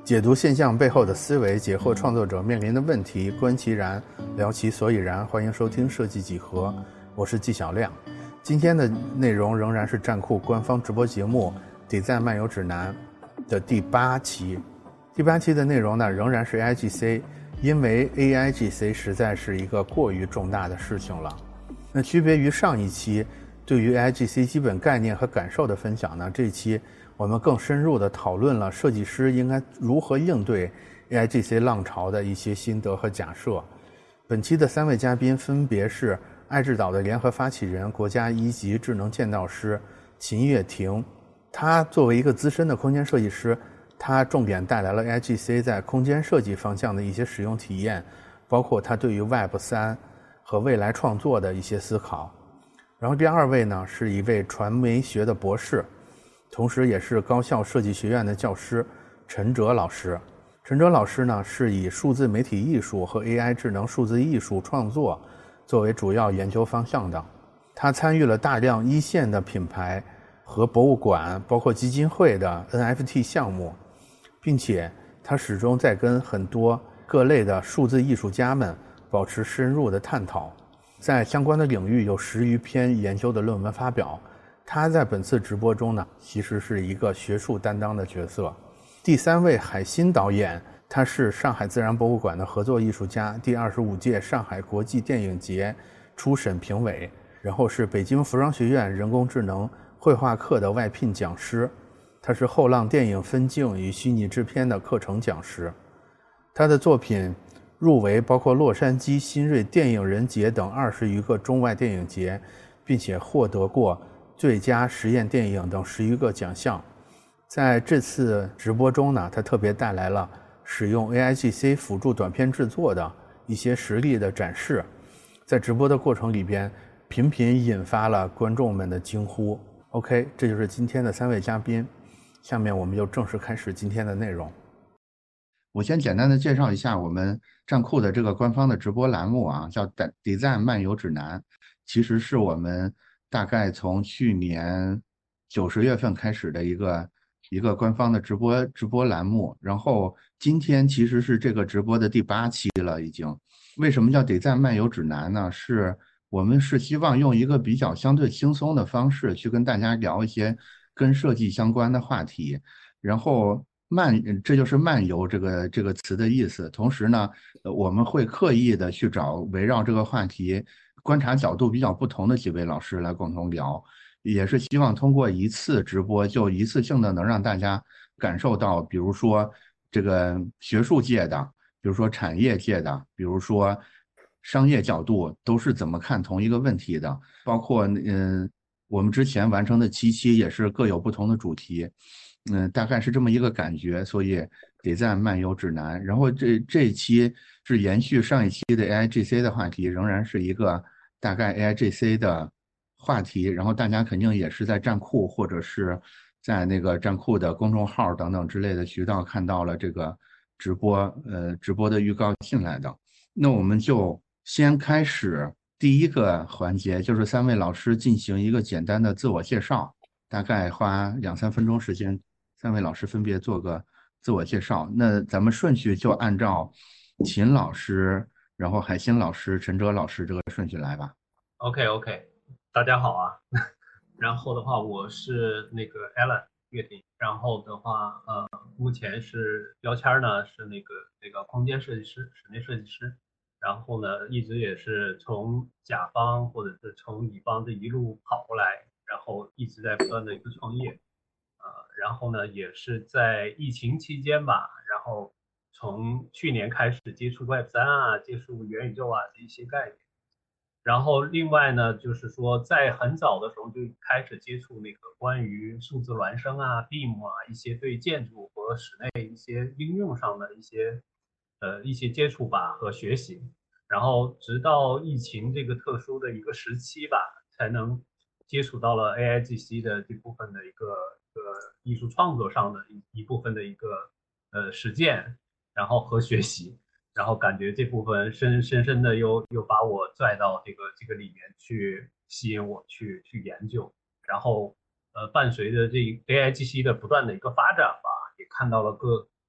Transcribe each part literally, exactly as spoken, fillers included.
解读现象背后的思维，解惑创作者面临的问题，观其然，聊其所以然。欢迎收听设计几何，我是纪晓亮。今天的内容仍然是站酷官方直播节目《Design 漫游指南》的第八期。第八期的内容呢，仍然是 A I G C， 因为 A I G C 实在是一个过于重大的事情了。那区别于上一期对于 A I G C 基本概念和感受的分享呢，这一期我们更深入地讨论了设计师应该如何应对 A I G C 浪潮的一些心得和假设。本期的三位嘉宾分别是爱智岛的联合发起人、国家一级智能建造师秦月婷。他作为一个资深的空间设计师，他重点带来了 A I G C 在空间设计方向的一些使用体验，包括他对于 Web 三 和未来创作的一些思考。然后第二位呢，是一位传媒学的博士，同时也是高校设计学院的教师陈哲老师。陈哲老师呢，是以数字媒体艺术和 A I 智能数字艺术创作作为主要研究方向的。他参与了大量一线的品牌和博物馆，包括基金会的 N F T 项目，并且他始终在跟很多各类的数字艺术家们保持深入的探讨，在相关的领域有十余篇研究的论文发表。他在本次直播中呢，其实是一个学术担当的角色。第三位海鑫导演，他是上海自然博物馆的合作艺术家，第二十五届上海国际电影节初审评委，然后是北京服装学院人工智能绘画课的外聘讲师，他是后浪电影分镜与虚拟制片的课程讲师。他的作品入围包括洛杉矶新锐电影人节等二十余个中外电影节，并且获得过最佳实验电影等十余个奖项。在这次直播中呢，他特别带来了使用 A I G C 辅助短片制作的一些实例的展示，在直播的过程里边频频引发了观众们的惊呼。 OK， 这就是今天的三位嘉宾，下面我们就正式开始今天的内容。 我先简单的介绍一下我们站酷的这个官方的直播栏目啊，叫 Design 漫游指南，其实是我们大概从去年九十月份开始的一个一个官方的直播直播栏目，然后今天其实是这个直播的第八期了已经。为什么叫 Design 漫游指南呢？是我们是希望用一个比较相对轻松的方式去跟大家聊一些跟设计相关的话题，然后漫，这就是漫游这个这个词的意思。同时呢，我们会刻意的去找围绕这个话题观察角度比较不同的几位老师来共同聊，也是希望通过一次直播就一次性的能让大家感受到，比如说这个学术界的，比如说产业界的，比如说商业角度都是怎么看同一个问题的，包括嗯，我们之前完成的七期也是各有不同的主题。嗯，大概是这么一个感觉，所以Design漫游指南。然后这这一期是延续上一期的 A I G C 的话题，仍然是一个大概 A I G C 的话题。然后大家肯定也是在站酷或者是在那个站酷的公众号等等之类的渠道看到了这个直播，呃，直播的预告进来的。那我们就先开始第一个环节，就是三位老师进行一个简单的自我介绍，大概花两三分钟时间。三位老师分别做个自我介绍，那咱们顺序就按照秦老师，然后海鑫老师、陈哲老师这个顺序来吧。 OK OK， 大家好啊。然后的话，我是那个 Alan 岳婷，然后的话，呃，目前是标签呢是那个那个空间设计师、室内设计师，然后呢一直也是从甲方或者是从乙方这一路跑过来，然后一直在不断的一个创业。呃，然后呢，也是在疫情期间吧，然后从去年开始接触 Web 三 啊，接触元宇宙啊这一些概念。然后另外呢，就是说在很早的时候就开始接触那个关于数字孪生啊、B I M 啊一些对建筑和室内一些应用上的一些呃一些接触吧和学习。然后直到疫情这个特殊的一个时期吧，才能接触到了 A I G C 的这部分的一个一个艺术创作上的一一部分的一个呃实践，然后和学习，然后感觉这部分深深深的又又把我拽到这个这个里面去，吸引我去去研究，然后呃伴随着这 A I G C 的不断的一个发展吧，也看到了各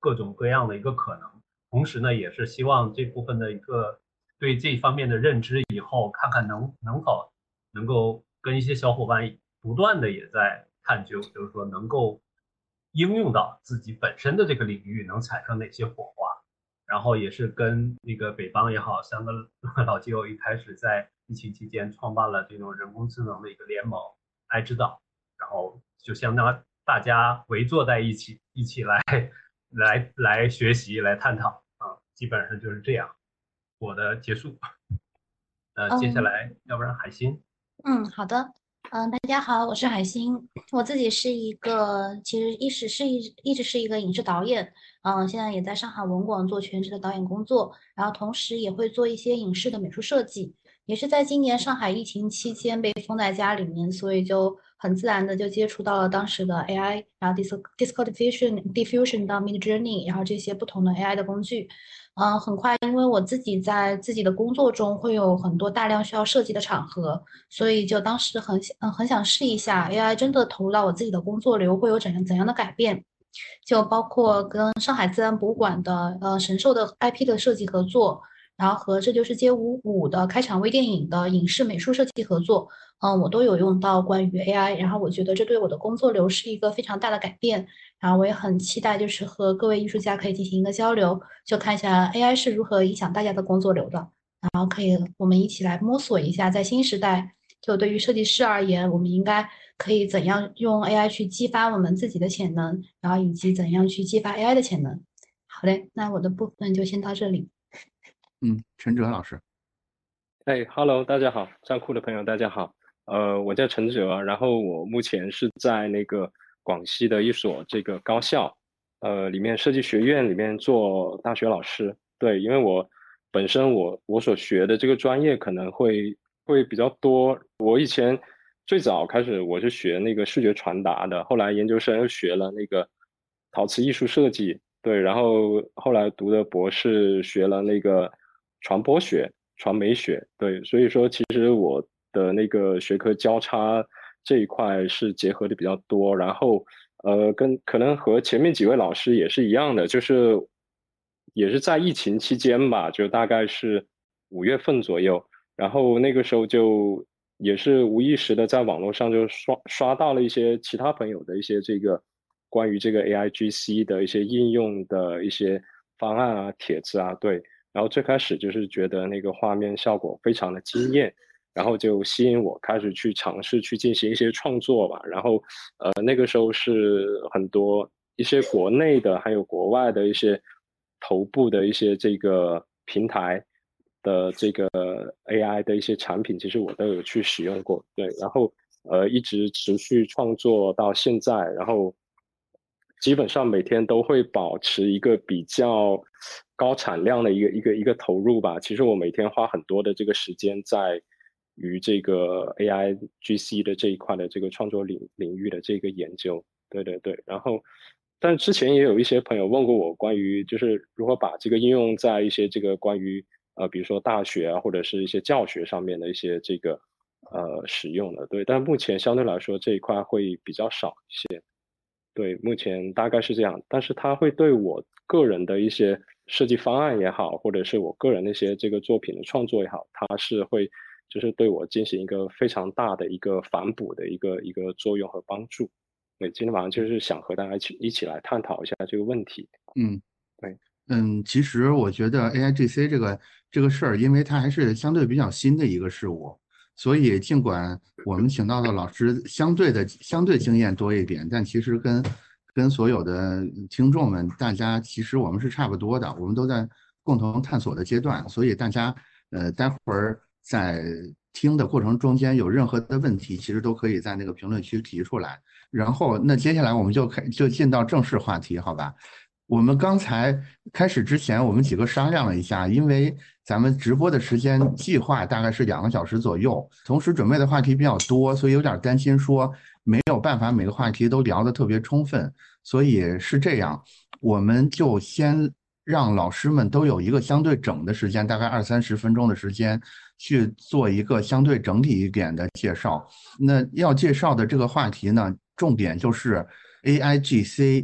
各种各样的一个可能。同时呢，也是希望这部分的一个对这方面的认知以后，看看能能否能够跟一些小伙伴不断的也在探究，就是说能够应用到自己本身的这个领域能产生哪些火花。然后也是跟那个北邦也好，香格老基友一开始在疫情期间创办了这种人工智能的一个联盟爱知岛，然后就相当大家围坐在一起，一起来来来学习来探讨啊，基本上就是这样。我的结束。呃，接下来要不然海星。 嗯，好的。嗯，大家好，我是海星。我自己是一个，其实一直是一一直是一个影视导演。嗯，现在也在上海文广做全职的导演工作，然后同时也会做一些影视的美术设计。也是在今年上海疫情期间被封在家里面，所以就很自然的就接触到了当时的 A I，然后 Discord Diffusion Diffusion 到 Midjourney，然后这些不同的 A I 的工具。嗯，很快，因为我自己在自己的工作中会有很多大量需要设计的场合，所以就当时很嗯很想试一下 A I 真的投入到我自己的工作流会有怎样怎样的改变，就包括跟上海自然博物馆的呃神兽的 I P 的设计合作，然后和这就是街舞五的开场微电影的影视美术设计合作，嗯，我都有用到关于 A I，然后我觉得这对我的工作流是一个非常大的改变。然后我也很期待，就是和各位艺术家可以进行一个交流，就看一下 A I 是如何影响大家的工作流的。然后可以我们一起来摸索一下，在新时代，就对于设计师而言，我们应该可以怎样用 A I 去激发我们自己的潜能，然后以及怎样去激发 A I 的潜能。好嘞，那我的部分就先到这里。 嗯，陈哲老师。 哎哈喽，大家好，站酷的朋友大家好。呃，我叫陈哲，然后我目前是在那个广西的一所这个高校，呃，里面设计学院里面做大学老师。对，因为我本身我我所学的这个专业可能会会比较多。我以前最早开始我是学那个视觉传达的，后来研究生又学了那个陶瓷艺术设计，对，然后后来读的博士学了那个传播学、传媒学，对，所以说其实我的那个学科交叉这一块是结合的比较多，然后呃，跟可能和前面几位老师也是一样的，就是也是在疫情期间吧，就大概是五月份左右，然后那个时候就也是无意识的在网络上就刷刷到了一些其他朋友的一些这个关于这个 A I G C 的一些应用的一些方案啊、帖子啊，对，然后最开始就是觉得那个画面效果非常的惊艳。然后就吸引我开始去尝试去进行一些创作吧。然后，呃，那个时候是很多一些国内的还有国外的一些头部的一些这个平台的这个 A I 的一些产品，其实我都有去使用过。对，然后呃一直持续创作到现在，然后基本上每天都会保持一个比较高产量的一个一个一个投入吧。其实我每天花很多的这个时间在于这个 A I G C 的这一块的这个创作领领域的这个研究，对对对。然后，但之前也有一些朋友问过我关于就是如何把这个应用在一些这个关于呃比如说大学啊或者是一些教学上面的一些这个呃使用的，对。但目前相对来说这一块会比较少一些，对，目前大概是这样。但是它会对我个人的一些设计方案也好，或者是我个人的一些这个作品的创作也好，它是会。就是对我进行一个非常大的一个反哺的一个一个作用和帮助。对，今天晚上就是想和大家一起一起来探讨一下这个问题。 嗯， 对， 嗯，其实我觉得 A I G C 这个这个事儿，因为它还是相对比较新的一个事物，所以尽管我们请到的老师相对的相对经验多一点，但其实跟跟所有的听众们，大家其实我们是差不多的，我们都在共同探索的阶段，所以大家呃待会儿。在听的过程中间有任何的问题，其实都可以在那个评论区提出来。然后，那接下来我们就开就进到正式话题，好吧？我们刚才开始之前，我们几个商量了一下，因为咱们直播的时间计划大概是两个小时左右，同时准备的话题比较多，所以有点担心说没有办法每个话题都聊得特别充分。所以是这样，我们就先让老师们都有一个相对整的时间，大概二三十分钟的时间。去做一个相对整体一点的介绍。那要介绍的这个话题呢，重点就是 A I G C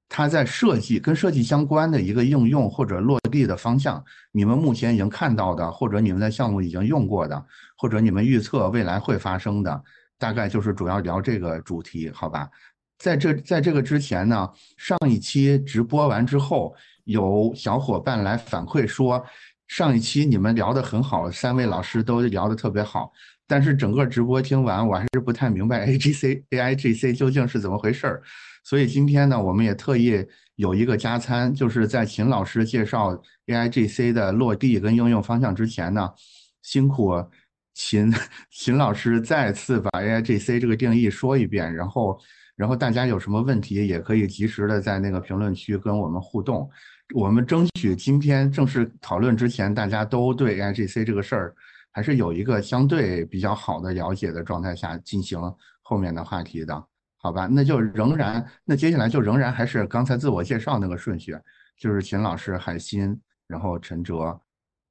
它在设计跟设计相关的一个应用或者落地的方向，你们目前已经看到的，或者你们在项目已经用过的，或者你们预测未来会发生的，大概就是主要聊这个主题，好吧？在这在这个之前呢，上一期直播完之后，有小伙伴来反馈说，上一期你们聊得很好，三位老师都聊得特别好，但是整个直播听完，我还是不太明白 A G C A I G C 究竟是怎么回事儿。所以今天呢，我们也特意有一个加餐，就是在秦老师介绍 A I G C 的落地跟应用方向之前呢，辛苦秦秦老师再次把 A I G C 这个定义说一遍，然后然后大家有什么问题也可以及时的在那个评论区跟我们互动。我们争取今天正式讨论之前，大家都对 A I G C 这个事儿还是有一个相对比较好的了解的状态下进行后面的话题的。好吧，那就仍然，那接下来就仍然还是刚才自我介绍那个顺序，就是秦老师、海鑫，然后陈哲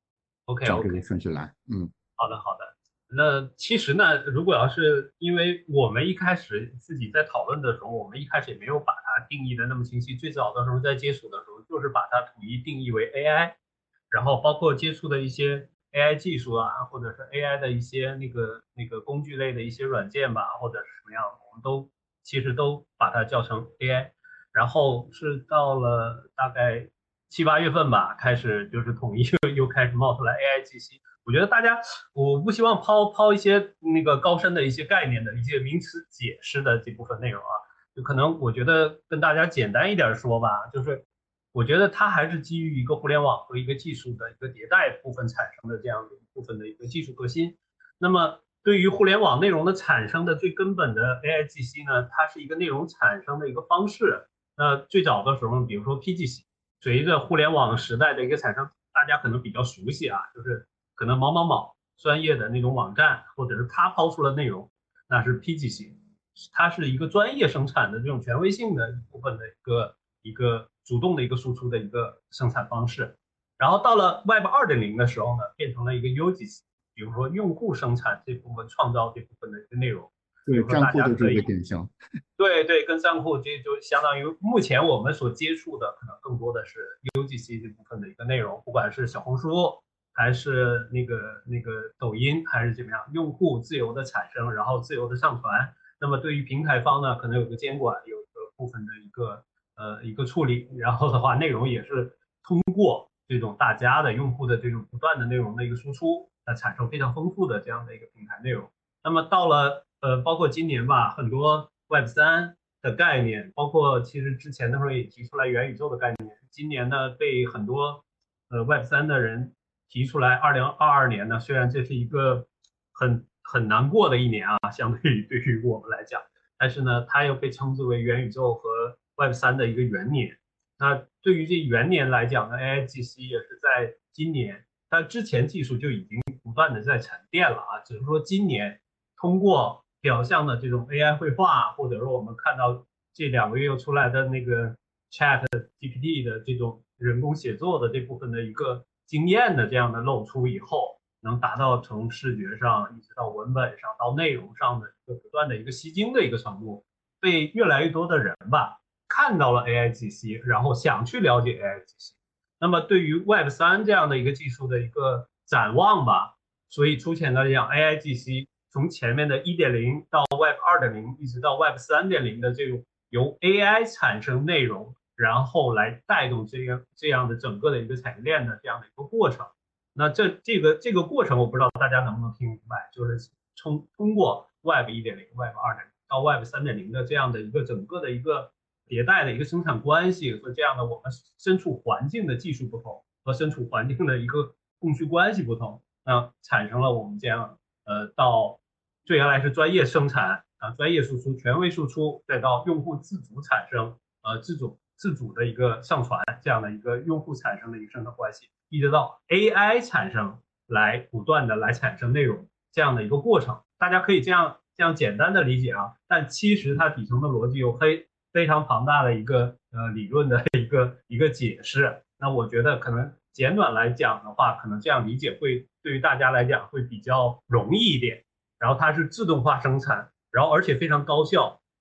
，OK 照这个 OK， 顺序来。嗯， 好的好的。那其实呢，如果要是因为我们一开始自己在讨论的时候，我们一开始也没有把它定义的那么清晰。最早的时候在接触的时候，就是把它统一定义为 A I， 然后包括接触的一些 A I 技术啊，或者是 A I 的一些那个那个工具类的一些软件吧，或者是什么样，我们都其实都把它叫成 A I。然后是到了大概七八月份吧，开始就是统一又又开始冒出来 A I G C。我觉得大家，我不希望抛抛一些那个高深的一些概念的一些名词解释的这部分内容啊，就可能我觉得跟大家简单一点说吧，就是我觉得它还是基于一个互联网和一个技术的一个迭代部分产生的这样的一部分的一个技术核心。那么对于互联网内容的产生的最根本的 A I G C 呢，它是一个内容产生的一个方式。那最早的时候，比如说 P G C， 随着互联网时代的一个产生，大家可能比较熟悉啊，就是可能某某某专业的那种网站，或者是他抛出了内容，那是 P G C， 它是一个专业生产的这种权威性的一部分的一个一个主动的一个输出的一个生产方式。然后到了 Web 二点零 的时候呢，变成了一个 U G C， 比如说用户生产这部分、创造这部分的一个内容。 对，站库的这个典型。 对对，跟站库这就相当于目前我们所接触的可能更多的是 U G C 这部分的一个内容，不管是小红书还是那个那个抖音还是怎么样，用户自由的产生，然后自由的上传。那么对于平台方呢，可能有个监管，有一个部分的一个呃一个处理，然后的话内容也是通过这种大家的用户的这种不断的内容的一个输出，来产生非常丰富的这样的一个平台内容。那么到了呃，包括今年吧，很多 Web 三 的概念，包括其实之前的时候也提出来元宇宙的概念。今年呢，被很多呃 Web 三 的人提出来，二零二二年呢，虽然这是一个很很难过的一年啊，相对于对于我们来讲，但是呢，它又被称之为元宇宙和 Web 三 的一个元年。那对于这元年来讲呢 ，A I G C 也是在今年，它之前技术就已经不断的在沉淀了啊，只是说今年通过表象的这种 A I 绘画，或者说我们看到这两个月又出来的那个 Chat G P T 的这种人工写作的这部分的一个经验的这样的露出以后，能达到从视觉上一直到文本上到内容上的一个不断的一个吸睛的一个程度，被越来越多的人吧看到了 A I G C， 然后想去了解 A I G C。那么对于 Web 三 这样的一个技术的一个展望吧，所以粗浅的讲 A I G C。从前面的 一点零 到 Web 二点零， 一直到 Web 三点零 的这种由 A I 产生内容，然后来带动这样这样的整个的一个产业链的这样的一个过程。那这这个这个过程，我不知道大家能不能听明白，就是从通过 Web 一点零、Web 二点零 到 Web 三点零 的这样的一个整个的一个迭代的一个生产关系和这样的我们身处环境的技术不同和身处环境的一个供需关系不同，那产生了我们这样呃到最原来是专业生产啊，专业输出、权威输出，再到用户自主产生，呃，自主自主的一个上传这样的一个用户产生的一个生产关系，一直到 A I 产生来不断的来产生内容这样的一个过程，大家可以这样这样简单的理解啊，但其实它底层的逻辑有非非常庞大的一个呃理论的一个一个解释。那我觉得可能简短来讲的话，可能这样理解会对于大家来讲会比较容易一点。然后它是自动化生产，然后而且非常高效，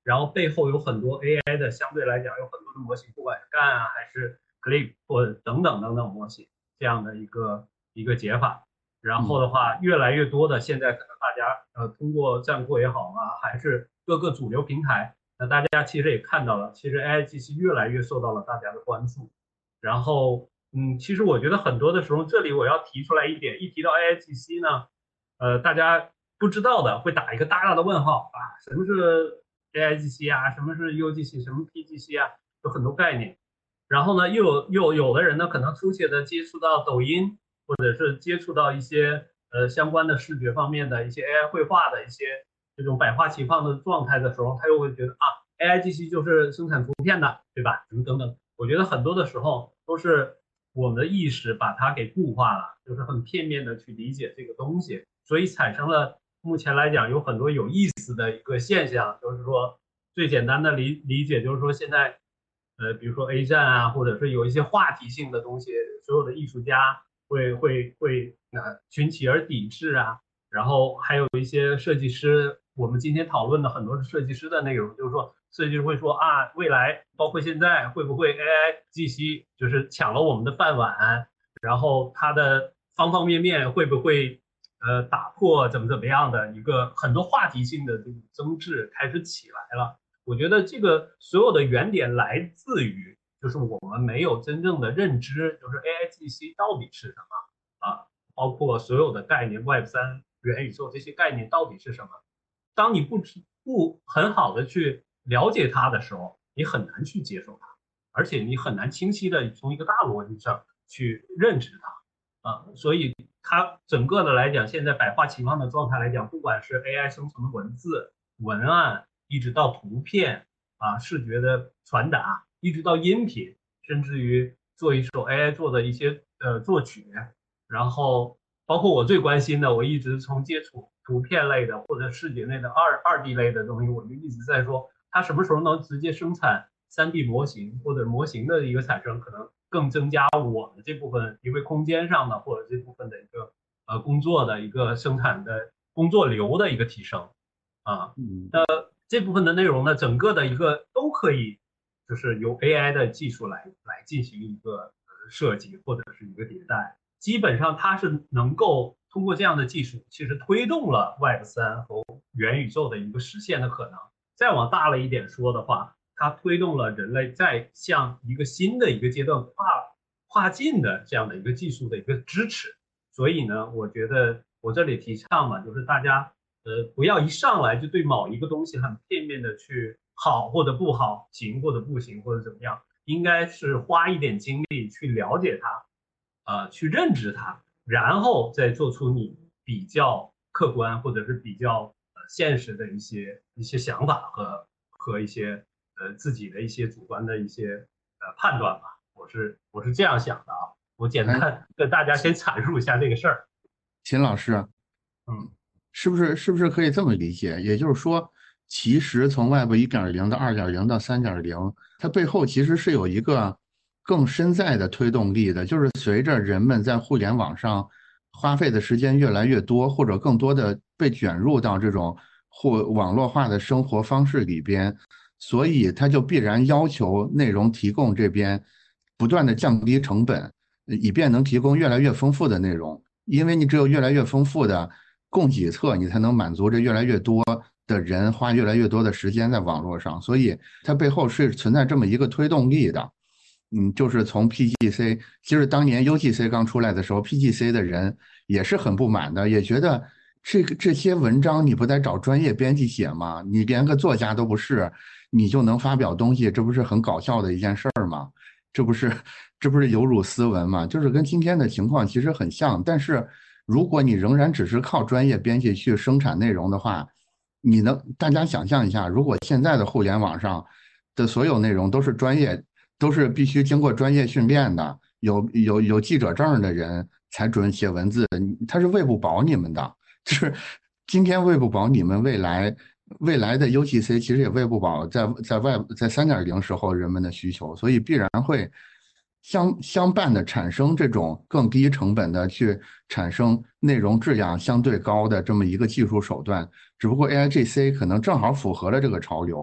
然后背后有很多 A I 的，相对来讲有很多的模型，不管是 G A N 啊还是 Clip 或者等等等等模型这样的一个一个解法。然后的话，越来越多的现在可能大家呃通过站库也好啊，还是各个主流平台，那大家其实也看到了，其实 A I G C 越来越受到了大家的关注。然后嗯，其实我觉得很多的时候，这里我要提出来一点，一提到 A I G C 呢，呃，大家不知道的会打一个大大的问号啊，什么是 A I G C 啊，什么是 U G C， 什么 P G C 啊，有很多概念。然后呢，又有又有的人呢，可能初切的接触到抖音，或者是接触到一些呃相关的视觉方面的一些 A I 绘画的一些这种百花齐放的状态的时候，他又会觉得啊 ，A I G C 就是生产图片的，对吧？等等等，我觉得很多的时候都是我们的意识把它给固化了，就是很片面的去理解这个东西，所以产生了目前来讲有很多有意思的一个现象，就是说最简单的理理解就是说现在。呃，比如说 A 站啊，或者是有一些话题性的东西，所有的艺术家会会会呃群起而抵制啊，然后还有一些设计师，我们今天讨论的很多是设计师的内容，就是说设计师会说啊，未来包括现在会不会 A I G C 就是抢了我们的饭碗，然后它的方方面面会不会呃打破怎么怎么样的一个很多话题性的这种争执开始起来了。我觉得这个所有的原点来自于，就是我们没有真正的认知，就是 A I G C 到底是什么啊，包括所有的概念 Web 三、元宇宙这些概念到底是什么。当你不不很好的去了解它的时候，你很难去接受它，而且你很难清晰的从一个大逻辑上去认知它啊。所以它整个的来讲，现在百花齐放的状态来讲，不管是 A I 生成的文字、文案。一直到图片啊，视觉的传达，一直到音频，甚至于做一首 A I 做的一些呃作曲，然后包括我最关心的，我一直从接触图片类的或者视觉类的二二 D 类的东西，我就一直在说，它什么时候能直接生产三 D 模型或者模型的一个产生，可能更增加我的这部分因为空间上的或者这部分的一个呃工作的一个生产的工作流的一个提升啊，那。这部分的内容呢，整个的一个都可以，就是由 A I 的技术来来进行一个设计或者是一个迭代。基本上它是能够通过这样的技术，其实推动了 Web 三和元宇宙的一个实现的可能。再往大了一点说的话，它推动了人类在向一个新的一个阶段跨跨进的这样的一个技术的一个支持。所以呢，我觉得我这里提倡嘛，就是大家。呃，不要一上来就对某一个东西很片面的去好或者不好，行或者不行或者怎么样，应该是花一点精力去了解它，呃，去认知它，然后再做出你比较客观或者是比较呃现实的一些一些想法和和一些呃自己的一些主观的一些呃判断吧。我是我是这样想的啊，我简单跟大家先阐述一下这个事儿。 秦老师， 嗯。 是不是是不是可以这么理解？也就是说，其实从 Web 一点零 到二点零 到三点零，它背后其实是有一个更深在的推动力的，就是随着人们在互联网上花费的时间越来越多，或者更多的被卷入到这种或网络化的生活方式里边，所以它就必然要求内容提供这边不断的降低成本，以便能提供越来越丰富的内容。因为你只有越来越丰富的供给侧，你才能满足着越来越多的人花越来越多的时间在网络上，所以它背后是存在这么一个推动力的。嗯，就是从 P G C， 其实当年 U G C 刚出来的时候 ，P G C 的人也是很不满的，也觉得这个这些文章你不得找专业编辑写吗？你连个作家都不是，你就能发表东西，这不是很搞笑的一件事儿吗？这不是这不是有辱斯文吗？就是跟今天的情况其实很像，但是如果你仍然只是靠专业编辑去生产内容的话，你能大家想象一下，如果现在的互联网上的所有内容都是专业，都是必须经过专业训练的，有有有记者证的人才准写文字，他是喂不饱你们的，就是今天喂不饱你们，未来未来的 U G C 其实也喂不饱在在外在 三点零 时候人们的需求，所以必然会相相伴的产生这种更低成本的去产生内容质量相对高的这么一个技术手段，只不过 A I G C 可能正好符合了这个潮流，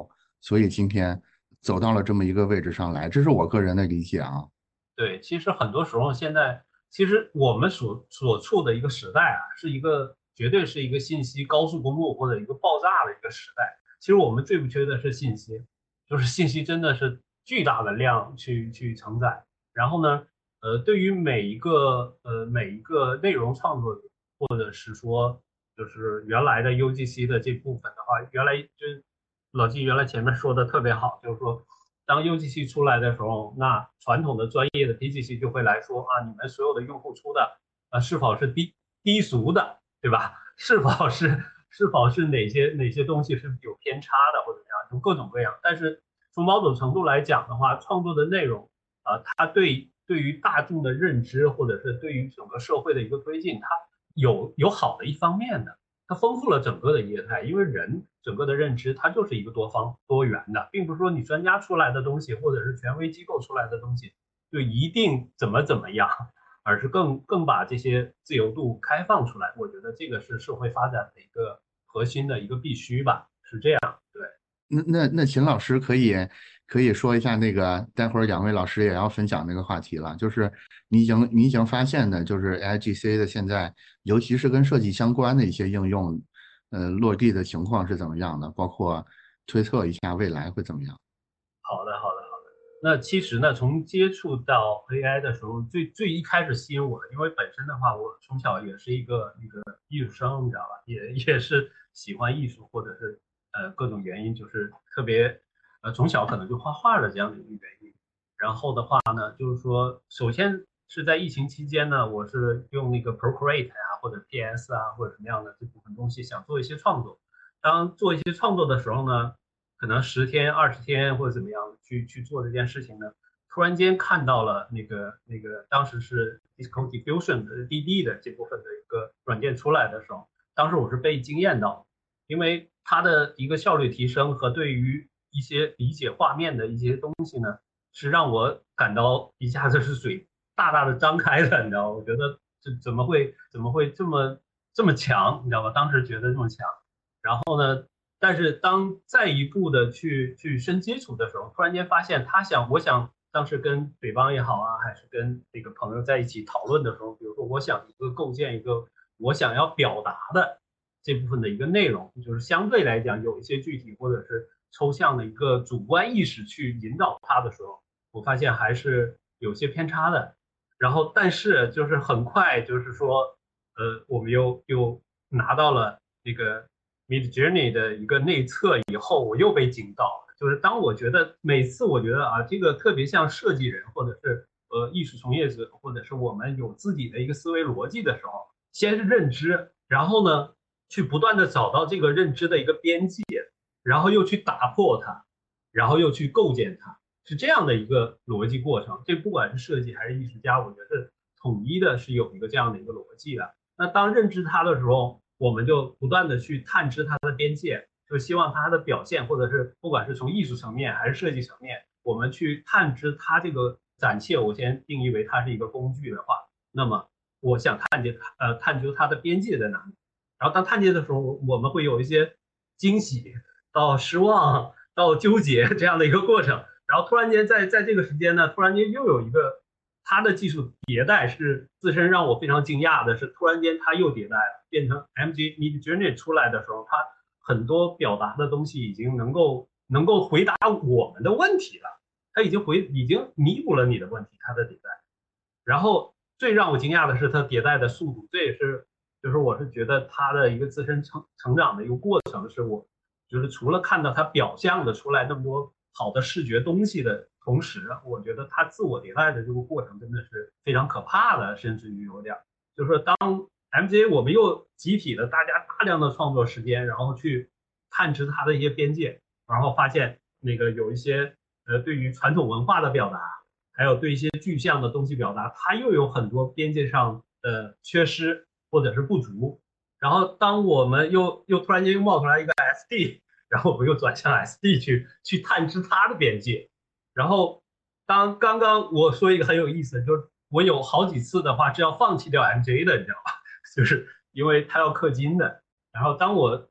所以今天走到了这么一个位置上来，这是我个人的理解啊。 对，其实很多时候现在，其实我们所所处的一个时代啊，是一个绝对是一个信息高速公路或者一个爆炸的一个时代。其实我们最不缺的是信息，就是信息真的是巨大的量去去承载。然后呢，呃，对于每一个呃每一个内容创作者，或者是说就是原来的 U G C 的这部分的话，原来就老季原来前面说的特别好，就是说。当 U G C 出来的时候，那传统的专业的 P G C 就会来说啊，你们所有的用户出的啊是否是低低俗的，对吧？是否是是否是哪些哪些东西是有偏差的或者怎样，就各种各样。但是从某种程度来讲的话，创作的内容啊，它对对于大众的认知或者是对于整个社会的一个推进，它有有好的一方面的。它丰富了整个的业态，因为人整个的认知它就是一个多方多元的，并不是说你专家出来的东西或者是权威机构出来的东西就一定怎么怎么样，而是更更把这些自由度开放出来。我觉得这个是社会发展的一个核心的一个必须吧，是这样。对， 那那那秦老师可以可以说一下那个，待会儿两位老师也要分享那个话题了，就是你已经你已经发现的，就是 A I G C 的现在，尤其是跟设计相关的一些应用，呃，落地的情况是怎么样的？包括推测一下未来会怎么样？ 好的，好的，好的。那其实呢，从接触到 A I 的时候，最最一开始吸引我的，因为本身的话，我从小也是一个那个艺术生，你知道吧？也也是喜欢艺术，或者是呃各种原因，就是特别呃从小可能就画画的这样的一个原因。然后的话呢，就是说，首先是在疫情期间呢，我是用那个 Procreate 啊，或者 P S 啊，或者什么样的这部分东西，想做一些创作。当做一些创作的时候呢，可能十天、二十天或者怎么样去去做这件事情呢，突然间看到了那个那个当时是 Disco Diffusion 的 D D 的这部分的一个软件出来的时候，当时我是被惊艳到，因为它的一个效率提升和对于一些理解画面的一些东西呢，是让我感到一下子是水大大的张开的，你知道吗？我觉得这怎么会怎么会这么这么强，你知道吧？当时觉得这么强，然后呢？但是当再一步的去去深接触的时候，突然间发现他想，我想当时跟对方也好啊，还是跟这个朋友在一起讨论的时候，比如说我想一个构建一个我想要表达的这部分的一个内容，就是相对来讲有一些具体或者是抽象的一个主观意识去引导它的时候，我发现还是有些偏差的。然后但是就是很快就是说，呃，我们又又拿到了那个。Midjourney 的一个内测以后，我又被惊到了。就是当我觉得每次我觉得啊，这个特别像设计人或者是呃艺术从业者，或者是我们有自己的一个思维逻辑的时候，先是认知，然后呢去不断的找到这个认知的一个边界，然后又去打破它，然后又去构建它，是这样的一个逻辑过程。这不管是设计还是艺术家，我觉得统一的是有一个这样的一个逻辑的。那当认知它的时候，我们就不断的去探知它的边界，就希望它的表现，或者是不管是从艺术层面还是设计层面，我们去探知它这个暂且我先定义为它是一个工具的话，那么我想探究呃探究它的边界在哪里。然后当探究的时候，我们会有一些惊喜到失望到纠结这样的一个过程。然后突然间在在这个时间呢，突然间又有一个它的技术迭代是自身让我非常惊讶的是，突然间它又迭代了，变成 M G Midjourney 出来的时候，它很多表达的东西已经能够能够回答我们的问题了，它已经回已经弥补了你的问题，它的迭代。然后最让我惊讶的是它迭代的速度，这也是就是我是觉得它的一个自身成成长的一个过程，是我就是除了看到它表象的出来那么多好的视觉东西的同时，我觉得它自我迭代的这个过程真的是非常可怕的，甚至于有点，就是说当 M G A 我们又集体的大家大量的创作时间，然后去探知它的一些边界，然后发现那个有一些呃对于传统文化的表达，还有对一些具象的东西表达，它又有很多边界上的缺失或者是不足。然后当我们又又突然间又冒出来一个 S D。然后我们又转向 S D 去去探知它的边界，然后当刚刚我说一个很有意思，就是我有好几次的话是要放弃掉 M J 的，你知道吧？就是因为它要氪金的。然后当我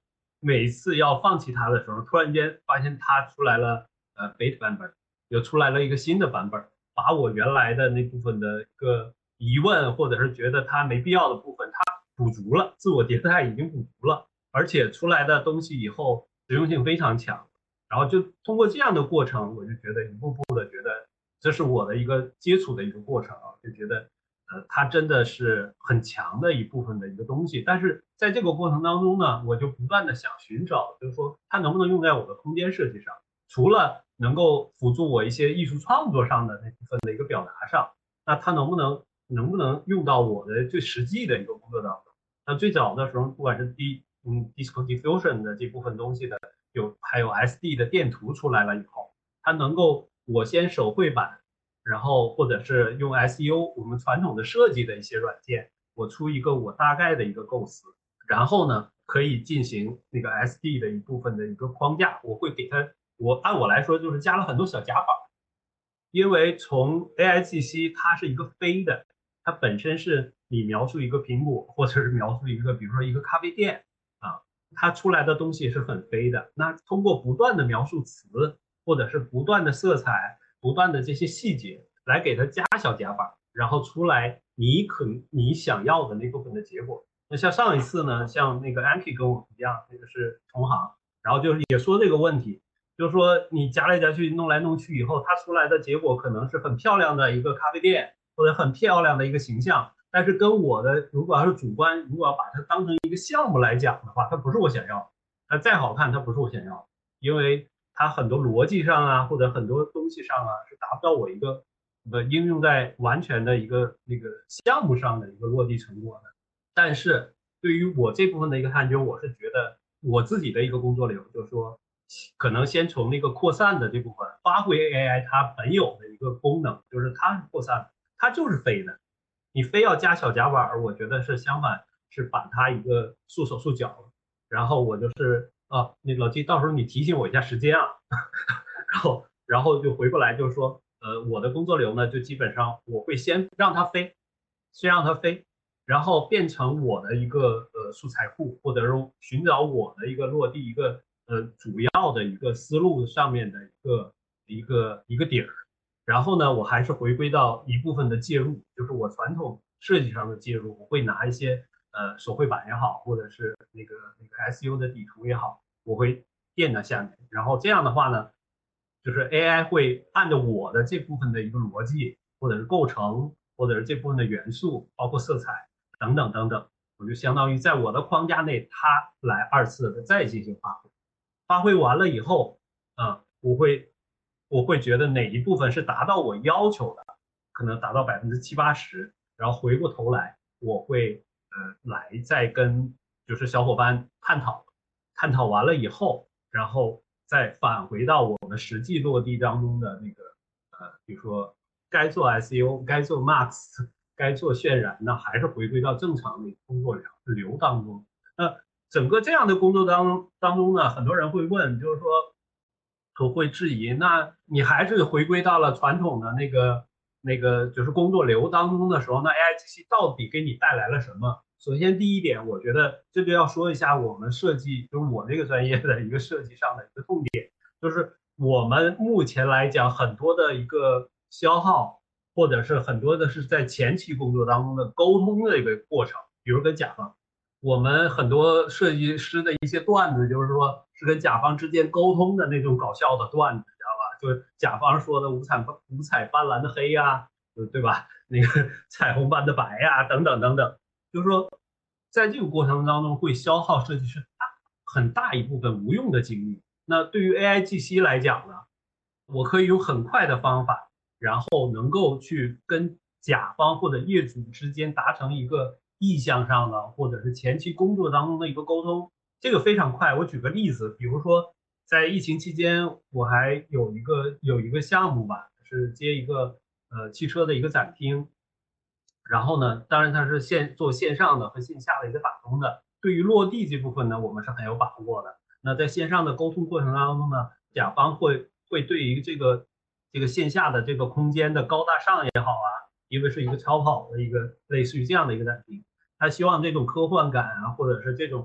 每次要放弃它的时候，突然间发现它出来了呃 beta 版本，又出来了一个新的版本，把我原来的那部分的一个疑问或者是觉得它没必要的部分，它补足了，自我迭代已经补足了，而且出来的东西以后实用性非常强。然后就通过这样的过程，我就觉得一步步的觉得这是我的一个接触的一个过程啊，就觉得呃它真的是很强的一部分的一个东西。但是在这个过程当中呢，我就不断的想寻找，就是说它能不能用在我的空间设计上，除了能够辅助我一些艺术创作上的那部分的一个表达上，那它能不能能不能用到我的最实际的一个工作当中？那最早的时候，不管是 D 嗯 Disco Diffusion 的这部分东西的。有还有 S D 的电图出来了以后，它能够我先手绘版，然后或者是用 S E O 我们传统的设计的一些软件，我出一个我大概的一个构思，然后呢可以进行那个 S D 的一部分的一个框架，我会给它，我按我来说就是加了很多小加法，因为从 A I G C 它是一个飞的，它本身是你描述一个苹果或者是描述一个比如说一个咖啡店啊。它出来的东西是很飞的，那通过不断的描述词，或者是不断的色彩，不断的这些细节，来给它加小加法，然后出来你可你想要的那部分的结果。那像上一次呢，像那个 Anki 跟我一样，那个是同行，然后就是也说这个问题，就是说你加来加去，弄来弄去以后，它出来的结果可能是很漂亮的一个咖啡店，或者很漂亮的一个形象。但是跟我的如果要是主观，如果要把它当成一个项目来讲的话，它不是我想要的。它再好看，它不是我想要的，因为它很多逻辑上啊，或者很多东西上啊，是达不到我一个呃应用在完全的一个那个项目上的一个落地成果的。但是对于我这部分的一个探究，我是觉得我自己的一个工作流，就是说可能先从那个扩散的这部分发挥 A I 它本有的一个功能，就是它是扩散的，它就是飞的。你非要加小夹板，我觉得是相反，是把它一个束手束脚。然后我就是啊，那老季，到时候你提醒我一下时间啊。然后然后就回过来就是说，呃，我的工作流呢，就基本上我会先让它飞，先让它飞，然后变成我的一个呃素材库，或者是寻找我的一个落地一个呃主要的一个思路上面的一个一个一个底儿。然后呢，我还是回归到一部分的介入，就是我传统设计上的介入，我会拿一些呃手绘板也好，或者是那个那个 S U 的底图也好，我会垫在下面。然后这样的话呢，就是 A I 会按照我的这部分的一个逻辑，或者是构成，或者是这部分的元素，包括色彩等等等等，我就相当于在我的框架内，它来二次的再进行发挥。发挥完了以后，啊、呃，我会。我会觉得哪一部分是达到我要求的，可能达到百分之七八十，然后回过头来，我会呃来再跟就是小伙伴探讨，探讨完了以后，然后再返回到我们实际落地当中的那个呃，比如说该做 S E O， 该做 Max， 该做渲染，那还是回归到正常的工作流流当中。那整个这样的工作当中当中呢，很多人会问，就是说。我会质疑，那你还是回归到了传统的那个那个就是工作流当中的时候，那 A I G C 到底给你带来了什么？首先第一点，我觉得这就要说一下我们设计，就是我这个专业的一个设计上的一个痛点，就是我们目前来讲很多的一个消耗，或者是很多的是在前期工作当中的沟通的一个过程，比如跟甲方。我们很多设计师的一些段子，就是说是跟甲方之间沟通的那种搞笑的段子，知道吧？就是甲方说的五彩五彩斑斓的黑呀、啊，对吧？那个彩虹般的白呀、啊，等等等等，就是说在这个过程当中会消耗设计师大很大一部分无用的精力。那对于 A I G C 来讲呢，我可以用很快的方法，然后能够去跟甲方或者业主之间达成一个。意向上的或者是前期工作当中的一个沟通，这个非常快。我举个例子，比如说在疫情期间，我还有一个有一个项目吧，是接一个呃汽车的一个展厅，然后呢，当然它是线做线上的和线下的一个打通的。对于落地这部分呢，我们是很有把握的。那在线上的沟通过程当中呢，甲方会会对于这个这个线下的这个空间的高大上也好啊，因为是一个超跑的一个类似于这样的一个展厅。他希望这种科幻感啊，或者是这种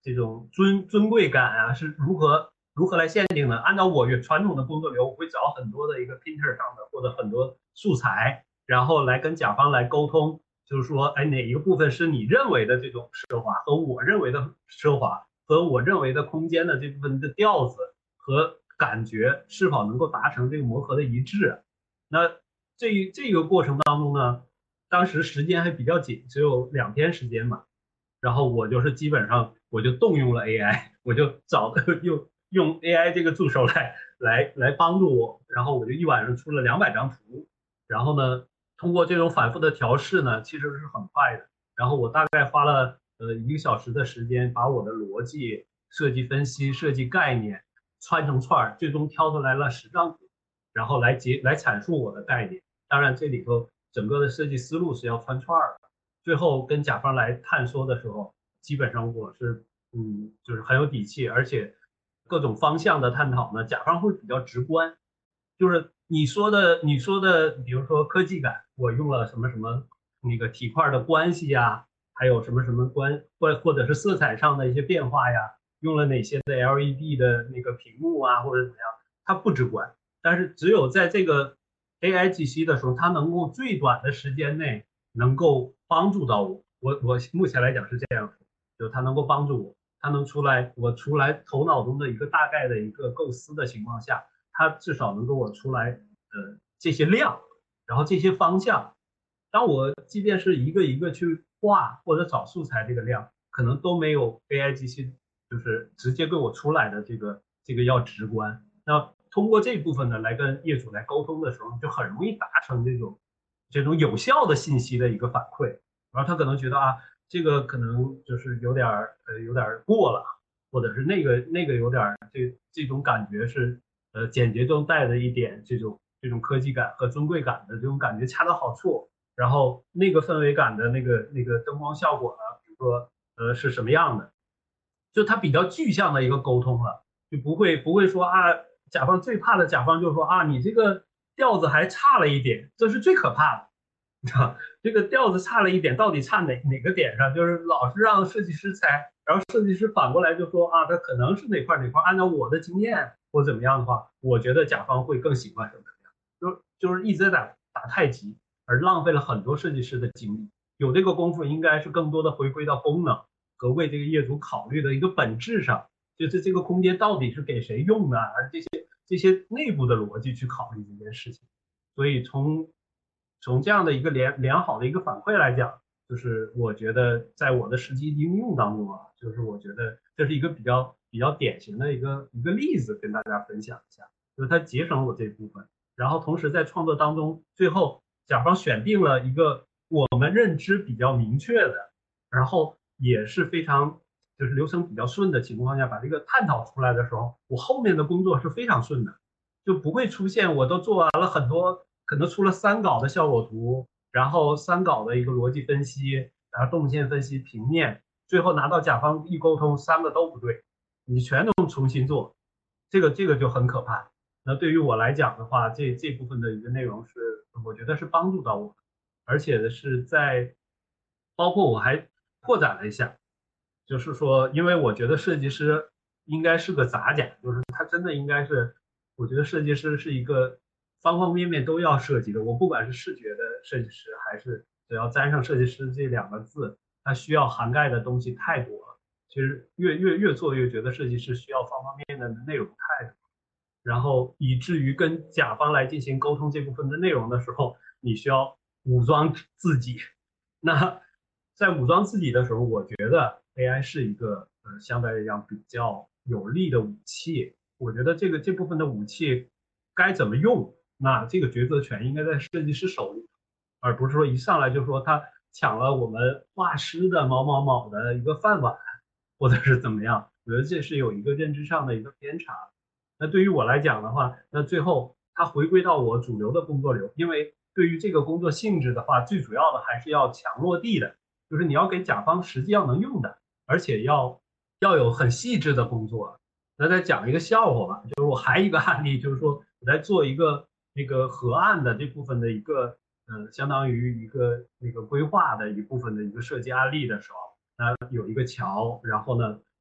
这种尊尊贵感啊是如何如何来限定呢？按照我传统的工作流，我会找很多的一个 Pinterest 上的或者很多素材，然后来跟甲方来沟通，就是说，哎，哪一个部分是你认为的这种奢华和我认为的奢华和我认为的空间的这部分的调子和感觉是否能够达成这个磨合的一致？那这这个过程当中呢，当时时间还比较紧，只有两天时间嘛。然后我就是基本上我就动用了 A I， 我就找用用 A I 这个助手来来来帮助我，然后我就一晚上出了两百张图，然后呢，通过这种反复的调试呢，其实是很快的。然后我大概花了呃一个小时的时间，把我的逻辑、设计分析、设计概念串成串，最终挑出来了十张图，然后来结来阐述我的概念。当然这里头整个的设计思路是要穿串的。最后跟甲方来探索的时候，基本上我是嗯，就是很有底气，而且各种方向的探讨呢，甲方会比较直观。就是你说的，你说的，比如说科技感，我用了什么什么那个体块的关系呀，还有什么什么关，或或者是色彩上的一些变化呀，用了哪些的 L E D 的那个屏幕啊，或者怎么样，它不直观。但是只有在这个 A I G C 的时候，它能够最短的时间内能够帮助到我，我我目前来讲是这样，就它能够帮助我，它能出来，我出来头脑中的一个大概的一个构思的情况下，它至少能给我出来呃这些量，然后这些方向。当我即便是一个一个去画或者找素材，这个量可能都没有 A I G C 就是直接给我出来的这个这个要直观。那通过这部分呢来跟业主来沟通的时候，就很容易达成这种这种有效的信息的一个反馈。然后他可能觉得啊，这个可能就是有点呃有点过了，或者是那个那个有点这这种感觉是呃简洁中带着一点这种这种科技感和尊贵感的这种感觉恰到好处。然后那个氛围感的那个那个灯光效果呢，比如说呃是什么样的，就它比较具象的一个沟通了，就不会不会说啊，甲方最怕的甲方就说啊，你这个调子还差了一点，这是最可怕的。你知道这个调子差了一点，到底差哪哪个点上？就是老是让设计师猜，然后设计师反过来就说啊，他可能是哪块哪块。按照我的经验或怎么样的话，我觉得甲方会更喜欢什么样，就就是一直在打打太极，而浪费了很多设计师的精力。有这个功夫，应该是更多的回归到功能和为这个业主考虑的一个本质上，就是这个空间到底是给谁用的，而这些这些内部的逻辑去考虑这件事情。所以从从这样的一个良良好的一个反馈来讲，就是我觉得在我的实际应用当中啊，就是我觉得这是一个比较比较典型的一个一个例子，跟大家分享一下，就是它节省了我这部分，然后同时在创作当中，最后甲方选定了一个我们认知比较明确的，然后也是非常就是流程比较顺的情况下，把这个探讨出来的时候，我后面的工作是非常顺的，就不会出现我都做完了很多。可能出了三稿的效果图，然后三稿的一个逻辑分析，然后动线分析、平面，最后拿到甲方一沟通，三个都不对，你全都重新做，这个这个就很可怕。那对于我来讲的话，这这部分的一个内容是，我觉得是帮助到我的，而且是在包括我还扩展了一下，就是说，因为我觉得设计师应该是个杂家，就是他真的应该是，我觉得设计师是一个。方方面面都要设计的，我不管是视觉的设计师，还是只要沾上设计师这两个字，它需要涵盖的东西太多了。其实越越越做越觉得设计师需要方方面面的内容太多，然后以至于跟甲方来进行沟通这部分的内容的时候，你需要武装自己。那在武装自己的时候，我觉得 A I 是一个呃相对来讲比较有力的武器。我觉得这个这部分的武器该怎么用？那这个决策权应该在设计师手里，而不是说一上来就说他抢了我们画师的某某某的一个饭碗，或者是怎么样。我觉得这是有一个认知上的一个偏差。那对于我来讲的话，那最后它回归到我主流的工作流，因为对于这个工作性质的话，最主要的还是要强落地的，就是你要给甲方实际要能用的，而且要要有很细致的工作。那再讲一个笑话吧，就是我还有一个案例，就是说我在做一个那个河岸的这部分的一个，呃，相当于一个那个规划的一部分的一个设计案例的时候，那有一个桥，然后呢，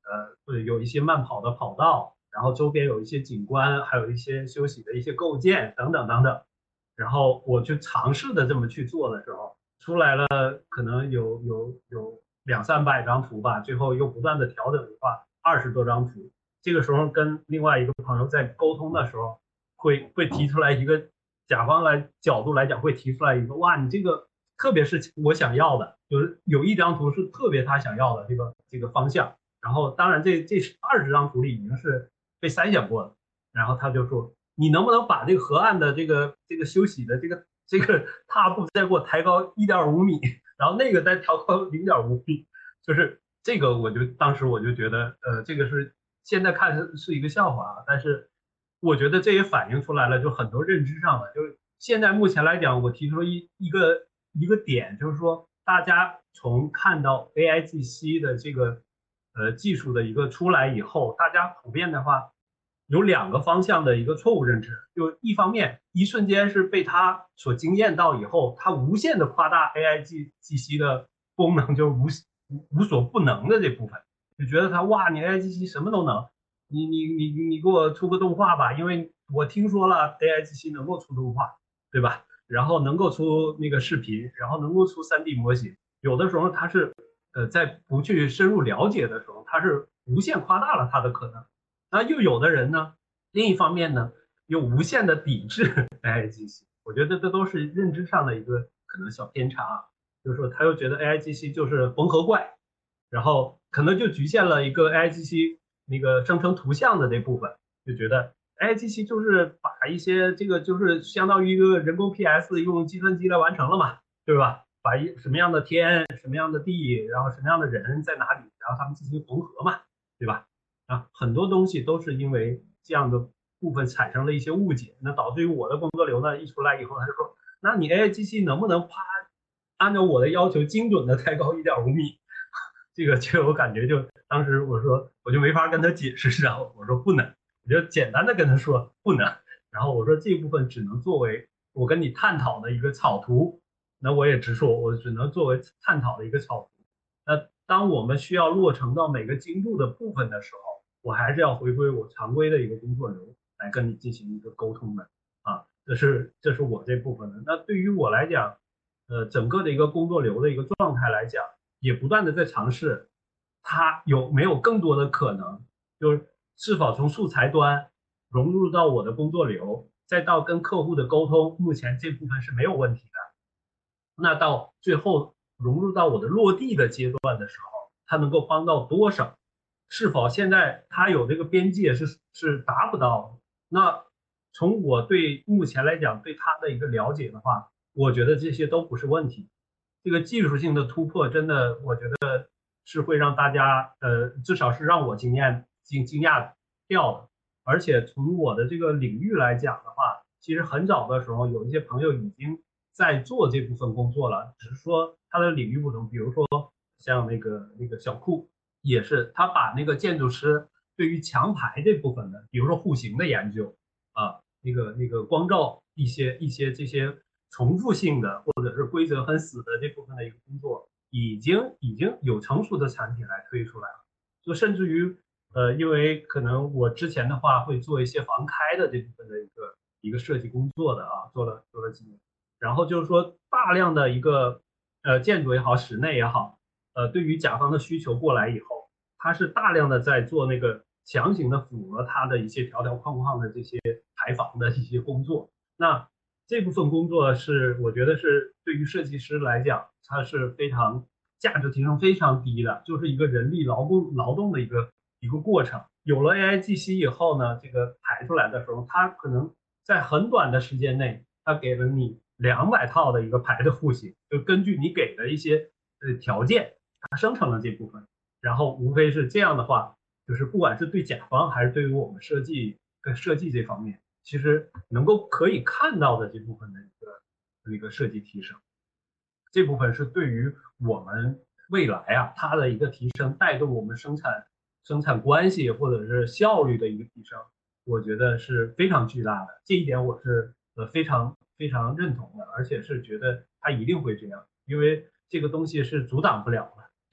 呃有一些慢跑的跑道，然后周边有一些景观，还有一些休息的一些构件等等等等。然后我去尝试的这么去做的时候，出来了可能有有有两三百张图吧，最后又不断的调整的话，二十多张图。这个时候跟另外一个朋友在沟通的时候，会会提出来一个甲方来角度来讲，会提出来一个哇，你这个特别是我想要的，就是有一张图是特别他想要的这个这个方向。然后当然这这二十张图里已经是被筛选过的，然后他就说，你能不能把这个河岸的这个这个休息的这个这个踏步再给我抬高一点五米，然后那个再调高零点五米，就是这个我就当时我就觉得，呃，这个是现在看是是一个笑话，但是我觉得这也反映出来了，就很多认知上的，就是现在目前来讲，我提出一一个一个点，就是说大家从看到 A I G C 的这个呃技术的一个出来以后，大家普遍的话有两个方向的一个错误认知，就一方面一瞬间是被他所惊艳到以后，他无限的夸大 A I G C 的功能，就是无无所不能的这部分，就觉得他哇，你 A I G C 什么都能，你你你你给我出个动画吧，因为我听说了 A I G C 能够出动画，对吧？然后能够出那个视频，然后能够出 三 D 模型，有的时候它是呃在不去深入了解的时候，它是无限夸大了它的可能。那又有的人呢，另一方面呢，又无限的抵制 A I G C， 我觉得这都是认知上的一个可能小偏差，就是说他又觉得 A I G C 就是缝合怪，然后可能就局限了一个 A I G C 那个生成图像的这部分，就觉得 A I G C 就是把一些这个就是相当于一个人工 P S 用计算机来完成了嘛，对吧？把一什么样的天、什么样的地，然后什么样的人在哪里，然后他们进行缝合嘛，对吧？啊，很多东西都是因为这样的部分产生了一些误解，那导致于我的工作流呢一出来以后，他就说，那你 A I G C 能不能啪按照我的要求精准的抬高一点五米？这个就我感觉就当时我说我就没法跟他解释，然后我说不能，我就简单的跟他说不能，然后我说这部分只能作为我跟你探讨的一个草图，那我也直说，我只能作为探讨的一个草图。那当我们需要落成到每个精度的部分的时候，我还是要回归我常规的一个工作流来跟你进行一个沟通的啊，这是这是我这部分的。那对于我来讲，呃，整个的一个工作流的一个状态来讲，也不断的在尝试，它有没有更多的可能，就是是否从素材端融入到我的工作流，再到跟客户的沟通，目前这部分是没有问题的。那到最后融入到我的落地的阶段的时候，它能够帮到多少？是否现在它有这个边界是是达不到？那从我对目前来讲对它的一个了解的话，我觉得这些都不是问题。这个技术性的突破真的，我觉得是会让大家呃，至少是让我惊艳惊惊讶掉的。而且从我的这个领域来讲的话，其实很早的时候有一些朋友已经在做这部分工作了，只是说他的领域不同。比如说像那个那个小库，也是他把那个建筑师对于墙牌这部分的，比如说户型的研究啊，那个那个光照一些一些这些重复性的或者是规则很死的这部分的一个工作，已经已经有成熟的产品来推出来了。就甚至于呃，因为可能我之前的话会做一些房开的这部分的一个一个设计工作的啊，做了做了几年，然后就是说大量的一个呃建筑也好，室内也好，呃，对于甲方的需求过来以后，他是大量的在做那个强行的符合他的一些条条框框的这些排房的一些工作。那这部分工作是我觉得是对于设计师来讲，它是非常价值提升非常低的，就是一个人力劳动劳动的一个一个过程。有了 A I G C 以后呢，这个排出来的时候，它可能在很短的时间内，它给了你两百套的一个排的户型，就根据你给的一些呃条件，它生成了这部分。然后无非是这样的话，就是不管是对甲方还是对于我们设计跟设计这方面，其实能够可以看到的这部分的一个一个设计提升，这部分是对于我们未来啊它的一个提升，带动我们生产生产关系或者是效率的一个提升，我觉得是非常巨大的。这一点我是呃非常非常认同的，而且是觉得它一定会这样，因为这个东西是阻挡不了的。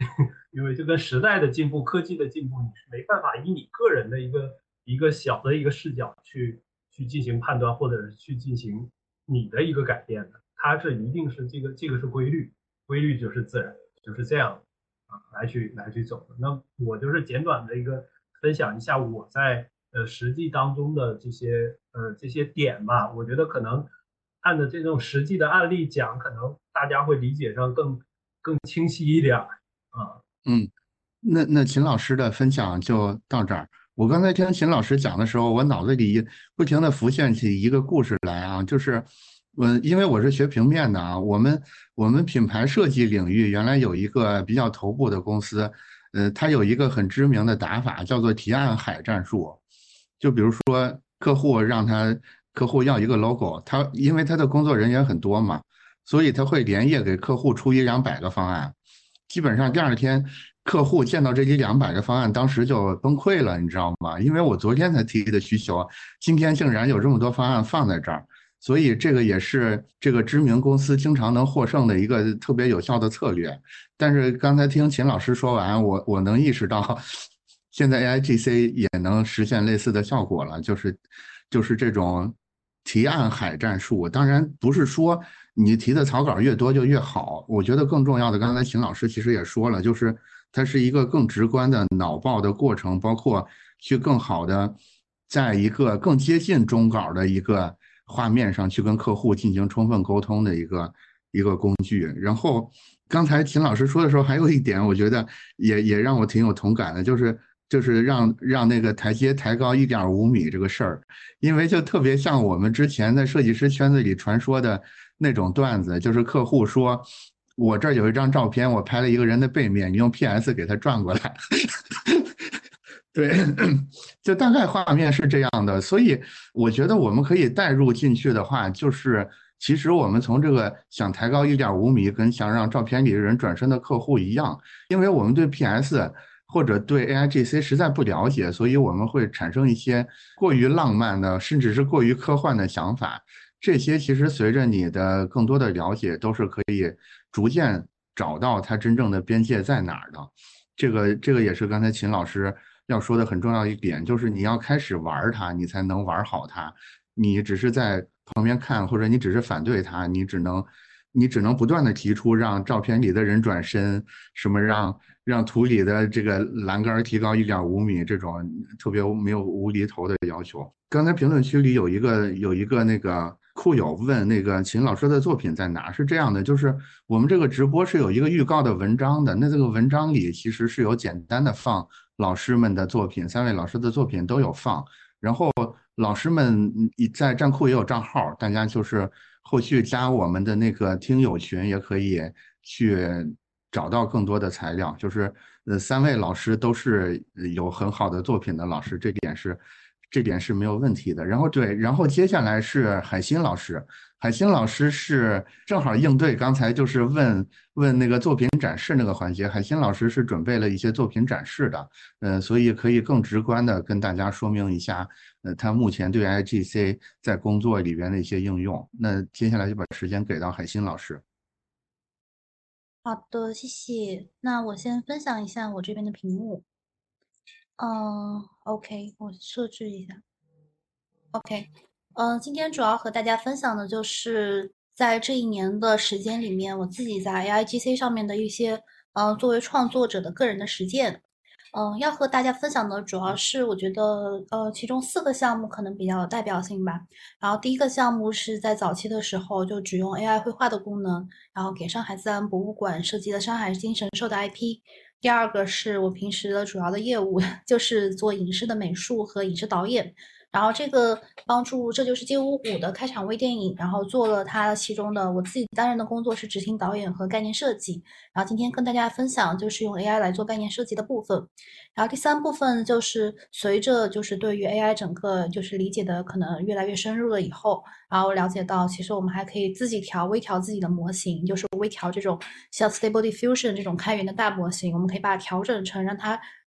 因为这个时代的进步、科技的进步，你是没办法以你个人的一个一个小的一个视角去去进行判断，或者是去进行你的一个改变的。它是一定是这个这个是规律，规律就是自然，就是这样啊来去来去走的。那我就是简短的一个分享一下我在呃实际当中的这些呃这些点吧。我觉得可能按照这种实际的案例讲，可能大家会理解上更更清晰一点啊。 嗯，那那秦老师的分享就到这儿。我刚才听秦老师讲的时候，我脑子里不停的浮现起一个故事来啊，就是，我因为我是学平面的啊，我们我们品牌设计领域原来有一个比较头部的公司，呃，它有一个很知名的打法叫做提案海战术，就比如说客户让他客户要一个 logo，他因为他的工作人员很多嘛，所以他会连夜给客户出一两百个方案。基本上第二天，客户见到这一两百个方案，当时就崩溃了，你知道吗？因为我昨天才提的需求，今天竟然有这么多方案放在这儿，所以这个也是这个知名公司经常能获胜的一个特别有效的策略。但是刚才听秦老师说完，我我能意识到，现在 A I G C 也能实现类似的效果了，就是就是这种提案海战术。当然不是说你提的草稿越多就越好，我觉得更重要的，刚才秦老师其实也说了，就是它是一个更直观的脑爆的过程，包括去更好的在一个更接近终稿的一个画面上去跟客户进行充分沟通的一个一个工具。然后刚才秦老师说的时候，还有一点我觉得也也让我挺有同感的，就是就是让让那个台阶抬高一点五米这个事儿，因为就特别像我们之前在设计师圈子里传说的那种段子，就是客户说，我这儿有一张照片，我拍了一个人的背面，你用 P S 给他转过来。对，就大概画面是这样的，所以我觉得我们可以带入进去的话，就是其实我们从这个想抬高一点五米，跟想让照片里的人转身的客户一样，因为我们对 P S 或者对 A I G C 实在不了解，所以我们会产生一些过于浪漫的，甚至是过于科幻的想法。这些其实随着你的更多的了解，都是可以逐渐找到它真正的边界在哪儿的。这个这个也是刚才秦老师要说的很重要一点，就是你要开始玩它，你才能玩好它。你只是在旁边看，或者你只是反对它，你只能你只能不断的提出让照片里的人转身，什么让让图里的这个栏杆提高一点五米，这种特别没有无厘头的要求。刚才评论区里有一个有一个那个库友问那个秦老师的作品在哪？是这样的，就是我们这个直播是有一个预告的文章的，那这个文章里其实是有简单的放老师们的作品，三位老师的作品都有放，然后老师们在站库也有账号，大家就是后续加我们的那个听友群也可以去找到更多的材料，就是呃三位老师都是有很好的作品的老师，这点是这点是没有问题的。然后对，然后接下来是海鑫老师，海鑫老师是正好应对刚才就是问问那个作品展示那个环节，海鑫老师是准备了一些作品展示的，呃，所以可以更直观的跟大家说明一下，呃，他目前对 I G C 在工作里边的一些应用。那接下来就把时间给到海鑫老师。 好的，谢谢。那我先分享一下我这边的屏幕。嗯 ，OK，我设置一下。OK，嗯、呃，今天主要和大家分享的就是在这一年的时间里面，我自己在 A I G C 上面的一些，呃，作为创作者的个人的实践。嗯、呃，要和大家分享的主要是我觉得，呃，其中四个项目可能比较有代表性吧。然后第一个项目是在早期的时候就只用 A I 绘画的功能，然后给上海自然博物馆设计了上海精神兽的 I P。第二个是我平时的主要的业务，就是做影视的美术和影视导演。然后这个帮助这就是街舞五的开场微电影，然后做了它其中的我自己担任的工作是执行导演和概念设计。然后今天跟大家分享就是用 A I 来做概念设计的部分。然后第三部分就是随着就是对于 A I 整个就是理解的可能越来越深入了以后，然后了解到其实我们还可以自己调微调自己的模型，就是微调这种像 Stable Diffusion 这种开源的大模型，我们可以把它调整成让它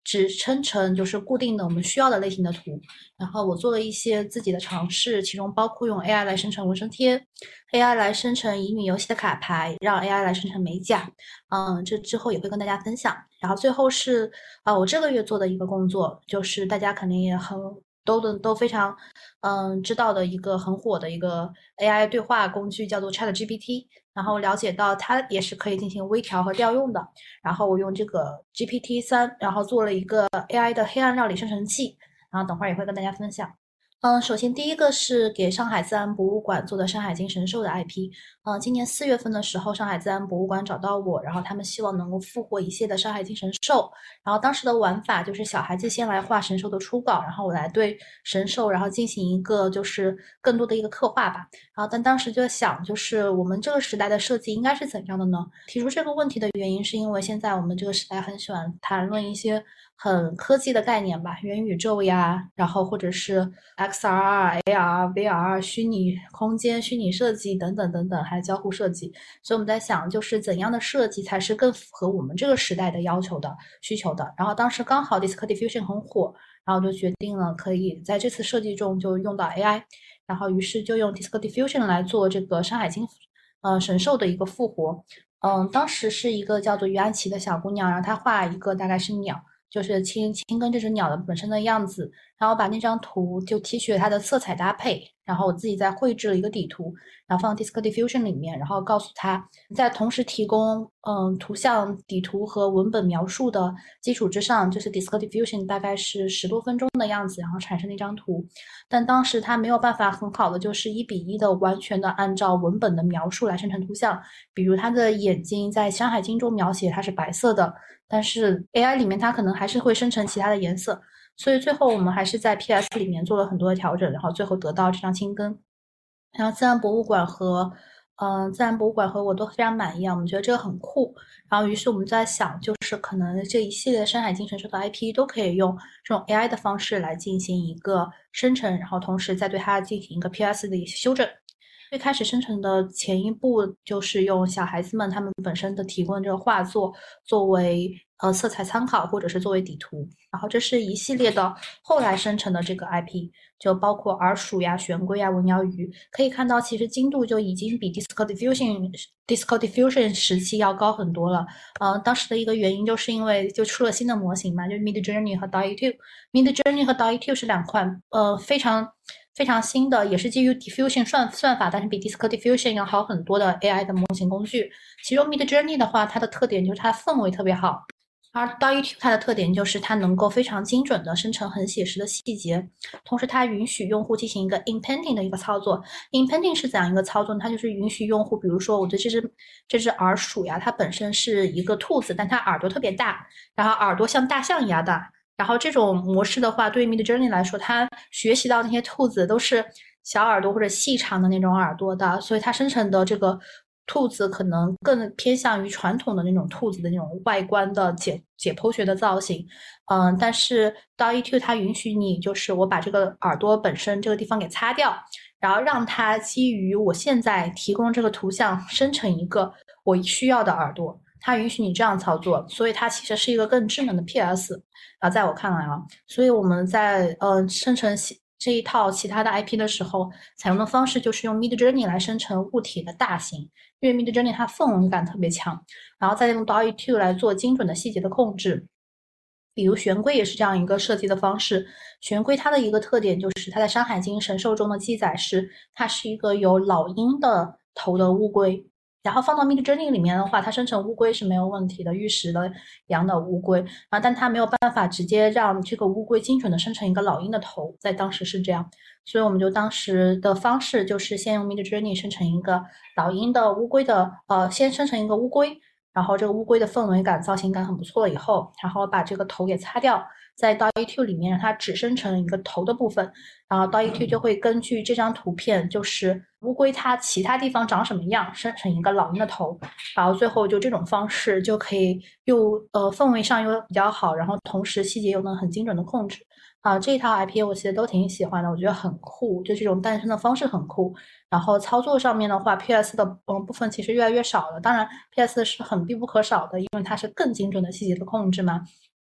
只生成就是固定的我们需要的类型的图。然后我做了一些自己的尝试，其中包括用 A I 来生成纹身贴， A I 来生成乙女游戏的卡牌，让 A I 来生成美甲。嗯，这之后也会跟大家分享。然后最后是啊、呃，我这个月做的一个工作，就是大家肯定也很都的都非常嗯知道的一个很火的一个 A I 对话工具，叫做 ChatGPT。然后了解到它也是可以进行微调和调用的。然后我用这个 G P T 三，然后做了一个 A I 的黑暗料理生成器。然后等会儿也会跟大家分享。嗯，首先第一个是给上海自然博物馆做的山海经神兽的 I P。嗯，今年四月份的时候，上海自然博物馆找到我，然后他们希望能够复活一系列的山海经神兽。然后当时的玩法就是小孩子先来画神兽的初稿，然后我来对神兽然后进行一个就是更多的一个刻画吧。然后但当时就想，就是我们这个时代的设计应该是怎样的呢？提出这个问题的原因是因为现在我们这个时代很喜欢谈论一些很科技的概念吧，元宇宙呀，然后或者是 X R、A R、V R、虚拟空间、虚拟设计等等等等，还有交互设计。所以我们在想，就是怎样的设计才是更符合我们这个时代的要求的需求的。然后当时刚好 Disc Diffusion 很火，然后就决定了可以在这次设计中就用到 A I。然后于是就用 Disc Diffusion 来做这个山海经呃神兽的一个复活。嗯，当时是一个叫做于安琪的小姑娘，然后她画一个大概是鸟，就是青青跟这只鸟的本身的样子，然后把那张图就提取了它的色彩搭配，然后我自己再绘制了一个底图，然后放 Disc Diffusion 里面，然后告诉他在同时提供嗯图像、底图和文本描述的基础之上，就是 Disc Diffusion 大概是十多分钟的样子，然后产生了一张图。但当时他没有办法很好的就是一比一的完全的按照文本的描述来生成图像，比如他的眼睛在《山海经》中描写它是白色的，但是 A I 里面它可能还是会生成其他的颜色。所以最后我们还是在 P S 里面做了很多的调整，然后最后得到这张青根。然后自然博物馆和嗯、呃，自然博物馆和我都非常满意啊，我们觉得这个很酷。然后于是我们在想，就是可能这一系列山海经神兽的 I P 都可以用这种 A I 的方式来进行一个生成，然后同时再对它进行一个 P S 的一些修正。最开始生成的前一步就是用小孩子们他们本身的提供的这个画作作为呃色彩参考或者是作为底图，然后这是一系列的后来生成的这个 I P， 就包括耳鼠呀、玄龟呀、文鸟鱼，可以看到其实精度就已经比 Disc Diffusion Disc Diffusion 时期要高很多了。呃，当时的一个原因就是因为就出了新的模型嘛，就是 Midjourney 和 D A L L-E 二 Midjourney 和 D A L L-E 二是两款呃非常非常新的，也是基于 Diffusion 算算法，但是比 Disc Diffusion 要好很多的 A I 的模型工具。其中 Midjourney 的话，它的特点就是它氛围特别好，而 D A L L-E 二它的特点就是它能够非常精准的生成很写实的细节，同时它允许用户进行一个 inpainting 的一个操作。inpainting 是怎样一个操作呢？它就是允许用户，比如说我的这只这只耳鼠呀，它本身是一个兔子，但它耳朵特别大，然后耳朵像大象一样大。然后这种模式的话，对于 Midjourney 来说，它学习到那些兔子都是小耳朵或者细长的那种耳朵的，所以它生成的这个兔子可能更偏向于传统的那种兔子的那种外观的解解剖学的造型。嗯，但是 D A L L-E 二它允许你，就是我把这个耳朵本身这个地方给擦掉，然后让它基于我现在提供这个图像生成一个我需要的耳朵。它允许你这样操作，所以它其实是一个更智能的 P S。啊，在我看来啊，所以我们在呃生成这一套其他的 I P 的时候，采用的方式就是用 Midjourney 来生成物体的大型，因为 Midjourney 它氛围感特别强，然后再用 D A L L-E 二来做精准的细节的控制。比如玄龟也是这样一个设计的方式。玄龟它的一个特点就是它在《山海经》神兽中的记载是，它是一个有老鹰的头的乌龟。然后放到 Midjourney 里面的话，它生成乌龟是没有问题的，玉石的羊的乌龟，然后但它没有办法直接让这个乌龟精准的生成一个老鹰的头，在当时是这样，所以我们就当时的方式就是先用 Midjourney 生成一个老鹰的乌龟的，呃，先生成一个乌龟，然后这个乌龟的氛围感、造型感很不错了以后，然后把这个头给擦掉，在 D A L L-E 二里面让它只生成一个头的部分，然后 D A L L-E 二就会根据这张图片，就是乌龟它其他地方长什么样，生成一个老鹰的头，然后最后就这种方式就可以又呃氛围上又比较好，然后同时细节又能很精准的控制。啊，这一套 I P 我其实都挺喜欢的，我觉得很酷，就这种诞生的方式很酷。然后操作上面的话 ，P S 的嗯部分其实越来越少了，当然 P S 是很必不可少的，因为它是更精准的细节的控制嘛。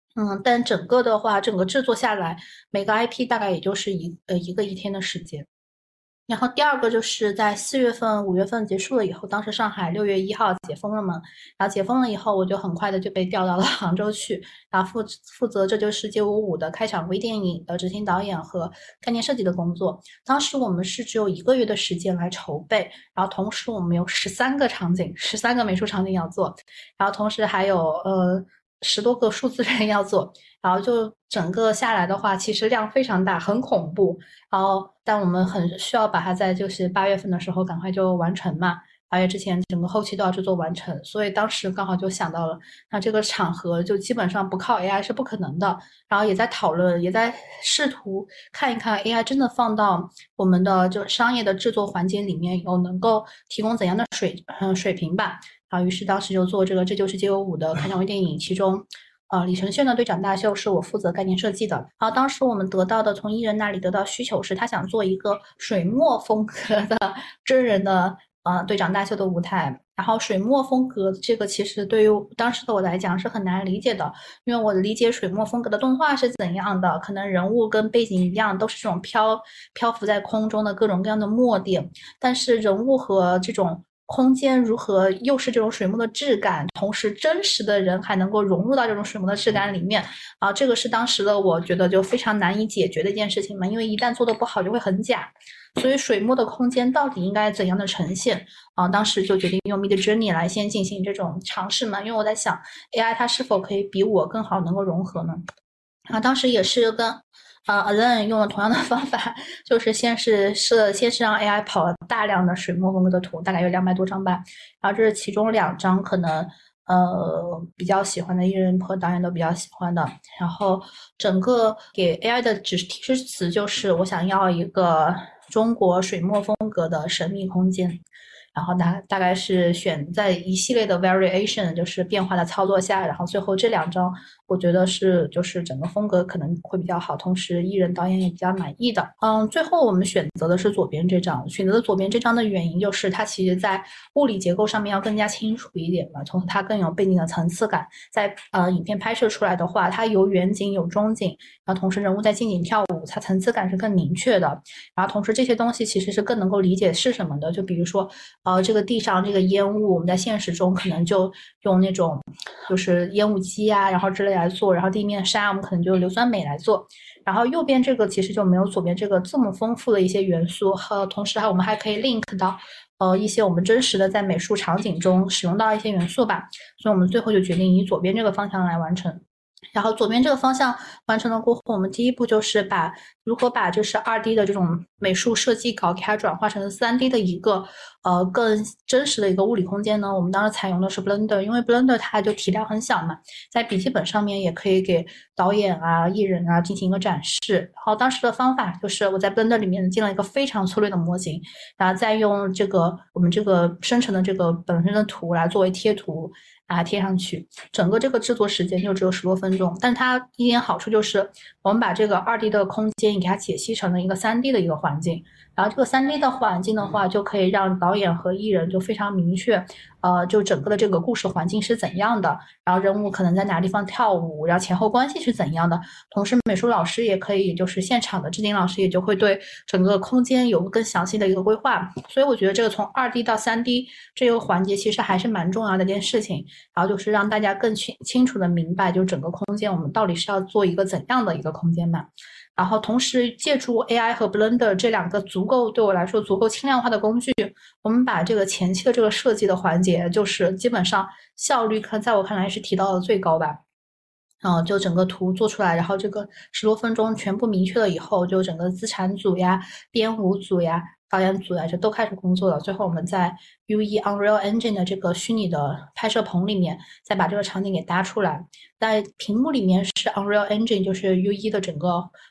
嗯，但整个的话，整个制作下来，每个 I P 大概也就是一呃一个一天的时间。然后第二个就是在四月份、五月份结束了以后，当时上海六月一号解封了嘛，然后解封了以后，我就很快的就被调到了杭州去，然后负负责这就是街舞五的开场微电影的执行导演和概念设计的工作。当时我们是只有一个月的时间来筹备，然后同时我们有十三个场景，十三个美术场景要做，然后同时还有呃十多个数字人要做，然后就整个下来的话，其实量非常大，很恐怖。然后，但我们很需要把它在就是八月份的时候赶快就完成嘛，八月之前整个后期都要制作完成，所以当时刚好就想到了，那这个场合就基本上不靠 A I 是不可能的。然后也在讨论，也在试图看一看 A I 真的放到我们的就商业的制作环节里面有能够提供怎样的水嗯水平吧。然后于是当时就做这个这就是街舞五的开场微电影，其中呃，李承铉的队长大秀是我负责概念设计的。然后当时我们得到的从艺人那里得到需求是，他想做一个水墨风格的真人的呃队长大秀的舞台。然后水墨风格这个其实对于当时的我来讲是很难理解的，因为我理解水墨风格的动画是怎样的，可能人物跟背景一样，都是这种漂漂浮在空中的各种各样的墨点，但是人物和这种空间如何又是这种水墨的质感，同时真实的人还能够融入到这种水墨的质感里面啊，这个是当时的我觉得就非常难以解决的一件事情嘛，因为一旦做得不好就会很假，所以水墨的空间到底应该怎样的呈现啊？当时就决定用 Midjourney 来先进行这种尝试嘛，因为我在想 A I 它是否可以比我更好能够融合呢？啊，当时也是跟啊 Alan 用了同样的方法，就是先是是先是让 A I 跑了大量的水墨风格的图，大概有两百多张吧，然后这是其中两张可能呃比较喜欢的艺人和导演都比较喜欢的，然后整个给 A I 的指提示词就是我想要一个中国水墨风格的神秘空间。然后大大概是选在一系列的 variation， 就是变化的操作下，然后最后这两张我觉得是就是整个风格可能会比较好，同时艺人导演也比较满意的。嗯，最后我们选择的是左边这张，选择的左边这张的原因就是它其实在物理结构上面要更加清楚一点嘛，同时它更有背景的层次感，在呃影片拍摄出来的话，它有远景有中景，然后同时人物在近景跳舞，它层次感是更明确的，然后同时这些东西其实是更能够理解是什么的，就比如说呃，这个地上这个烟雾，我们在现实中可能就用那种就是烟雾机啊，然后之类来做，然后地面沙我们可能就硫酸镁来做，然后右边这个其实就没有左边这个这么丰富的一些元素，和同时还我们还可以 link 到呃一些我们真实的在美术场景中使用到一些元素吧，所以我们最后就决定以左边这个方向来完成。然后左边这个方向完成了过后，我们第一步就是把如何把就是 二 D 的这种美术设计稿给它转化成 三 D 的一个呃更真实的一个物理空间呢。我们当时采用的是 Blender， 因为 Blender 它就体量很小嘛，在笔记本上面也可以给导演啊、艺人啊进行一个展示。然后当时的方法就是我在 Blender 里面建了一个非常粗略的模型，然后再用这个我们这个生成的这个本身的图来作为贴图。把它贴上去，整个这个制作时间就只有十多分钟，但它一点好处就是我们把这个 二 D 的空间给它解析成了一个 三 D 的一个环境，然后这个 三 D 的环境的话，就可以让导演和艺人就非常明确，呃，就整个的这个故事环境是怎样的，然后人物可能在哪地方跳舞，然后前后关系是怎样的，同时美术老师也可以，就是现场的置景老师也就会对整个空间有更详细的一个规划，所以我觉得这个从 二 D 到 三 D 这个环节其实还是蛮重要的一件事情。然后就是让大家更清清楚的明白，就整个空间我们到底是要做一个怎样的一个空间嘛。然后同时借助 A I 和 Blender 这两个足够对我来说足够轻量化的工具，我们把这个前期的这个设计的环节，就是基本上效率看在我看来是提到了最高吧。然后就整个图做出来，然后这个十多分钟全部明确了以后，就整个资产组呀、编舞组呀、导演组呀，就都开始工作了。最后我们在 U E Unreal Engine 的这个虚拟的拍摄棚里面，再把这个场景给搭出来。在屏幕里面是 Unreal Engine，就是 U E 的整个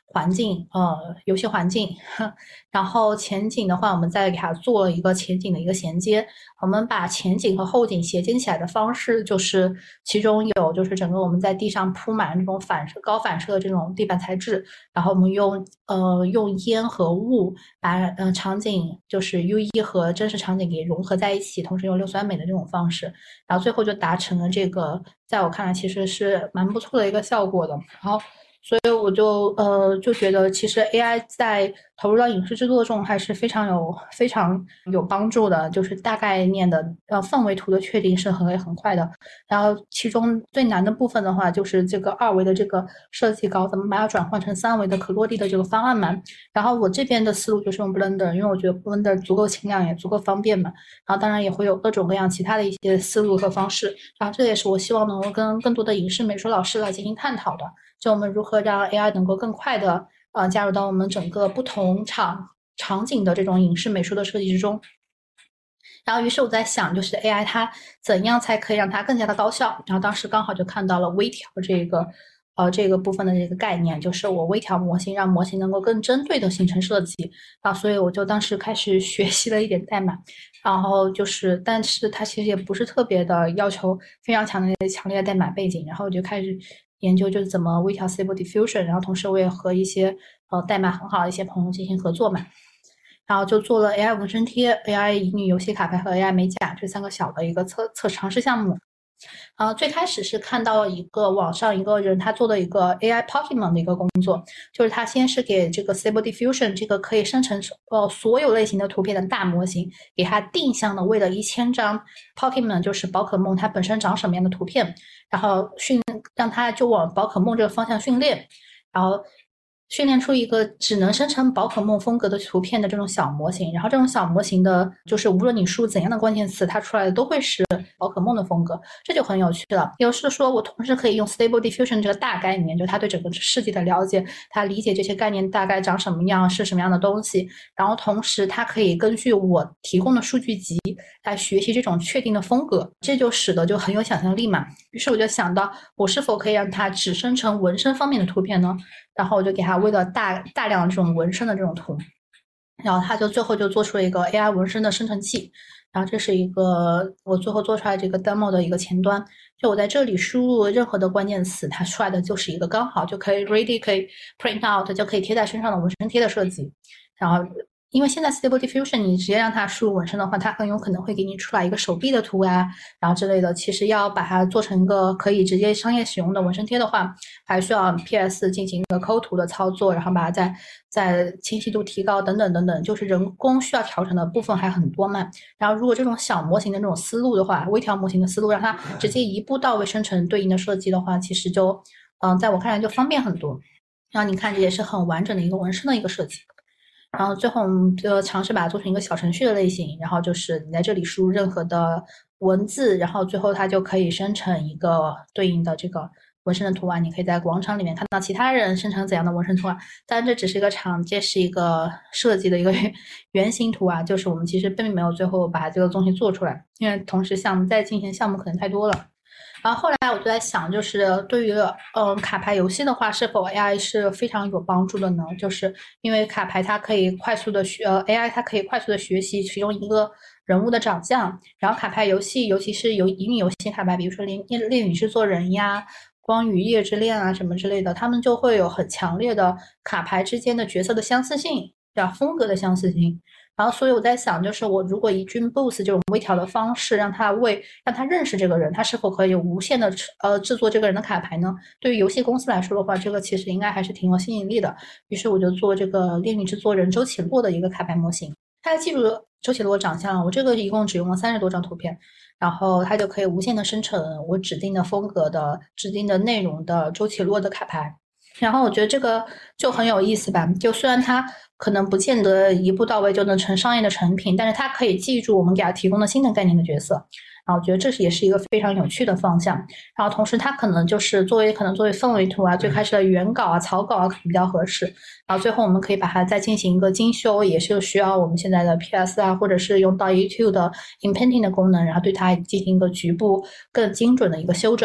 环境，呃，游戏环境，然后前景的话，我们再给它做了一个前景的一个衔接。我们把前景和后景衔接起来的方式，就是其中有就是整个我们在地上铺满这种反射高反射的这种地板材质，然后我们用呃用烟和雾把呃场景就是 U E 和真实场景给融合在一起，同时用硫酸镁的这种方式，然后最后就达成了这个，在我看来其实是蛮不错的一个效果的。然后所以我就呃就觉得，其实 A I 在投入到影视制作中还是非常有非常有帮助的，就是大概念的呃氛围图的确定是很很快的。然后其中最难的部分的话，就是这个二维的这个设计稿怎么把它转换成三维的可落地的这个方案嘛。然后我这边的思路就是用 Blender， 因为我觉得 Blender 足够轻量也足够方便嘛。然后当然也会有各种各样其他的一些思路和方式。然后这也是我希望能够跟更多的影视美术老师来进行探讨的。就我们如何让 A I 能够更快的呃加入到我们整个不同场场景的这种影视美术的设计之中。然后于是我在想，就是 A I 它怎样才可以让它更加的高效。然后当时刚好就看到了微调这个呃这个部分的这个概念，就是我微调模型，让模型能够更针对的形成设计。啊，所以我就当时开始学习了一点代码，然后就是但是它其实也不是特别的要求非常强烈的强烈的代码背景，然后我就开始研究就是怎么微调 Stable Diffusion， 然后同时我也和一些呃代码很好的一些朋友进行合作嘛，然后就做了 A I 纹身贴、A I 乙女游戏卡牌和 A I 美甲这三个小的一个测测尝试项目。然后最开始是看到一个网上一个人他做的一个 A I Pokemon 的一个工作，就是他先是给这个 Stable Diffusion 这个可以生成呃所有类型的图片的大模型，给它定向的为了一千张 Pokemon 就是宝可梦它本身长什么样的图片，然后训让它就往宝可梦这个方向训练，然后训练出一个只能生成宝可梦风格的图片的这种小模型，然后这种小模型的就是无论你输入怎样的关键词，它出来的都会是宝可梦的风格，这就很有趣了。也就是说我同时可以用 Stable Diffusion 这个大概念，就他对整个世界的了解，他理解这些概念大概长什么样，是什么样的东西，然后同时他可以根据我提供的数据集来学习这种确定的风格，这就使得就很有想象力嘛。于是我就想到我是否可以让它只生成纹身方面的图片呢，然后我就给它喂了大大量的这种纹身的这种图，然后它就最后就做出了一个 A I 纹身的生成器。然后这是一个我最后做出来这个 demo 的一个前端，就我在这里输入任何的关键词，它出来的就是一个刚好就可以 ready 可以 print out 就可以贴在身上的纹身贴的设计。然后因为现在 Stable Diffusion 你直接让它输入纹身的话，它很有可能会给你出来一个手臂的图啊，然后之类的。其实要把它做成一个可以直接商业使用的纹身贴的话，还需要 P S 进行一个抠图的操作，然后把它再再清晰度提高等等等等，就是人工需要调整的部分还很多嘛。然后如果这种小模型的这种思路的话，微调模型的思路让它直接一步到位生成对应的设计的话，其实就嗯，在我看来就方便很多。然后你看这也是很完整的一个纹身的一个设计。然后最后我们就尝试把它做成一个小程序的类型，然后就是你在这里输入任何的文字，然后最后它就可以生成一个对应的这个纹身的图案。你可以在广场里面看到其他人生成怎样的纹身图案，但这只是一个场，这是一个设计的一个原型图啊，就是我们其实并没有最后把这个东西做出来，因为同时项目在进行项目可能太多了。然后后来我就在想，就是对于嗯卡牌游戏的话，是否 A I 是非常有帮助的呢？就是因为卡牌它可以快速的学呃 A I 它可以快速的学习其中一个人物的长相，然后卡牌游戏尤其是有乙女游戏卡牌，比如说恋恋与制作人呀、光与夜之恋啊什么之类的，他们就会有很强烈的卡牌之间的角色的相似性，叫风格的相似性。然后所以我在想，就是我如果以 Dream Boost 这种微调的方式让他为让他认识这个人，他是否可以无限的呃制作这个人的卡牌呢？对于游戏公司来说的话，这个其实应该还是挺有吸引力的。于是我就做这个恋与制作人周启洛的一个卡牌模型，它记住周启洛长相，我这个一共只用了三十多张图片，然后它就可以无限的生成我指定的风格的指定的内容的周启洛的卡牌。然后我觉得这个就很有意思吧，就虽然它可能不见得一步到位就能成商业的成品，但是它可以记住我们给它提供的新的概念的角色，然后我觉得这是也是一个非常有趣的方向。然后同时它可能就是作为可能作为氛围图啊，最开始的原稿啊草稿啊可能比较合适，然后最后我们可以把它再进行一个精修，也是需要我们现在的 P S 啊，或者是用到 YouTube 的 Inpainting 的功能，然后对它进行一个局部更精准的一个修整。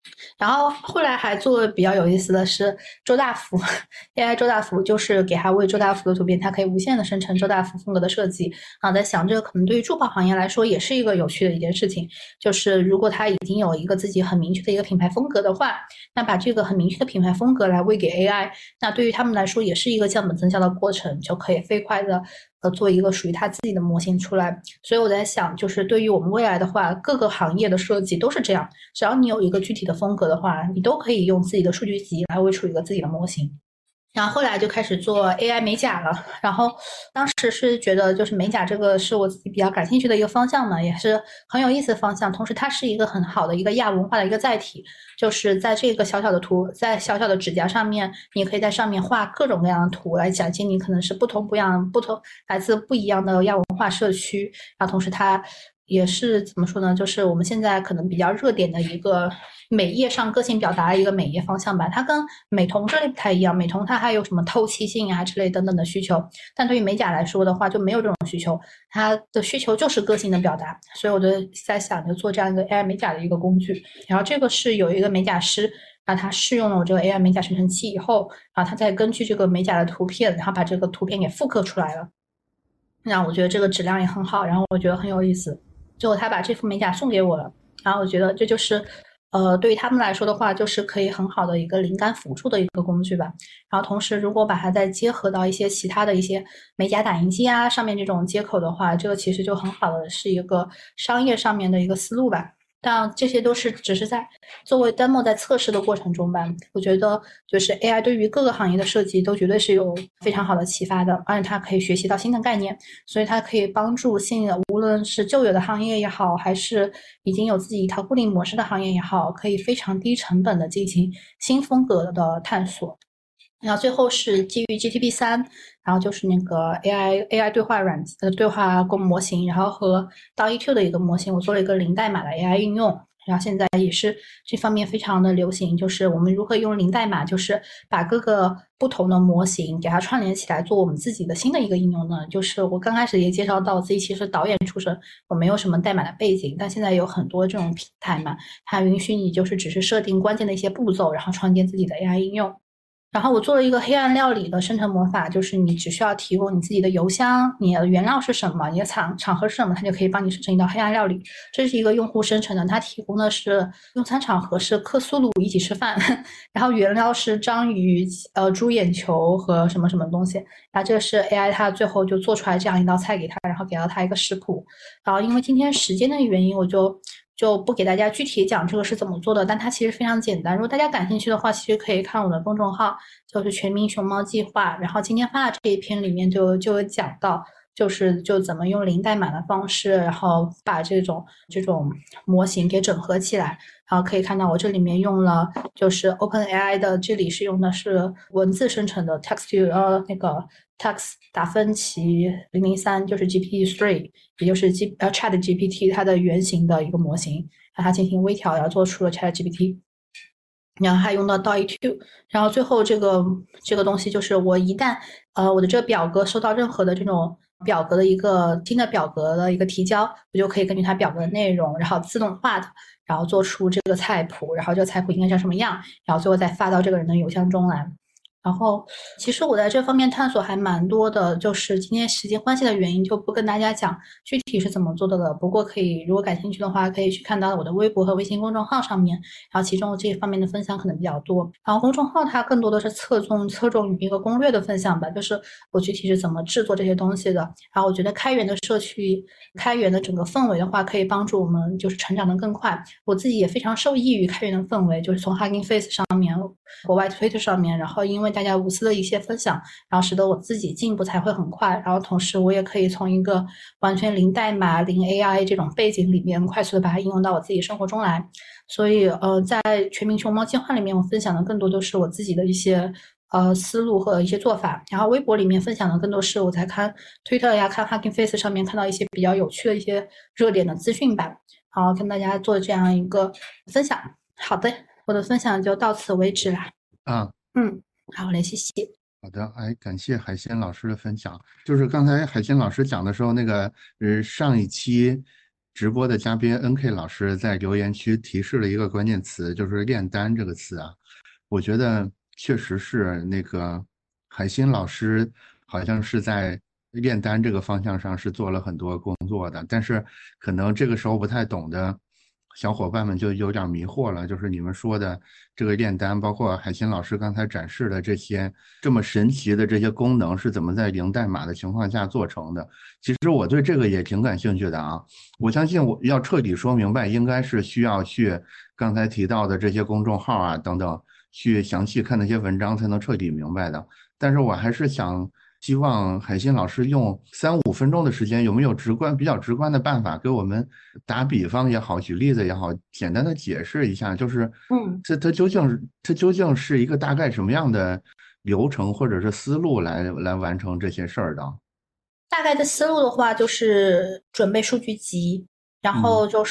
然后后来还做的比较有意思的是周大福，A I 周大福就是给他喂周大福的图片，它可以无限的生成周大福风格的设计啊。在想这个可能对于珠宝行业来说也是一个有趣的一件事情，就是如果他已经有一个自己很明确的一个品牌风格的话，那把这个很明确的品牌风格来喂给 A I， 那对于他们来说也是一个降本增效的过程，就可以飞快的呃做一个属于他自己的模型出来。所以我在想，就是对于我们未来的话，各个行业的设计都是这样，只要你有一个具体的风格的话，你都可以用自己的数据集来喂出一个自己的模型。然后后来就开始做 A I 美甲了，然后当时是觉得就是美甲这个是我自己比较感兴趣的一个方向嘛，也是很有意思的方向，同时它是一个很好的一个亚文化的一个载体，就是在这个小小的图，在小小的指甲上面，你可以在上面画各种各样的图来展现你可能是不同不一样、不同来自不一样的亚文化社区，然后同时它也是怎么说呢？就是我们现在可能比较热点的一个美业上个性表达的一个美业方向吧。它跟美瞳这里不太一样，美瞳它还有什么透气性啊之类等等的需求，但对于美甲来说的话就没有这种需求，它的需求就是个性的表达。所以我就在想着做这样一个 A I 美甲的一个工具。然后这个是有一个美甲师，然后他试用了我这个 A I 美甲生成器以后，然后他再根据这个美甲的图片，然后把这个图片给复刻出来了。让我觉得这个质量也很好，然后我觉得很有意思。最后他把这副美甲送给我了，然后我觉得这就是呃对于他们来说的话，就是可以很好的一个灵感辅助的一个工具吧。然后同时如果把它再结合到一些其他的一些美甲打印机啊上面这种接口的话，这个其实就很好的是一个商业上面的一个思路吧。但这些都是只是在作为 demo 在测试的过程中吧，我觉得就是 A I 对于各个行业的设计都绝对是有非常好的启发的，而且它可以学习到新的概念，所以它可以帮助现有无论是旧有的行业也好，还是已经有自己一套固定模式的行业也好，可以非常低成本的进行新风格的探索。然后最后是基于 G T B 三，然后就是那个 A I A I 对话软呃对话公模型，然后和 D A L L-E 二的一个模型，我做了一个零代码的 A I 应用。然后现在也是这方面非常的流行，就是我们如何用零代码，就是把各个不同的模型给它串联起来，做我们自己的新的一个应用呢。就是我刚开始也介绍到，我自己其实导演出身，我没有什么代码的背景，但现在有很多这种平台嘛，它允许你就是只是设定关键的一些步骤，然后创建自己的 A I 应用。然后我做了一个黑暗料理的生成魔法，就是你只需要提供你自己的邮箱，你的原料是什么，你的场场合是什么，它就可以帮你生成一道黑暗料理。这是一个用户生成的，它提供的是用餐场合是克苏鲁一起吃饭，然后原料是章鱼、呃猪眼球和什么什么东西。然后这是 A I 它最后就做出来这样一道菜给他，然后给到他一个食谱。然后因为今天时间的原因，我就。就不给大家具体讲这个是怎么做的，但它其实非常简单。如果大家感兴趣的话，其实可以看我的公众号，就是全民熊猫计划。然后今天发的这一篇里面就就有讲到，就是就怎么用零代码的方式，然后把这种这种模型给整合起来。然后可以看到我这里面用了就是 OpenAI 的，这里是用的是文字生成的 text to 呃那个 text 达芬奇零零三，就是 G P T 三，也就是 G 呃 Chat G P T 它的原型的一个模型，让它进行微调，然后做出了 Chat G P T。然后还用到 D A L L-E 二，然后最后这个这个东西就是我一旦呃我的这个表格收到任何的这种表格的一个新的表格的一个提交，我就可以根据它表格的内容，然后自动化的，然后做出这个菜谱，然后这个菜谱应该长什么样，然后最后再发到这个人的邮箱中来。然后其实我在这方面探索还蛮多的，就是今天时间关系的原因就不跟大家讲具体是怎么做的了。不过可以，如果感兴趣的话，可以去看到我的微博和微信公众号上面，然后其中这一方面的分享可能比较多。然后公众号它更多的是侧重侧重于一个攻略的分享吧，就是我具体是怎么制作这些东西的。然后我觉得开源的社区、开源的整个氛围的话，可以帮助我们就是成长得更快。我自己也非常受益于开源的氛围，就是从 Hugging Face 上面、国外 Twitter 上面，然后因为大家无私的一些分享，然后使得我自己进步才会很快。然后同时我也可以从一个完全零代码、零 A I 这种背景里面，快速的把它应用到我自己生活中来。所以呃，在全民熊猫计划里面，我分享的更多都是我自己的一些呃思路和一些做法。然后微博里面分享的更多是我在看 Twitter 呀、看 Hugging Face 上面看到一些比较有趣的一些热点的资讯吧，好跟大家做这样一个分享。好的，我的分享就到此为止啦。 啊， 嗯，好嘞，谢谢。 好的，哎，感谢海鲜老师的分享。就是刚才海鲜老师讲的时候，那个呃，上一期直播的嘉宾 N K 老师在留言区提示了一个关键词，就是炼丹这个词啊。我觉得确实是那个海鑫老师好像是在炼丹这个方向上是做了很多工作的，但是可能这个时候不太懂的小伙伴们就有点迷惑了，就是你们说的这个炼丹，包括海鑫老师刚才展示的这些这么神奇的这些功能是怎么在零代码的情况下做成的。其实我对这个也挺感兴趣的啊，我相信我要彻底说明白，应该是需要去刚才提到的这些公众号啊等等，去详细看那些文章才能彻底明白的。但是我还是想希望海鑫老师用三五分钟的时间，有没有直观比较直观的办法给我们打比方也好，举例子也好，简单的解释一下，就是嗯， 这它究竟它究竟是一个大概什么样的流程或者是思路来来完成这些事儿的？ 大概的思路的话，就是准备数据集，然后就是，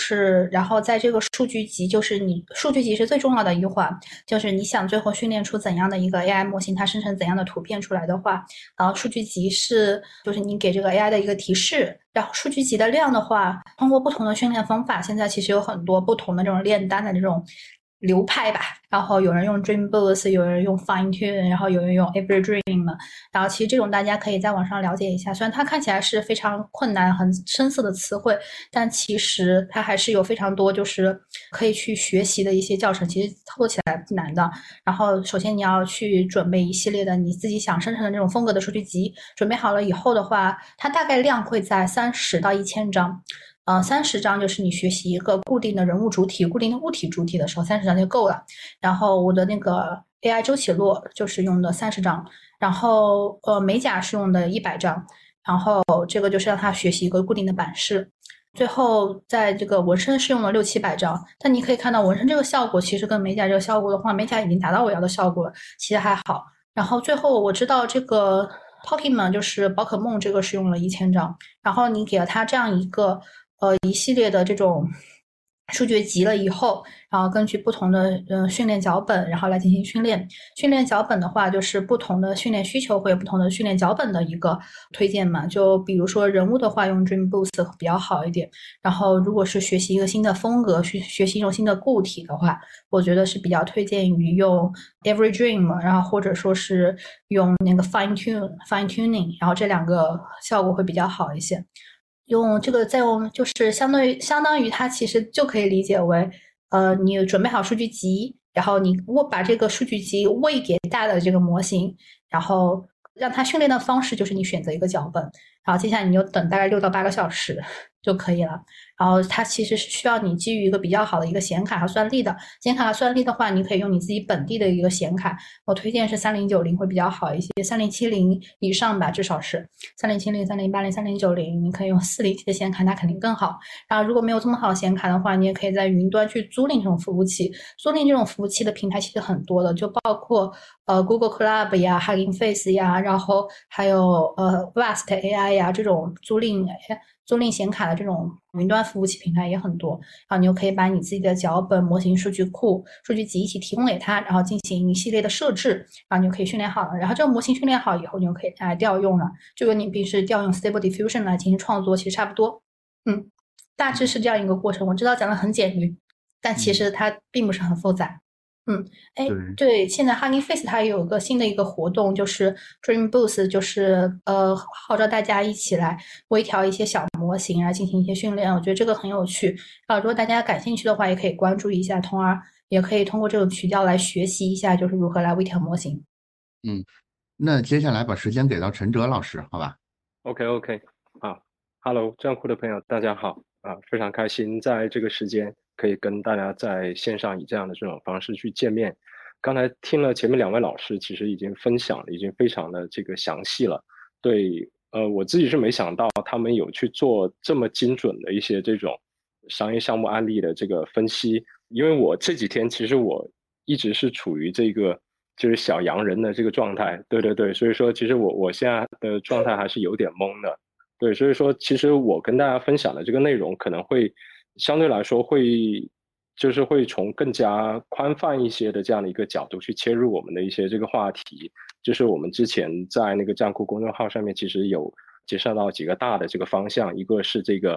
然后在这个数据集，就是你数据集是最重要的一环，就是你想最后训练出怎样的一个 A I 模型，它生成怎样的图片出来的话，然后数据集是就是你给这个 A I 的一个提示，然后数据集的量的话，通过不同的训练方法，现在其实有很多不同的这种炼丹的这种流派吧，然后有人用 Dream Boost， 有人用 Fine Tune， 然后有人用 Every Dream， 然后其实这种大家可以在网上了解一下，虽然它看起来是非常困难很深涩的词汇，但其实它还是有非常多就是可以去学习的一些教程，其实操作起来不难的。然后首先你要去准备一系列的你自己想生成的这种风格的数据集，准备好了以后的话，它大概量会在三十到一千张。呃，三十张就是你学习一个固定的人物主体、固定的物体主体的时候，三十张就够了。然后我的那个 A I 周期落就是用的三十张，然后呃美甲是用的一百张，然后这个就是让它学习一个固定的版式。最后在这个纹身是用了六七百张，但你可以看到纹身这个效果其实跟美甲这个效果的话，美甲已经达到我要的效果了，其实还好。然后最后我知道这个 Pokemon 就是宝可梦这个是用了一千张，然后你给了它这样一个呃一系列的这种数据集了以后，然后根据不同的呃训练脚本，然后来进行训练。训练脚本的话，就是不同的训练需求会有不同的训练脚本的一个推荐嘛。就比如说人物的话，用 Dream Boost 比较好一点。然后如果是学习一个新的风格，学学习一种新的固体的话，我觉得是比较推荐于用 Every Dream， 然后或者说是用那个 Fine Tune Fine Tuning， 然后这两个效果会比较好一些。用这个再用就是相当于相当于它其实就可以理解为，呃，你准备好数据集，然后你我把这个数据集喂给大的这个模型，然后让它训练的方式就是你选择一个脚本，然后接下来你就等大概六到八个小时就可以了。然后它其实是需要你基于一个比较好的一个显卡和算力的，显卡和算力的话，你可以用你自己本地的一个显卡，我推荐是三零九零会比较好一些，三零七零以上吧，至少是三零七零、三零八零、三零九零，你可以用四零 T 的显卡，那肯定更好。然后如果没有这么好的显卡的话，你也可以在云端去租赁这种服务器，租赁这种服务器的平台其实很多的，就包括呃 Google Colab 呀、Hugging Face 呀，然后还有呃 Vast A I 呀这种租赁租赁显卡的这种云端服务器平台也很多，然后你就可以把你自己的脚本、模型、数据库、数据集一起提供给他，然后进行一系列的设置，然后你就可以训练好了。然后这个模型训练好以后，你就可以来调用了，就跟你平时调用 Stable Diffusion 来进行创作其实差不多。嗯，大致是这样一个过程。我知道讲的很简略，但其实它并不是很复杂。嗯，哎，对，现在 Hugging Face 它也有个新的一个活动，就是 Dream Boost， 就是呃号召大家一起来微调一些小模型啊，进行一些训练。我觉得这个很有趣啊，如果大家感兴趣的话，也可以关注一下，从而也可以通过这种渠道来学习一下，就是如何来微调模型。 嗯，那接下来把时间给到陈哲老师，好吧 ？OK OK， 好 ，Hello， 站库的朋友大家好啊，非常开心在这个时间可以跟大家在线上以这样的这种方式去见面。刚才听了前面两位老师，其实已经分享了，已经非常的这个详细了。对，呃，我自己是没想到他们有去做这么精准的一些这种商业项目案例的这个分析。因为我这几天其实我一直是处于这个就是小洋人的这个状态，对对对，所以说其实我我现在的状态还是有点懵的。对，所以说其实我跟大家分享的这个内容可能会相对来说会就是会从更加宽泛一些的这样的一个角度去切入我们的一些这个话题。就是我们之前在那个站库公众号上面其实有介绍到几个大的这个方向，一个是这个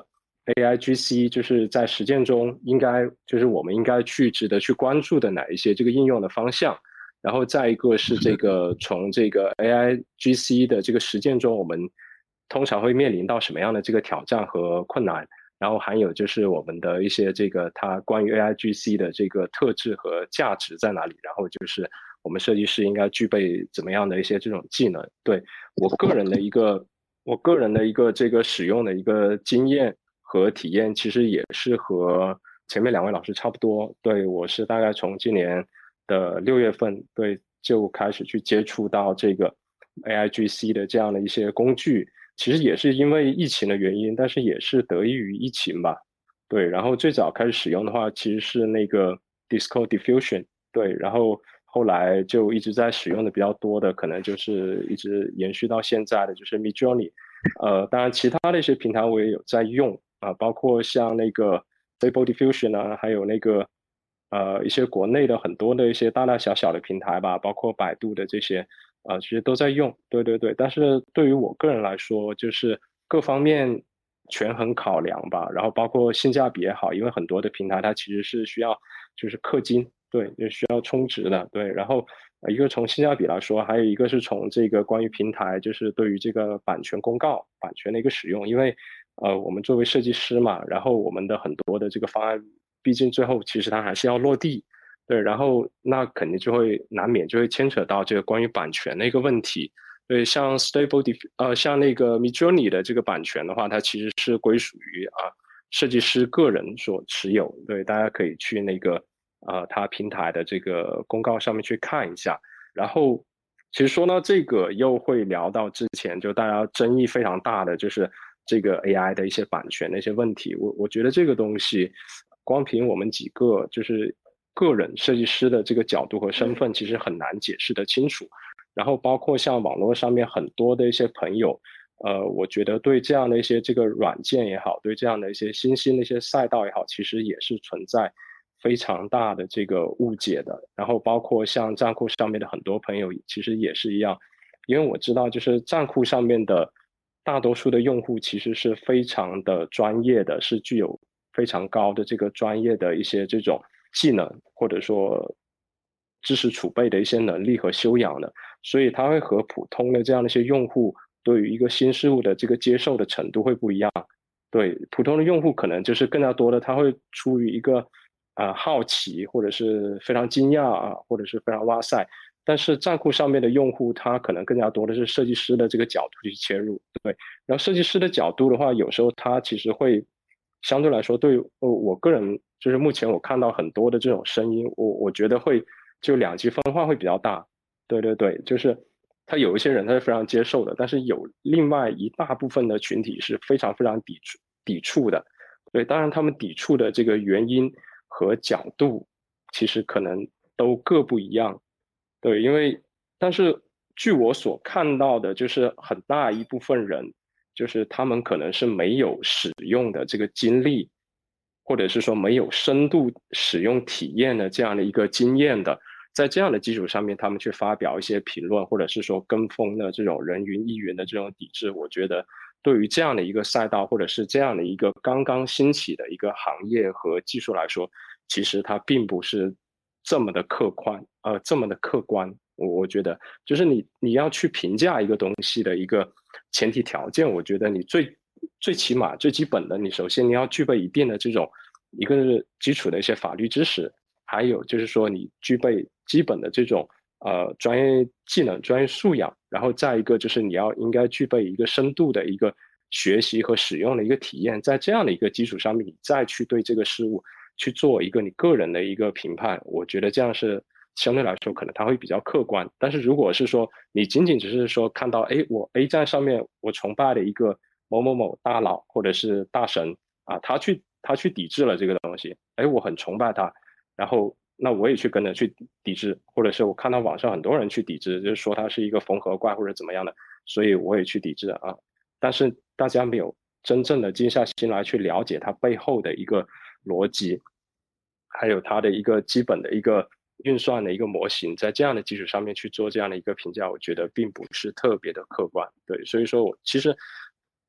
A I G C 就是在实践中应该就是我们应该去值得去关注的哪一些这个应用的方向，然后再一个是这个从这个 A I G C 的这个实践中，我们通常会面临到什么样的这个挑战和困难，然后还有就是我们的一些这个它关于 A I G C 的这个特质和价值在哪里，然后就是我们设计师应该具备怎么样的一些这种技能。对，我个人的一个我个人的一个这个使用的一个经验和体验，其实也是和前面两位老师差不多。对，我是大概从今年的六月份，对，就开始去接触到这个 A I G C 的这样的一些工具。其实也是因为疫情的原因，但是也是得益于疫情吧。对，然后最早开始使用的话，其实是那个 Disco Diffusion， 对，然后后来就一直在使用的比较多的，可能就是一直延续到现在的就是 Midjourney。呃，当然其他的一些平台我也有在用啊、呃，包括像那个 Stable Diffusion 啊，还有那个呃一些国内的很多的一些大大小小的平台吧，包括百度的这些。啊、呃，其实都在用，对对对。但是对于我个人来说，就是各方面权衡考量吧，然后包括性价比也好，因为很多的平台它其实是需要就是氪金，对，就需要充值的，对。然后、呃、一个从性价比来说，还有一个是从这个关于平台，就是对于这个版权公告、版权的一个使用，因为呃我们作为设计师嘛，然后我们的很多的这个方案，毕竟最后其实它还是要落地。对，然后那肯定就会难免就会牵扯到这个关于版权的一个问题。对，像 Stable Diff 呃，像那个 Midjourney 的这个版权的话，它其实是归属于啊设计师个人所持有。对，大家可以去那个呃它平台的这个公告上面去看一下。然后其实说到这个，又会聊到之前就大家争议非常大的就是这个 A I 的一些版权的一些问题。我我觉得这个东西，光凭我们几个就是个人设计师的这个角度和身份，其实很难解释得清楚。然后包括像网络上面很多的一些朋友，呃，我觉得对这样的一些这个软件也好，对这样的一些新兴的一些赛道也好，其实也是存在非常大的这个误解的。然后包括像站酷上面的很多朋友，其实也是一样，因为我知道就是站酷上面的大多数的用户其实是非常的专业的，是具有非常高的这个专业的一些这种技能或者说知识储备的一些能力和修养的，所以它会和普通的这样的一些用户对于一个新事物的这个接受的程度会不一样。对，普通的用户可能就是更加多的，他会出于一个啊、呃、好奇，或者是非常惊讶啊，或者是非常哇塞。但是站酷上面的用户，他可能更加多的是设计师的这个角度去切入。对，然后设计师的角度的话，有时候他其实会相对来说对呃我个人就是目前我看到很多的这种声音，我我觉得会就两极分化会比较大。对对对，就是他有一些人他是非常接受的，但是有另外一大部分的群体是非常非常抵触抵触的。对，当然他们抵触的这个原因和角度其实可能都各不一样。对，因为但是据我所看到的，就是很大一部分人，就是他们可能是没有使用的这个经历，或者是说没有深度使用体验的这样的一个经验的，在这样的基础上面，他们去发表一些评论，或者是说跟风的这种人云亦云的这种抵制，我觉得对于这样的一个赛道，或者是这样的一个刚刚兴起的一个行业和技术来说，其实它并不是这么的客观，呃，这么的客观。我我觉得，就是你你要去评价一个东西的一个前提条件，我觉得你最最起码最基本的，你首先你要具备一定的这种一个是基础的一些法律知识，还有就是说你具备基本的这种呃专业技能、专业素养，然后再一个就是你要应该具备一个深度的一个学习和使用的一个体验，在这样的一个基础上面，你再去对这个事物去做一个你个人的一个评判，我觉得这样是相对来说可能它会比较客观。但是如果是说你仅仅只是说看到，哎，我 A 站上面我崇拜的一个某某某大佬或者是大神啊，他去他去抵制了这个东西，哎，我很崇拜他，然后那我也去跟着去抵制，或者是我看到网上很多人去抵制，就是说他是一个缝合怪或者怎么样的，所以我也去抵制啊。但是大家没有真正的静下心来去了解它背后的一个逻辑，还有它的一个基本的一个运算的一个模型，在这样的基础上面去做这样的一个评价，我觉得并不是特别的客观。对，所以说我其实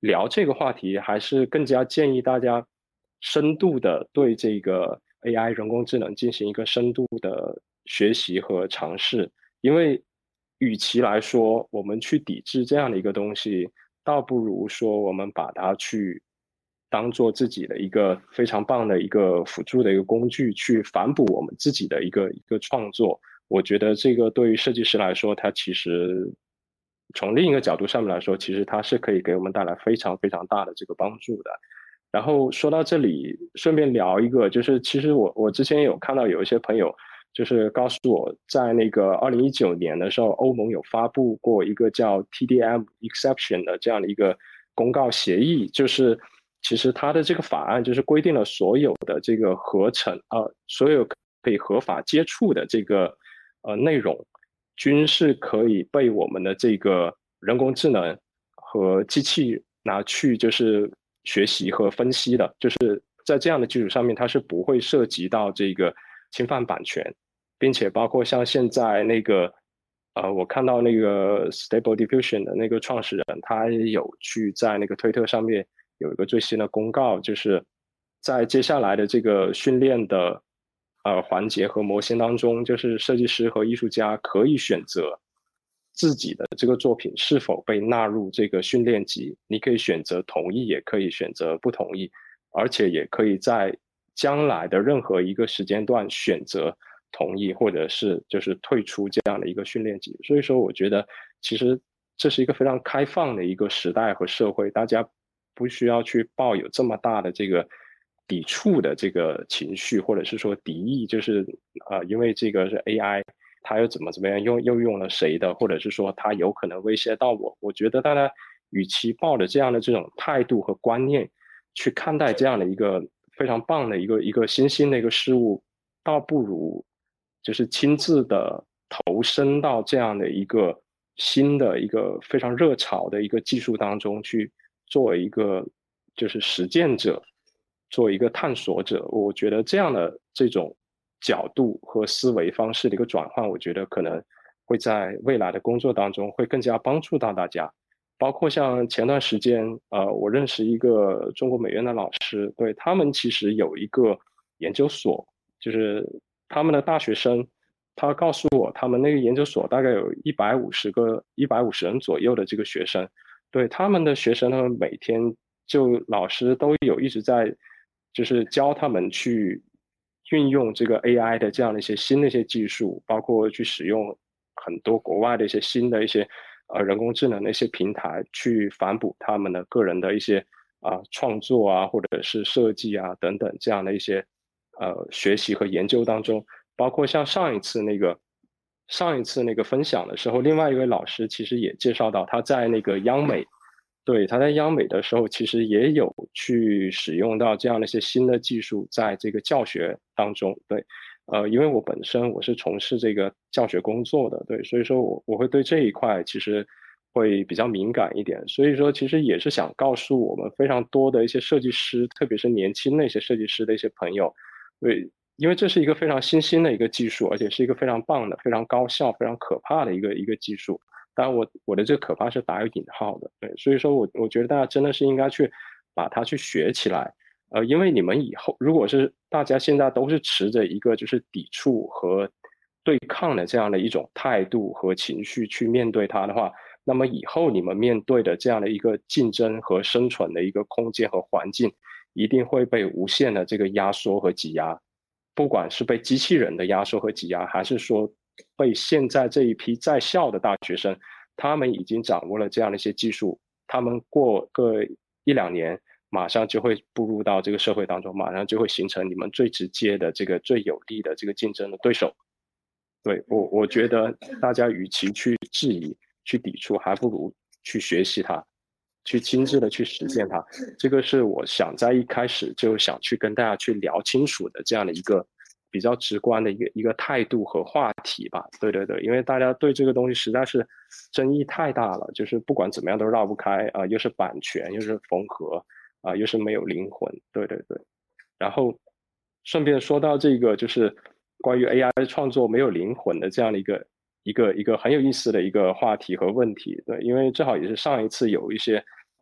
聊这个话题，还是更加建议大家深度的对这个 A I 人工智能进行一个深度的学习和尝试。因为与其来说我们去抵制这样的一个东西，倒不如说我们把它去当做自己的一个非常棒的一个辅助的一个工具，去反哺我们自己的一个一个创作。我觉得这个对于设计师来说，它其实从另一个角度上面来说，其实它是可以给我们带来非常非常大的这个帮助的。然后说到这里，顺便聊一个，就是其实我我之前有看到有一些朋友，就是告诉我，在那个二零一九年的时候，欧盟有发布过一个叫 T D M exception 的这样的一个公告协议，就是其实它的这个法案就是规定了所有的这个合成呃，所有可以合法接触的这个呃内容，均是可以被我们的这个人工智能和机器拿去就是学习和分析的，就是在这样的基础上面，它是不会涉及到这个侵犯版权，并且包括像现在那个呃，我看到那个 Stable Diffusion 的那个创始人，他也有去在那个推特上面有一个最新的公告，就是在接下来的这个训练的呃环节和模型当中，就是设计师和艺术家可以选择自己的这个作品是否被纳入这个训练集，你可以选择同意，也可以选择不同意，而且也可以在将来的任何一个时间段选择同意，或者是就是退出这样的一个训练集。所以说，我觉得其实这是一个非常开放的一个时代和社会，大家不需要去抱有这么大的这个抵触的这个情绪，或者是说敌意，就是呃，因为这个是 A I。他又怎么怎么样用又用了谁的，或者是说他有可能威胁到我？我觉得大家与其抱着这样的这种态度和观念去看待这样的一个非常棒的一个一个新兴的一个事物，倒不如就是亲自的投身到这样的一个新的一个非常热潮的一个技术当中去，作为一个就是实践者，作为一个探索者。我觉得这样的这种角度和思维方式的一个转换，我觉得可能会在未来的工作当中会更加帮助到大家。包括像前段时间，呃，我认识一个中国美院的老师，对，他们其实有一个研究所，就是他们的大学生，他告诉我，他们那个研究所大概有一百五十个、一百五十人左右的这个学生，对，他们的学生呢，每天就老师都有一直在，就是教他们去运用这个 A I 的这样的一些新的一些技术，包括去使用很多国外的一些新的一些呃人工智能的一些平台，去反哺他们的个人的一些啊、呃、创作啊，或者是设计啊等等这样的一些呃学习和研究当中，包括像上一次那个上一次那个分享的时候，另外一位老师其实也介绍到他在那个央美。对，他在央美的时候，其实也有去使用到这样的一些新的技术，在这个教学当中。对，呃，因为我本身我是从事这个教学工作的，对，所以说我我会对这一块其实会比较敏感一点。所以说，其实也是想告诉我们非常多的一些设计师，特别是年轻的一些设计师的一些朋友，对，因为这是一个非常新兴的一个技术，而且是一个非常棒的、非常高效、非常可怕的一个一个技术。当然我我的这个可怕是打有引号的，对，所以说我我觉得大家真的是应该去把它去学起来，呃，因为你们以后如果是大家现在都是持着一个就是抵触和对抗的这样的一种态度和情绪去面对它的话，那么以后你们面对的这样的一个竞争和生存的一个空间和环境，一定会被无限的这个压缩和挤压，不管是被机器人的压缩和挤压，还是说被现在这一批在校的大学生，他们已经掌握了这样的一些技术，他们过个一两年，马上就会步入到这个社会当中，马上就会形成你们最直接的这个最有力的这个竞争的对手。对，我我觉得大家与其去质疑、去抵触，还不如去学习它，去亲自的去实践它。这个是我想在一开始就想去跟大家去聊清楚的这样的一个比较直观的一个一个态度和话题吧。对对对，因为大家对这个东西实在是争议太大了，就是不管怎么样都绕不开啊、呃，又是版权，又是缝合啊、呃，又是没有灵魂。对对对，然后顺便说到这个，就是关于 A I 创作没有灵魂的这样的一个一个一个很有意思的一个话题和问题。对，因为正好也是上一次有一些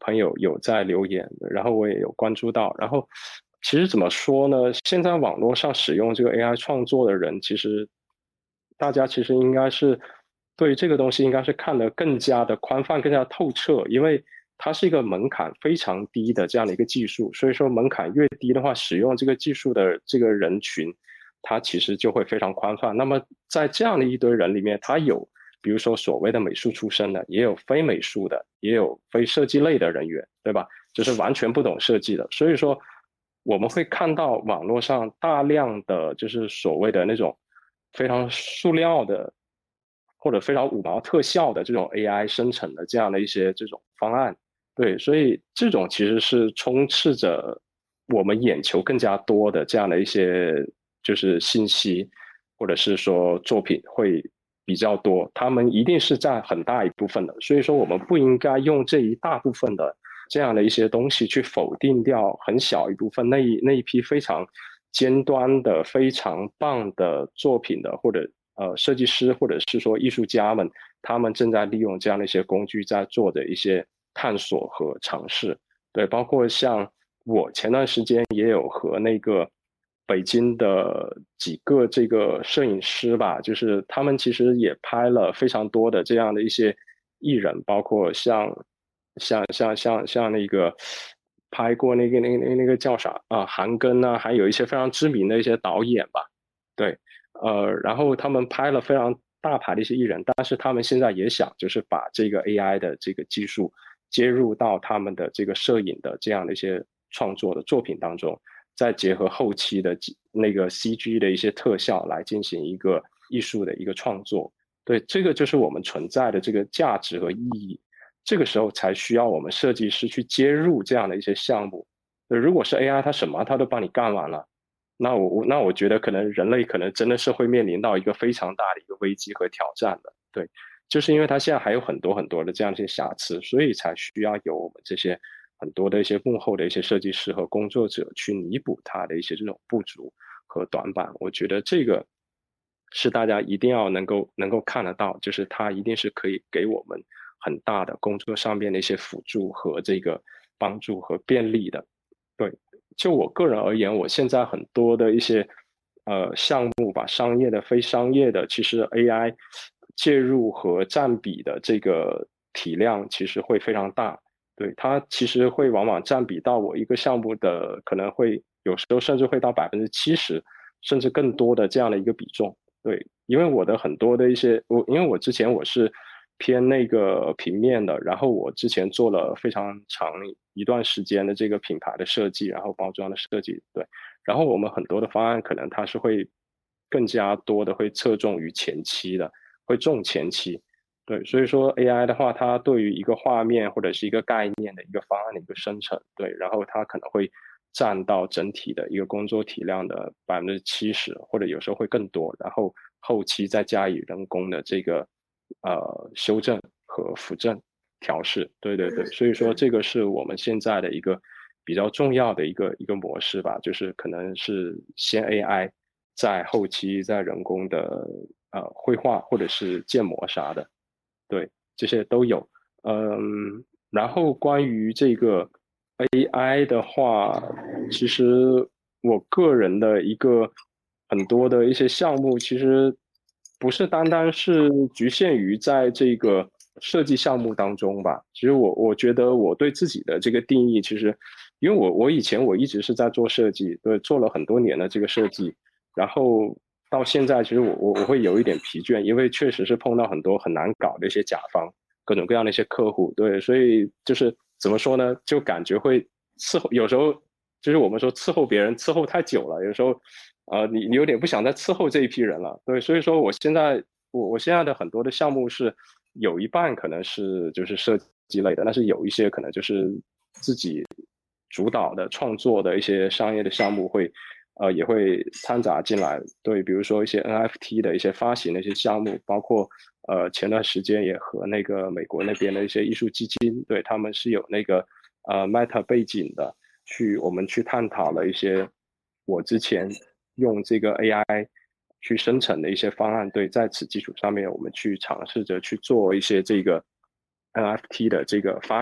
朋友有在留言，然后我也有关注到。然后其实怎么说呢？现在网络上使用这个 A I 创作的人，其实大家其实应该是对这个东西应该是看得更加的宽泛、更加透彻，因为它是一个门槛非常低的这样的一个技术。所以说门槛越低的话，使用这个技术的这个人群，它其实就会非常宽泛。那么在这样的一堆人里面，他有比如说所谓的美术出身的，也有非美术的，也有非设计类的人员，对吧？就是完全不懂设计的。所以说我们会看到网络上大量的就是所谓的那种非常塑料的或者非常五毛特效的这种 A I 生成的这样的一些这种方案。对，所以这种其实是充斥着我们眼球更加多的这样的一些就是信息，或者是说作品会比较多，他们一定是占很大一部分的。所以说我们不应该用这一大部分的这样的一些东西去否定掉很小一部分那一那一批非常尖端的非常棒的作品的，或者呃设计师或者是说艺术家们，他们正在利用这样的一些工具在做的一些探索和尝试。对，包括像我前段时间也有和那个北京的几个这个摄影师吧，就是他们其实也拍了非常多的这样的一些艺人，包括像像像像像那个拍过那个那个那个那个叫啥啊，韩庚啊，还有一些非常知名的一些导演吧。对，呃，然后他们拍了非常大牌的一些艺人，但是他们现在也想就是把这个 A I 的这个技术接入到他们的这个摄影的这样的一些创作的作品当中，再结合后期的那个 C G 的一些特效来进行一个艺术的一个创作。对，这个就是我们存在的这个价值和意义。这个时候才需要我们设计师去接入这样的一些项目。如果是 A I， 它什么它都帮你干完了，那我那我觉得可能人类可能真的是会面临到一个非常大的一个危机和挑战的。对，就是因为它现在还有很多很多的这样一些瑕疵，所以才需要有我们这些很多的一些幕后的一些设计师和工作者去弥补它的一些这种不足和短板。我觉得这个是大家一定要能够能够看得到，就是它一定是可以给我们很大的工作上面的一些辅助和这个帮助和便利的。对，就我个人而言，我现在很多的一些呃项目吧，商业的、非商业的，其实 A I 介入和占比的这个体量其实会非常大。对，它其实会往往占比到我一个项目的可能会有时候甚至会到百分之七十甚至更多的这样的一个比重。对，因为我的很多的一些我因为我之前我是偏那个平面的，然后我之前做了非常长一段时间的这个品牌的设计，然后包装的设计。对，然后我们很多的方案可能它是会更加多的会侧重于前期的，会重前期。对，所以说 A I 的话，它对于一个画面或者是一个概念的一个方案的一个生成，对，然后它可能会占到整体的一个工作体量的百分之七十，或者有时候会更多，然后后期再加以人工的这个呃修正和辅正调试。对对对，所以说这个是我们现在的一个比较重要的一个一个模式吧，就是可能是先 A I， 在后期在人工的呃绘画或者是建模啥的。对，这些都有。嗯，然后关于这个 A I 的话，其实我个人的一个很多的一些项目，其实不是单单是局限于在这个设计项目当中吧。其实我我觉得我对自己的这个定义，其实因为我我以前我一直是在做设计，对，做了很多年的这个设计，然后到现在，其实我我我会有一点疲倦，因为确实是碰到很多很难搞的一些甲方，各种各样的一些客户。对，所以就是怎么说呢，就感觉会伺候，有时候就是我们说伺候别人伺候太久了，有时候呃你你有点不想再伺候这一批人了。对，所以说我现在我我现在的很多的项目是有一半可能是就是设计类的，但是有一些可能就是自己主导的创作的一些商业的项目会。呃，也会掺杂进来。对，比如说一些 N F T 的一些发行的一些项目，包括呃前段时间也和那个美国那边的一些艺术基金，对，他们是有那个呃 Meta 背景的，去我们去探讨了一些我之前用这个 A I 去生成的一些方案。对，在此基础上面，我们去尝试着去做一些这个 N F T 的这个发行。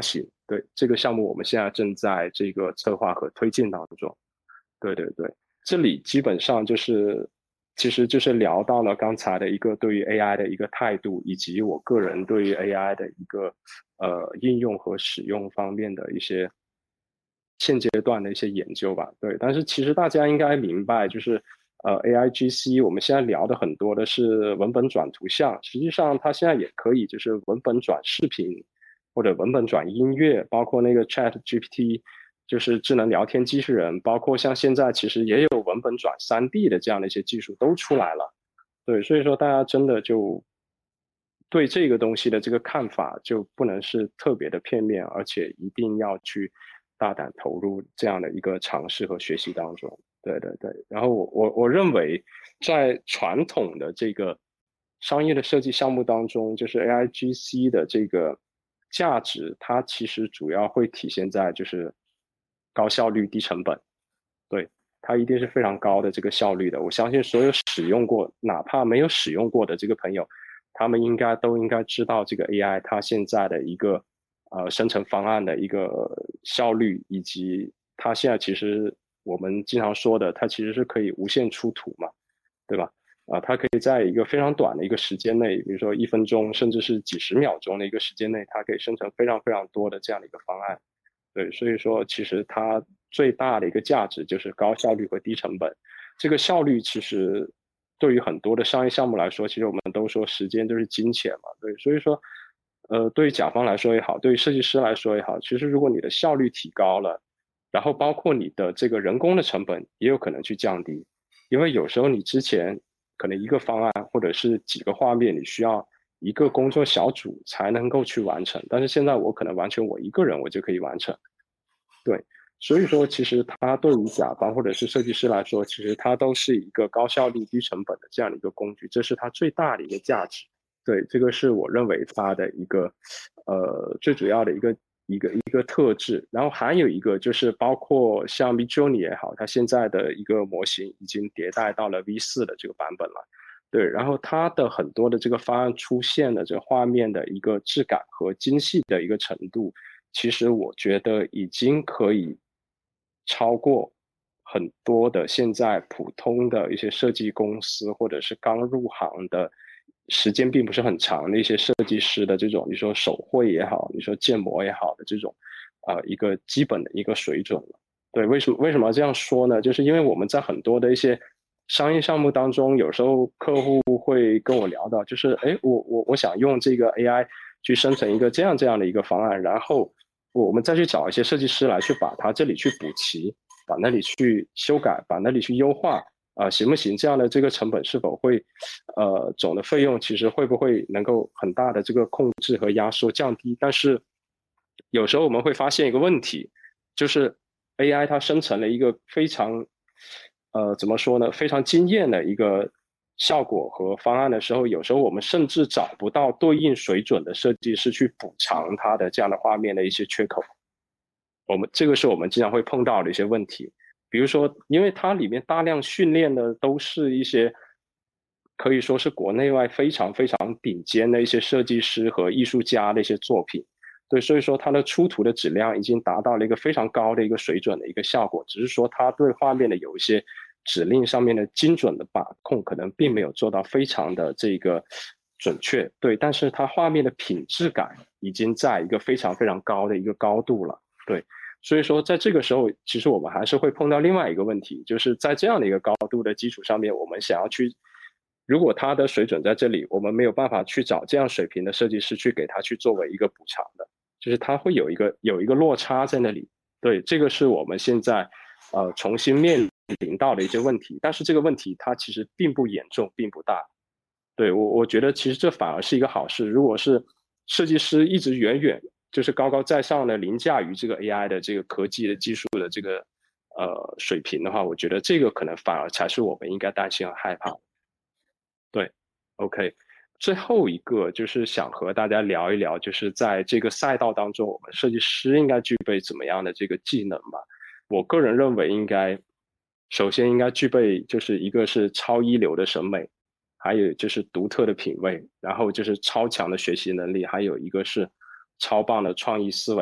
对，这个项目我们现在正在这个策划和推进当中。对对对，这里基本上就是其实就是聊到了刚才的一个对于 A I 的一个态度，以及我个人对于 A I 的一个呃应用和使用方面的一些现阶段的一些研究吧。对，但是其实大家应该明白，就是呃 A I G C 我们现在聊的很多的是文本转图像，实际上它现在也可以就是文本转视频，或者文本转音乐，包括那个 Chat G P T。就是智能聊天机器人，包括像现在其实也有文本转 三 D 的这样的一些技术都出来了。对，所以说大家真的就对这个东西的这个看法就不能是特别的片面，而且一定要去大胆投入这样的一个尝试和学习当中。对对对，然后我我我认为在传统的这个商业的设计项目当中，就是 A I G C 的这个价值，它其实主要会体现在就是高效率、低成本。对，它一定是非常高的这个效率的。我相信所有使用过，哪怕没有使用过的这个朋友，他们应该都应该知道这个 A I 它现在的一个呃生成方案的一个效率，以及它现在其实我们经常说的，它其实是可以无限出图嘛，对吧？啊，它可以在一个非常短的一个时间内，比如说一分钟，甚至是几十秒钟的一个时间内，它可以生成非常非常多的这样的一个方案。对，所以说其实它最大的一个价值就是高效率和低成本。这个效率其实对于很多的商业项目来说，其实我们都说时间就是金钱嘛。对，所以说，呃，对于甲方来说也好，对于设计师来说也好，其实如果你的效率提高了，然后包括你的这个人工的成本也有可能去降低，因为有时候你之前可能一个方案或者是几个画面，你需要一个工作小组才能够去完成，但是现在我可能完全我一个人我就可以完成。对，所以说其实它对于甲方或者是设计师来说，其实它都是一个高效率、低成本的这样的一个工具，这是它最大的一个价值。对，这个是我认为它的一个呃最主要的一个一个一个特质。然后还有一个就是包括像 Midjourney 也好，它现在的一个模型已经迭代到了 V 四 的这个版本了。对，然后它的很多的这个方案出现的这个画面的一个质感和精细的一个程度，其实我觉得已经可以超过很多的现在普通的一些设计公司或者是刚入行的时间并不是很长的一些设计师的这种，你说手绘也好，你说建模也好的这种，呃，一个基本的一个水准了。对，为什么为什么这样说呢？就是因为我们在很多的一些商业项目当中，有时候客户会跟我聊到，就是哎，我我我想用这个 A I 去生成一个这样这样的一个方案，然后我们再去找一些设计师来去把它这里去补齐，把那里去修改，把那里去优化，啊、呃，行不行？这样的这个成本是否会，呃，总的费用其实会不会能够很大的这个控制和压缩降低？但是有时候我们会发现一个问题，就是 A I 它生成了一个非常，呃，怎么说呢？非常惊艳的一个效果和方案的时候，有时候我们甚至找不到对应水准的设计师去补偿它的这样的画面的一些缺口。我们这个是我们经常会碰到的一些问题。比如说，因为它里面大量训练的都是一些可以说是国内外非常非常顶尖的一些设计师和艺术家的一些作品。对，所以说它的出图的质量已经达到了一个非常高的一个水准的一个效果，只是说它对画面的有一些指令上面的精准的把控，可能并没有做到非常的这个准确。对，但是它画面的品质感已经在一个非常非常高的一个高度了。对，所以说在这个时候，其实我们还是会碰到另外一个问题，就是在这样的一个高度的基础上面，我们想要去，如果它的水准在这里，我们没有办法去找这样水平的设计师去给他去作为一个补偿的。就是它会有一个有一个落差在那里。对，这个是我们现在呃重新面临到的一些问题，但是这个问题它其实并不严重，并不大。对，我我觉得其实这反而是一个好事。如果是设计师一直远远就是高高在上的凌驾于这个 A I 的这个科技的技术的这个呃水平的话，我觉得这个可能反而才是我们应该担心和害怕的。对 ，OK。最后一个就是想和大家聊一聊，就是在这个赛道当中，我们设计师应该具备怎么样的这个技能吧？我个人认为应该，首先应该具备就是一个是超一流的审美，还有就是独特的品味，然后就是超强的学习能力，还有一个是超棒的创意思维。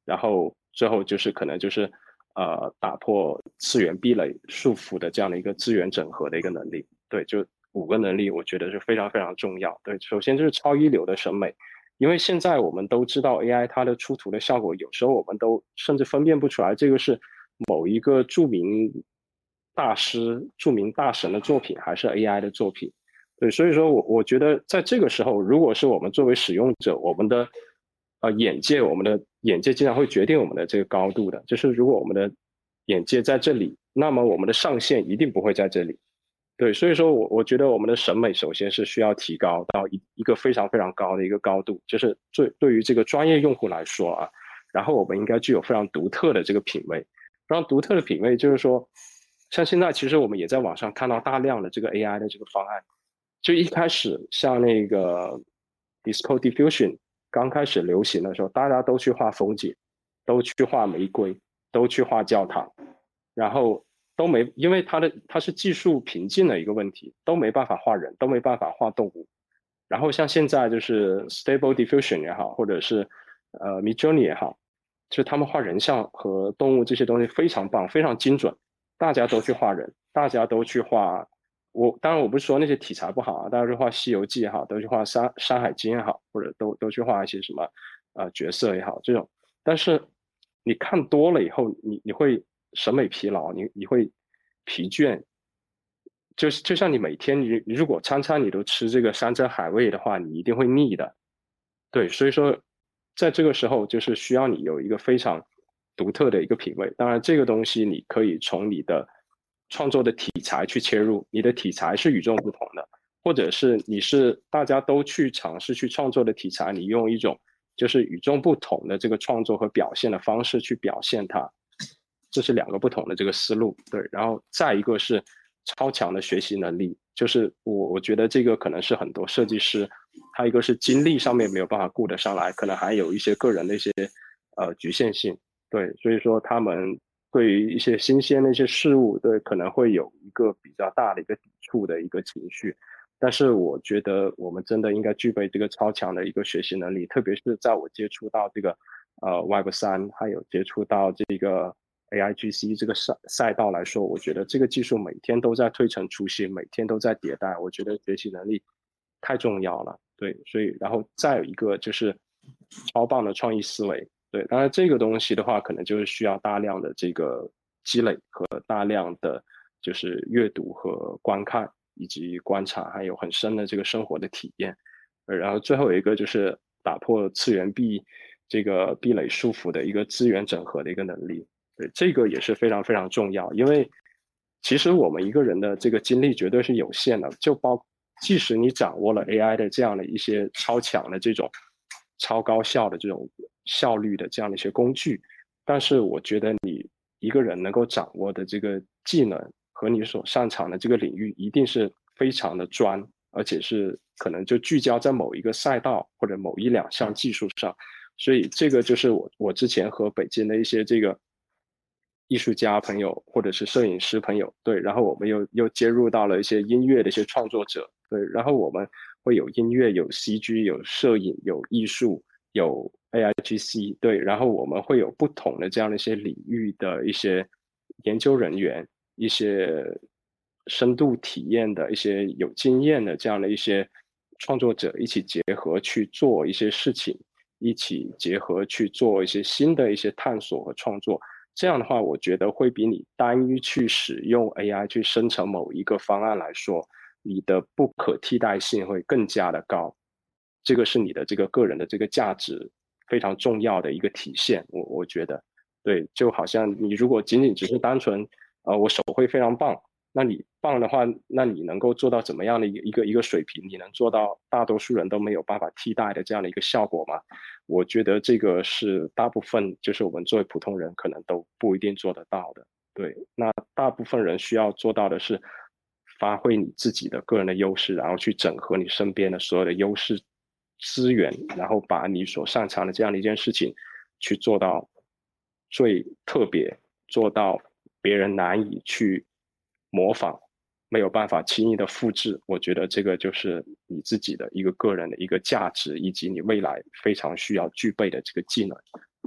然后最后就是可能就是呃打破次元壁垒束缚的这样的一个资源整合的一个能力。对，就五个能力，我觉得是非常非常重要。对，首先就是超一流的审美，因为现在我们都知道 A I 它的出图的效果，有时候我们都甚至分辨不出来这个是某一个著名大师、著名大神的作品，还是 A I 的作品。对，所以说我我觉得在这个时候，如果是我们作为使用者，我们的呃眼界，我们的眼界经常会决定我们的这个高度的。就是如果我们的眼界在这里，那么我们的上限一定不会在这里。对，所以说我我觉得我们的审美首先是需要提高到一一个非常非常高的一个高度，就是对对于这个专业用户来说啊，然后我们应该具有非常独特的这个品味，非常独特的品味，就是说，像现在其实我们也在网上看到大量的这个 A I 的这个方案，就一开始像那个 Disco Diffusion 刚开始流行的时候，大家都去画风景，都去画玫瑰，都去画教堂，然后都没，因为它的它是技术瓶颈的一个问题，都没办法画人，都没办法画动物。然后像现在就是 Stable Diffusion 也好，或者是呃 Midjourney 也好，就是他们画人像和动物这些东西非常棒，非常精准，大家都去画人，大家都去画。我当然我不是说那些题材不好啊，大家去画《西游记》也好，都去画山山海经也好，或者都都去画一些什么呃角色也好这种。但是你看多了以后，你你会审美疲劳，你你会疲倦，就是就像你每天你你如果餐餐你都吃这个山珍海味的话，你一定会腻的。对，所以说在这个时候就是需要你有一个非常独特的一个品味。当然，这个东西你可以从你的创作的题材去切入，你的题材是与众不同的，或者是你是大家都去尝试去创作的题材，你用一种就是与众不同的这个创作和表现的方式去表现它，这是两个不同的这个思路。对，然后再一个是超强的学习能力，就是我我觉得这个可能是很多设计师，他一个是精力上面没有办法顾得上来，可能还有一些个人的一些呃局限性。对，所以说他们对于一些新鲜的一些事物，对可能会有一个比较大的一个抵触的一个情绪。但是我觉得我们真的应该具备这个超强的一个学习能力，特别是在我接触到这个呃 Web 三，还有接触到这个 A I G C 这个赛赛道来说，我觉得这个技术每天都在推陈出新，每天都在迭代，我觉得学习能力太重要了。对，所以然后再有一个就是超棒的创意思维。对，当然这个东西的话，可能就是需要大量的这个积累和大量的就是阅读和观看，以及观察，还有很深的这个生活的体验。然后最后有一个就是打破次元壁这个壁垒束缚的一个资源整合的一个能力。对，这个也是非常非常重要，因为其实我们一个人的这个精力绝对是有限的，就包即使你掌握了 A I 的这样的一些超强的这种超高效的这种效率的这样的一些工具，但是我觉得你一个人能够掌握的这个技能和你所擅长的这个领域，一定是非常的专，而且是可能就聚焦在某一个赛道或者某一两项技术上。所以这个就是我我之前和北京的一些这个艺术家朋友或者是摄影师朋友，对，然后我们又又接入到了一些音乐的一些创作者，对，然后我们会有音乐、有 C G、有摄影、有艺术、有 A I G C， 对，然后我们会有不同的这样的一些领域的一些研究人员，一些深度体验的一些有经验的这样的一些创作者一起结合去做一些事情，一起结合去做一些新的一些探索和创作。这样的话，我觉得会比你单一去使用 A I 去生成某一个方案来说，你的不可替代性会更加的高。这个是你的这个个人的这个价值非常重要的一个体现。我我觉得，对，就好像你如果仅仅只是单纯，呃，我手绘非常棒，那你棒的话，那你能够做到怎么样的一个一个一个水平？你能做到大多数人都没有办法替代的这样的一个效果吗？我觉得这个是大部分就是我们作为普通人可能都不一定做得到的。对，那大部分人需要做到的是发挥你自己的个人的优势，然后去整合你身边的所有的优势资源，然后把你所擅长的这样的一件事情去做到最特别，做到别人难以去模仿，没有办法轻易的复制。我觉得这个就是你自己的一个个人的一个价值，以及你未来非常需要具备的这个技能。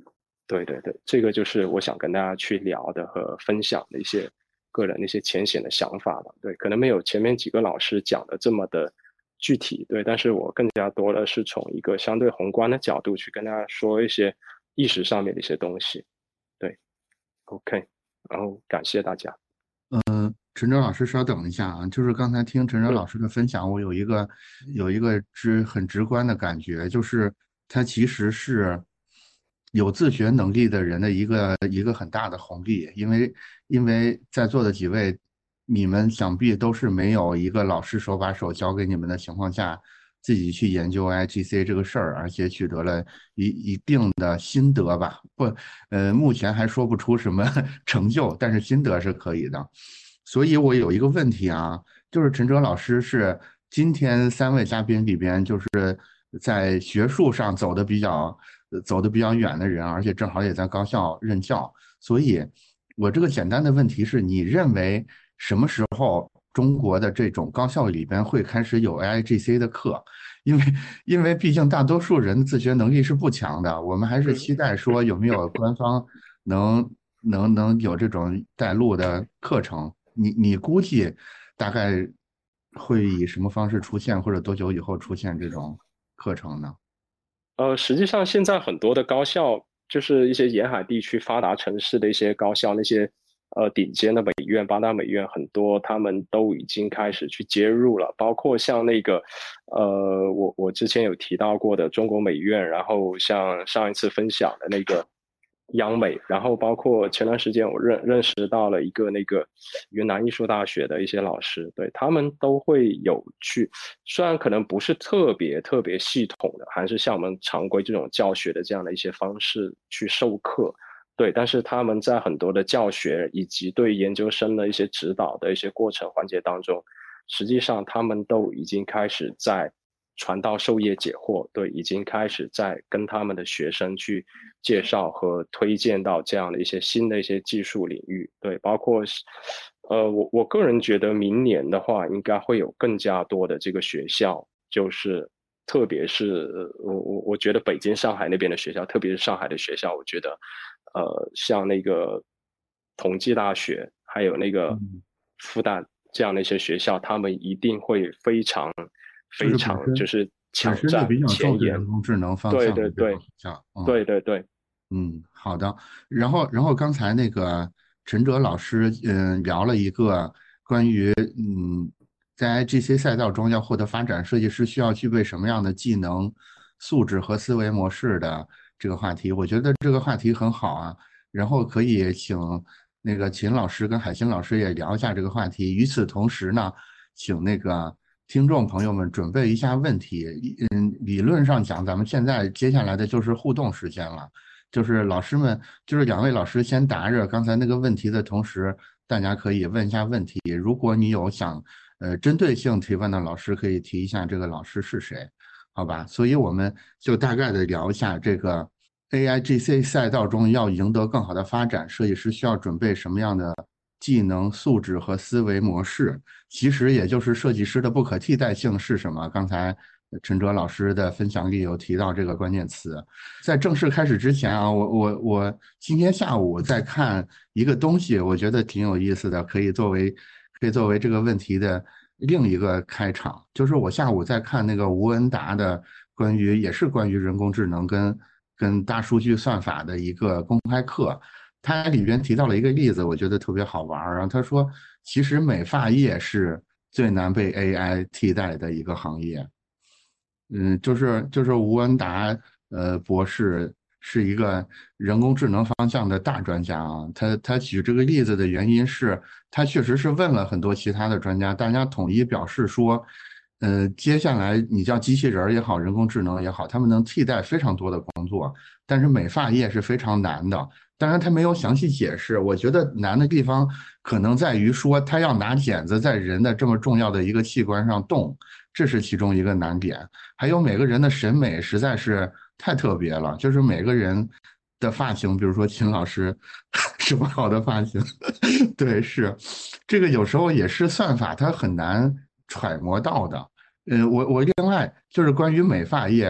对对对，这个就是我想跟大家去聊的和分享的一些个人的一些浅显的想法吧。对，可能没有前面几个老师讲的这么的具体，对，但是我更加多的是从一个相对宏观的角度去跟大家说一些意识上面的一些东西。对，OK，然后感谢大家。 嗯，陈哲老师稍等一下啊，就是刚才听陈哲嗯老师的分享，我有一个有一个直很直观的感觉，就是他其实是有自学能力的人的一个一个很大的红利，因为因为在座的几位，你们想必都是没有一个老师手把手教给你们的情况下，自己去研究 A I G C 这个事儿，而且取得了一一定的心得吧。不，呃，目前还说不出什么成就，但是心得是可以的。所以我有一个问题啊，就是陈哲老师是今天三位嘉宾里边，就是在学术上走的比较走的比较远的人，而且正好也在高校任教。所以，我这个简单的问题是，你认为什么时候中国的这种高校里边会开始有 A I G C 的课？因为因为毕竟大多数人的自学能力是不强的，我们还是期待说有没有官方能能能有这种带路的课程。你你估计大概会以什么方式出现，或者多久以后出现这种课程呢？ 呃，实际上现在很多的高校，就是一些沿海地区发达城市的一些高校，那些呃顶尖的美院、八大美院，很多他们都已经开始去接入了，包括像那个呃，我我之前有提到过的中国美院，然后像上一次分享的那个央美，然后包括前段时间我认认识到了一个那个云南艺术大学的一些老师，对，他们都会有去，虽然可能不是特别特别系统的，还是像我们常规这种教学的这样的一些方式去授课，对，但是他们在很多的教学以及对研究生的一些指导的一些过程环节当中，实际上他们都已经开始在传道授业解惑，对，已经开始在跟他们的学生去介绍和推荐到这样的一些新的一些技术领域，对，包括呃，我我个人觉得明年的话，应该会有更加多的这个学校，就是特别是我我我觉得北京、上海那边的学校，特别是上海的学校，我觉得呃，像那个同济大学，还有那个复旦这样的一些学校，他们一定会非常非常就是抢占比较重视前沿。 人工智能方对向的对对， 学校，嗯、 对对对， 嗯，好的。然后，然后刚才那个陈哲老师，嗯，聊了一个关于，嗯，在 G C 赛道中要获得发展，设计师需要具备什么样的技能、素质和思维模式的这个话题。我觉得这个话题很好啊。然后可以请那个秦老师跟海星老师也聊一下这个话题。与此同时呢，请那个听众朋友们准备一下问题。嗯，理论上讲，咱们现在接下来的就是互动时间了。就是老师们，就是两位老师先答着刚才那个问题的同时，大家可以问一下问题。如果你有想呃针对性提问的老师，可以提一下这个老师是谁，好吧？所以我们就大概的聊一下这个 A I G C 赛道中要赢得更好的发展，设计师需要准备什么样的技能、素质和思维模式？其实也就是设计师的不可替代性是什么？刚才陈哲老师的分享里有提到这个关键词。在正式开始之前啊，我我我今天下午在看一个东西，我觉得挺有意思的，可以作为可以作为这个问题的另一个开场。就是我下午在看那个吴恩达的关于也是关于人工智能跟跟大数据算法的一个公开课，它里边提到了一个例子，我觉得特别好玩。然后他说，其实美发业是最难被 A I 替代的一个行业。嗯，就是就是吴恩达呃博士是一个人工智能方向的大专家啊，他他举这个例子的原因是，他确实是问了很多其他的专家，大家统一表示说，呃，接下来你叫机器人也好，人工智能也好，他们能替代非常多的工作，但是美发业是非常难的。当然，他没有详细解释。我觉得难的地方可能在于说，他要拿剪子在人的这么重要的一个器官上动，这是其中一个难点。还有每个人的审美实在是太特别了，就是每个人的发型，比如说秦老师什么好的发型，对，是这个有时候也是算法它很难揣摩到的。呃，我我另外就是关于美发业啊，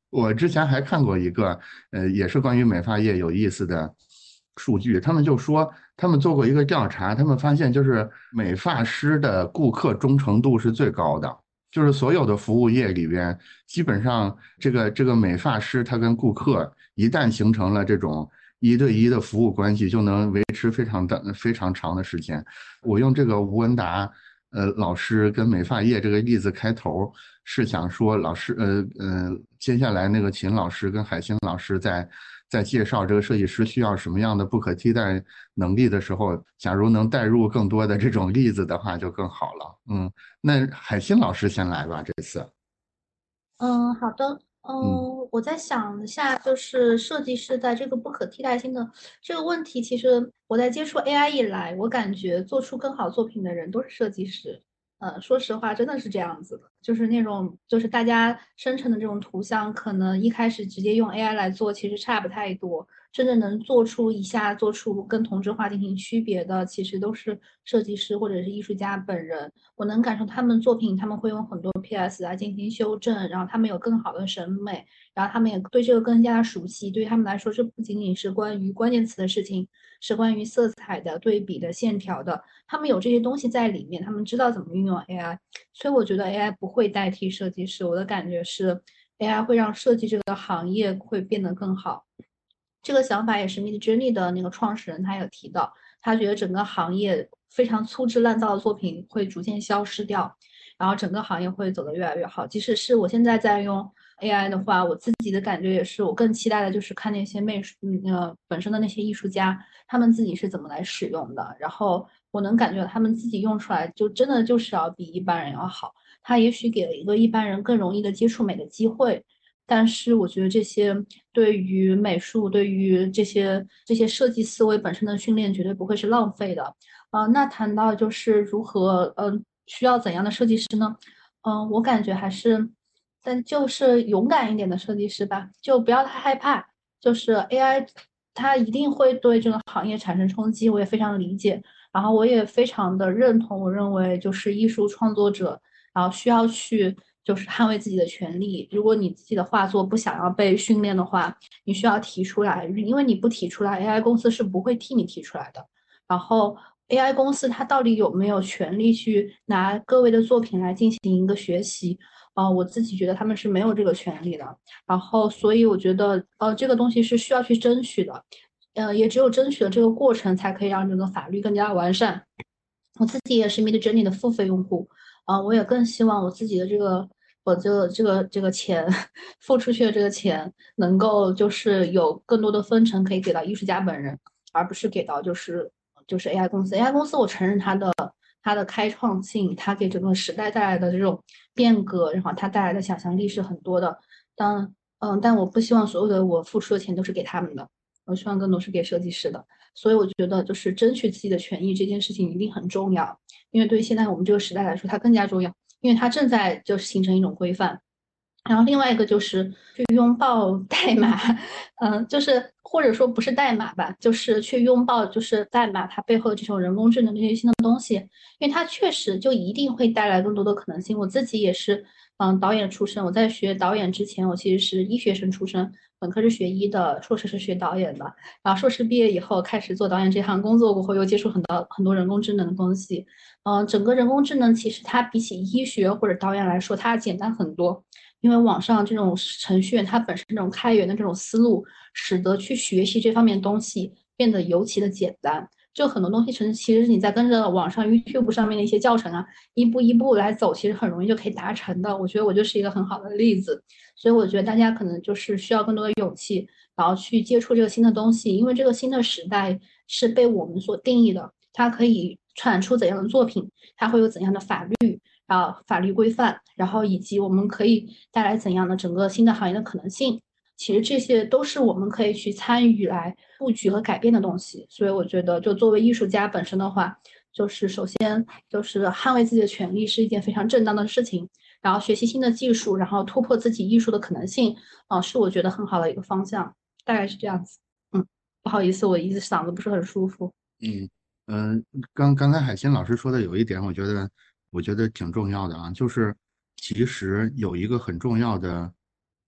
我之前还看过一个，呃，也是关于美发业有意思的数据，他们就说他们做过一个调查，他们发现就是美发师的顾客忠诚度是最高的，就是所有的服务业里边，基本上这个这个美发师他跟顾客一旦形成了这种一对一的服务关系，就能维持非常的非常长的时间。我用这个吴文达。呃，老师跟美发业这个例子开头是想说，老师，呃呃，接下来那个秦老师跟海星老师在在介绍这个设计师需要什么样的不可替代能力的时候，假如能带入更多的这种例子的话，就更好了。嗯，那海星老师先来吧，这次。 嗯，好的。 嗯嗯，我在想一下，就是设计师在这个不可替代性的这个问题，其实我在接触 A I 以来，我感觉做出更好作品的人都是设计师。呃，说实话，真的是这样子的，就是那种就是大家生成的这种图像，可能一开始直接用 A I 来做，其实差不太多。真正能做出一下做出跟同质化进行区别的，其实都是设计师或者是艺术家本人。我能感受他们作品，他们会用很多 P S 来进行修正，然后他们有更好的审美，然后他们也对这个更加熟悉。对于他们来说，这不仅仅是关于关键词的事情，是关于色彩的、对比的、线条的。他们有这些东西在里面，他们知道怎么运用 A I。所以我觉得 A I 不会代替设计师，我的感觉是 A I 会让设计这个行业会变得更好。这个想法也是 Midjourney 的那个创始人他有提到，他觉得整个行业非常粗制滥造的作品会逐渐消失掉，然后整个行业会走得越来越好。即使是我现在在用 A I 的话，我自己的感觉也是，我更期待的就是看那些美术，嗯呃，本身的那些艺术家，他们自己是怎么来使用的，然后我能感觉他们自己用出来就真的就是要比一般人要好。他也许给了一个一般人更容易的接触美的机会。但是我觉得这些对于美术、对于这些这些设计思维本身的训练绝对不会是浪费的。呃，那谈到就是如何，嗯、呃，需要怎样的设计师呢？嗯、呃，我感觉还是，但就是勇敢一点的设计师吧，就不要太害怕。就是 A I，它一定会对这个行业产生冲击，我也非常理解。然后我也非常的认同，我认为就是艺术创作者，然后需要去就是捍卫自己的权利。如果你自己的画作不想要被训练的话，你需要提出来，因为你不提出来，A I 公司是不会替你提出来的。然后 A I 公司它到底有没有权利去拿各位的作品来进行一个学习？呃，我自己觉得他们是没有这个权利的。然后，所以我觉得，呃，这个东西是需要去争取的。呃，也只有争取的这个过程，才可以让这个法律更加完善。我自己也是 Midjourney 的付费用户，啊、呃，我也更希望我自己的这个，我这个这个这个钱付出去的这个钱，能够就是有更多的分成可以给到艺术家本人，而不是给到就是就是 A I 公司。A I 公司我承认它的它的开创性，它给整个时代带来的这种变革，然后它带来的想象力是很多的。但嗯，但我不希望所有的我付出的钱都是给他们的。我希望更多是给设计师的，所以我觉得就是争取自己的权益这件事情一定很重要，因为对于现在我们这个时代来说，它更加重要，因为它正在就是形成一种规范。然后另外一个就是去拥抱代码，嗯，就是或者说不是代码吧，就是去拥抱就是代码它背后这种人工智能这些新的东西，因为它确实就一定会带来更多的可能性。我自己也是，嗯，导演出身，我在学导演之前，我其实是医学生出身，本科是学医的，硕士是学导演的，然后硕士毕业以后开始做导演这行工作过后，又接触很多很多人工智能的东西，嗯，整个人工智能其实它比起医学或者导演来说，它简单很多。因为网上这种程序员它本身这种开源的这种思路，使得去学习这方面东西变得尤其的简单。就很多东西，其实其实你在跟着网上 YouTube 上面的一些教程啊，一步一步来走，其实很容易就可以达成的。我觉得我就是一个很好的例子，所以我觉得大家可能就是需要更多的勇气，然后去接触这个新的东西，因为这个新的时代是被我们所定义的，它可以产出怎样的作品，它会有怎样的法律。啊，法律规范，然后以及我们可以带来怎样的整个新的行业的可能性，其实这些都是我们可以去参与来布局和改变的东西。所以我觉得，就作为艺术家本身的话，就是首先就是捍卫自己的权利是一件非常正当的事情，然后学习新的技术，然后突破自己艺术的可能性，啊、呃，是我觉得很好的一个方向，大概是这样子。嗯，不好意思，我一直嗓子不是很舒服。 嗯嗯，呃刚刚才海鑫老师说的有一点，我觉得我觉得挺重要的啊，就是其实有一个很重要的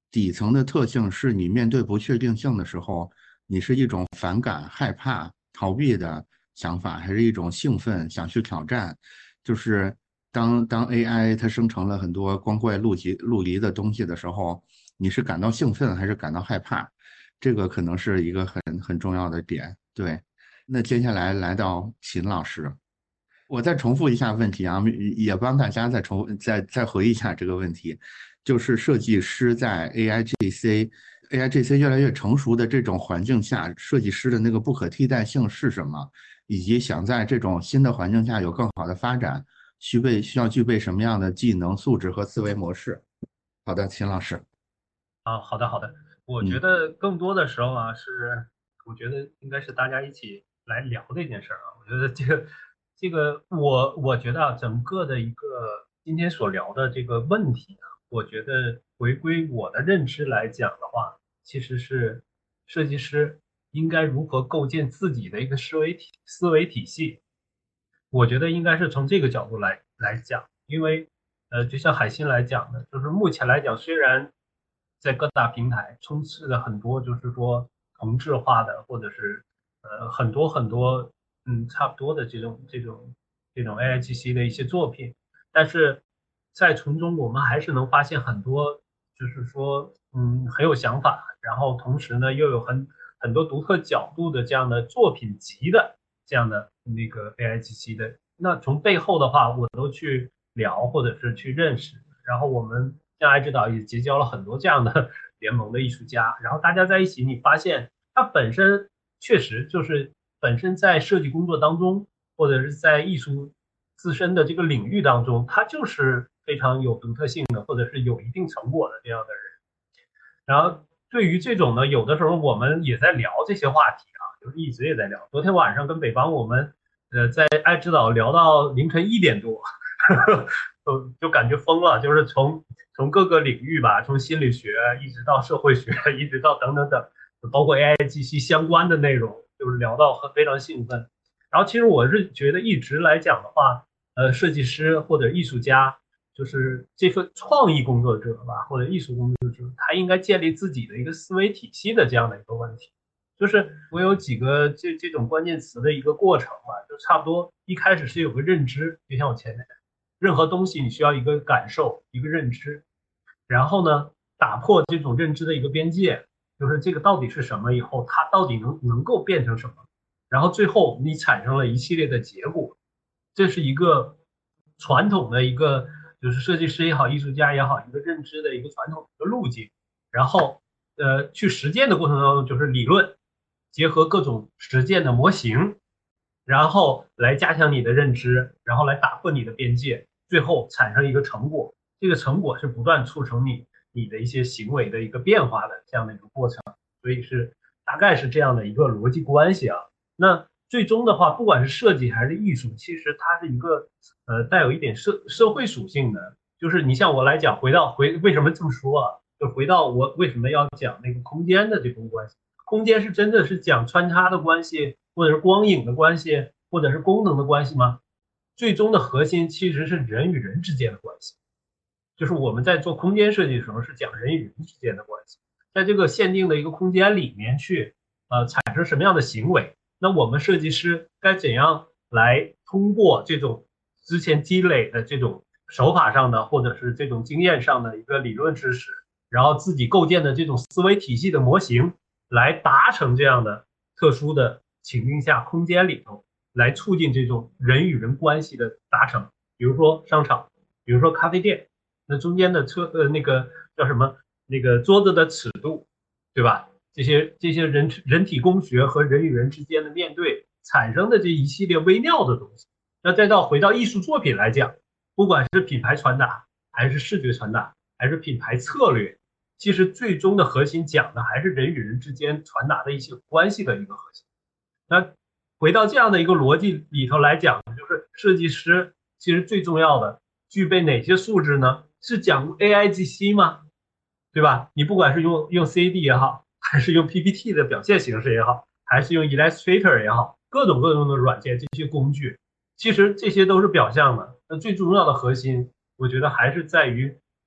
底层的特性是你面对不确定性的时候，你是一种反感、害怕、逃避的想法，还是一种兴奋想去挑战？就是当当 A I 它生成了很多光怪陆离陆离的东西的时候，你是感到兴奋还是感到害怕？这个可能是一个很很重要的点。对，那接下来来到秦老师。我再重复一下问题啊，也帮大家再重再再回忆一下这个问题，就是设计师在 A I G C、A I G C 越来越成熟的这种环境下，设计师的那个不可替代性是什么？以及想在这种新的环境下有更好的发展，需备需要具备什么样的技能、素质和思维模式？好的，秦老师。 啊，好的好的，我觉得更多的时候啊，是我觉得应该是大家一起来聊的一件事儿啊。我觉得这个这个我我觉得啊，整个的一个今天所聊的这个问题呢，我觉得回归我的认知来讲的话，其实是设计师应该如何构建自己的一个思维体思维体系。我觉得应该是从这个角度来来讲，因为呃，就像海信来讲的，就是目前来讲，虽然在各大平台充斥了很多就是说同质化的，或者是呃很多很多嗯差不多的这种这种这种 A I G C 的一些作品，但是在从中我们还是能发现很多就是说嗯很有想法，然后同时呢又有很很多独特角度的这样的作品集的这样的那个 A I G C 的。那从背后的话，我都去聊或者是去认识，然后我们像爱指导也结交了很多这样的联盟的艺术家，然后大家在一起，你发现它本身确实就是本身在设计工作当中，或者是在艺术自身的这个领域当中，它就是非常有独特性的，或者是有一定成果的这样的人。然后对于这种呢，有的时候我们也在聊这些话题啊，就是一直也在聊。昨天晚上跟北方我们呃在爱指导聊到凌晨一点多，就就感觉疯了，就是从从各个领域吧，从心理学一直到社会学，一直到等等等，包括 A I G C 相关的内容，就是聊到非常兴奋。然后其实我是觉得一直来讲的话，呃，设计师或者艺术家，就是这份创意工作者吧，或者艺术工作者，他应该建立自己的一个思维体系的这样的一个问题。就是我有几个这这种关键词的一个过程吧，就差不多一开始是有个认知，就像我前面，任何东西你需要一个感受，一个认知，然后呢，打破这种认知的一个边界，就是这个到底是什么以后，它到底能能够变成什么，然后最后你产生了一系列的结果，这是一个传统的一个就是设计师也好，艺术家也好，一个认知的一个传统的路径，然后呃去实践的过程当中就是理论结合各种实践的模型，然后来加强你的认知，然后来打破你的边界，最后产生一个成果。这个成果是不断促成你你的一些行为的一个变化的这样的一个过程，所以是大概是这样的一个逻辑关系啊。那最终的话，不管是设计还是艺术，其实它是一个呃带有一点社社会属性的。就是你像我来讲，回到回为什么这么说啊？就回到我为什么要讲那个空间的这种关系。空间是真的是讲穿插的关系，或者是光影的关系，或者是功能的关系吗？最终的核心其实是人与人之间的关系。就是我们在做空间设计的时候，是讲人与人之间的关系，在这个限定的一个空间里面去呃产生什么样的行为，那我们设计师该怎样来通过这种之前积累的这种手法上的或者是这种经验上的一个理论知识，然后自己构建的这种思维体系的模型，来达成这样的特殊的情境下空间里头来促进这种人与人关系的达成。比如说商场，比如说咖啡店，那中间的车呃那个叫什么那个桌子的尺度，对吧？这些这些人人体工学和人与人之间的面对产生的这一系列微妙的东西。那再到回到艺术作品来讲，不管是品牌传达还是视觉传达还是品牌策略，其实最终的核心讲的还是人与人之间传达的一些关系的一个核心。那回到这样的一个逻辑里头来讲，就是设计师其实最重要的具备哪些素质呢？是讲 A I G C 吗？对吧？你不管是用用 C A D 也好，还是用 P P T 的表现形式也好，还是用 Illustrator 也好，各种各种的软件这些工具，其实这些都是表象的。那最重要的核心，我觉得还是在于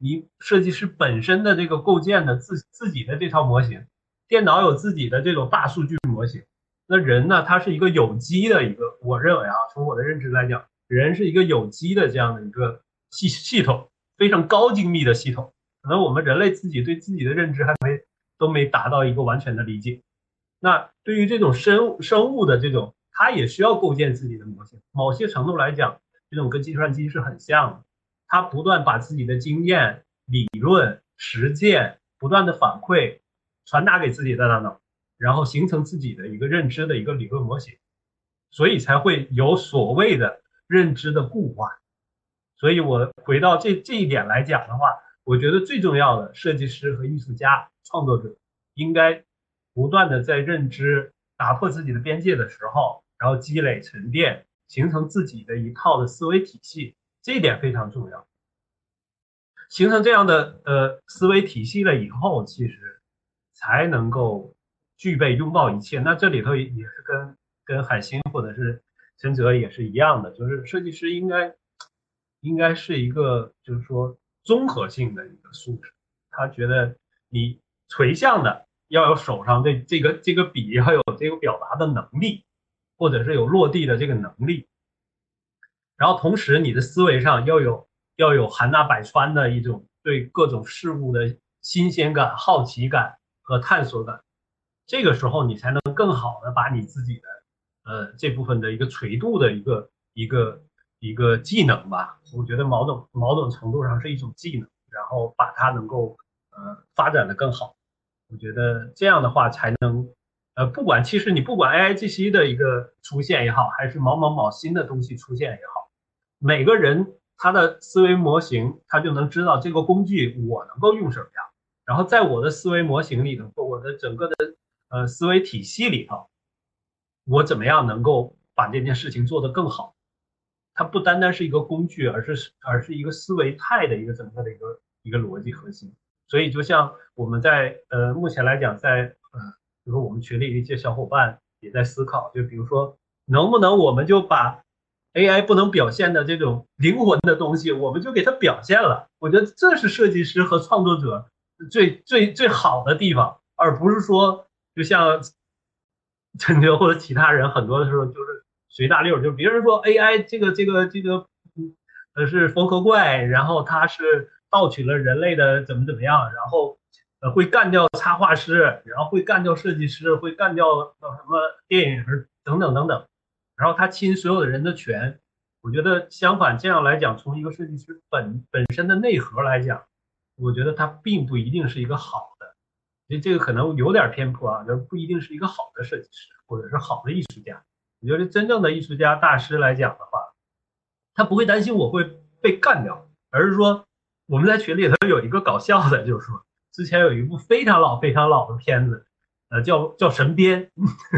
你设计师本身的这个构建的自自己的这套模型，电脑有自己的这种大数据模型，那人呢，他是一个有机的一个，我认为啊，从我的认知来讲，人是一个有机的这样的一个系系统，非常高精密的系统。可能我们人类自己对自己的认知还没都没达到一个完全的理解。那对于这种生物生物的这种，它也需要构建自己的模型。某些程度来讲，这种跟计算机是很像的，它不断把自己的经验、理论、实践不断的反馈传达给自己的大脑，然后形成自己的一个认知的一个理论模型，所以才会有所谓的认知的固化。所以我回到这这一点来讲的话，我觉得最重要的设计师和艺术家创作者应该不断的在认知打破自己的边界的时候，然后积累沉淀，形成自己的一套的思维体系，这一点非常重要。形成这样的呃思维体系了以后，其实才能够具备拥抱一切。那这里头也是跟跟海星或者是陈哲也是一样的，就是设计师应该应该是一个就是说综合性的一个素质。他觉得你垂向的要有手上这这个这个笔，要有这个表达的能力，或者是有落地的这个能力。然后同时你的思维上要有要有含纳百川的一种对各种事物的新鲜感、好奇感和探索感。这个时候你才能更好的把你自己的呃这部分的一个垂度的一个一个一个技能吧，我觉得某种某种程度上是一种技能，然后把它能够呃发展的更好。我觉得这样的话才能呃不管其实你不管 A I G C 的一个出现也好，还是某某某新的东西出现也好，每个人他的思维模型他就能知道这个工具我能够用什么样，然后在我的思维模型里头，我的整个的呃思维体系里头，我怎么样能够把这件事情做得更好。它不单单是一个工具，而是而是一个思维态的一个整个的一个一个逻辑核心。所以就像我们在呃目前来讲，在呃比如说我们群里的一些小伙伴也在思考，就比如说能不能我们就把 A I 不能表现的这种灵魂的东西，我们就给它表现了。我觉得这是设计师和创作者最最最好的地方，而不是说就像陈哲或者其他人很多的时候就是随大溜，就别人说 A I 这个这个这个呃是缝合怪，然后它是盗取了人类的怎么怎么样，然后呃会干掉插画师，然后会干掉设计师，会干掉什么电影等等等等，然后他侵所有的人的权。我觉得相反，这样来讲，从一个设计师本本身的内核来讲，我觉得他并不一定是一个好的，所以这个可能有点偏颇啊，就不一定是一个好的设计师或者是好的艺术家。我觉得真正的艺术家大师来讲的话，他不会担心我会被干掉，而是说我们在群里头有一个搞笑的，就是说之前有一部非常老非常老的片子，呃，叫叫神鞭，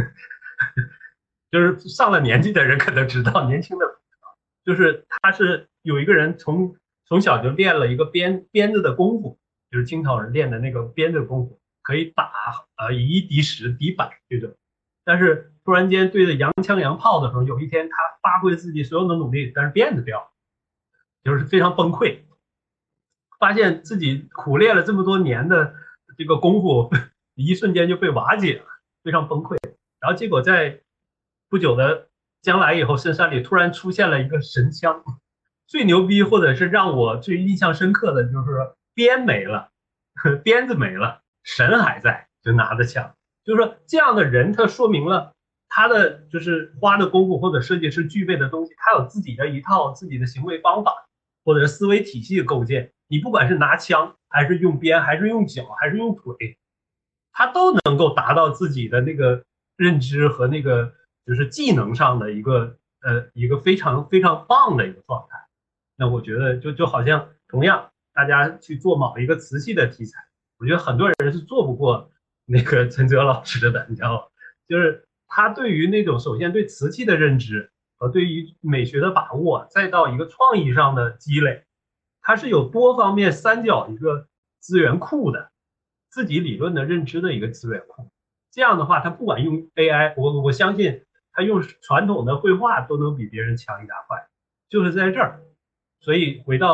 就是上了年纪的人可能知道，年轻的就是他是有一个人从从小就练了一个鞭鞭子的功夫，就是清朝人练的那个鞭子功夫，可以打呃以一敌十敌百这种。但是突然间对着洋枪洋炮的时候，有一天他发挥自己所有的努力，但是鞭子掉了，就是非常崩溃，发现自己苦练了这么多年的这个功夫，一瞬间就被瓦解了，非常崩溃。然后结果在不久的将来以后，深山里突然出现了一个神枪，最牛逼或者是让我最印象深刻的就是鞭没了，鞭子没了，神还在，就拿着枪。就是说这样的人，他说明了他的就是花的功夫或者设计师具备的东西，他有自己的一套自己的行为方法或者思维体系的构建。你不管是拿枪还是用鞭还是用脚还是用腿，他都能够达到自己的那个认知和那个就是技能上的一个呃一个非常非常棒的一个状态。那我觉得就就好像同样大家去做某一个瓷器的题材，我觉得很多人是做不过那个陈哲老师的，你知道吗？就是他对于那种首先对瓷器的认知和对于美学的把握，再到一个创意上的积累，它是有多方面三角一个资源库的，自己理论的认知的一个资源库。这样的话，他不管用 A I， 我我相信他用传统的绘画都能比别人强一大块，就是在这儿。所以回到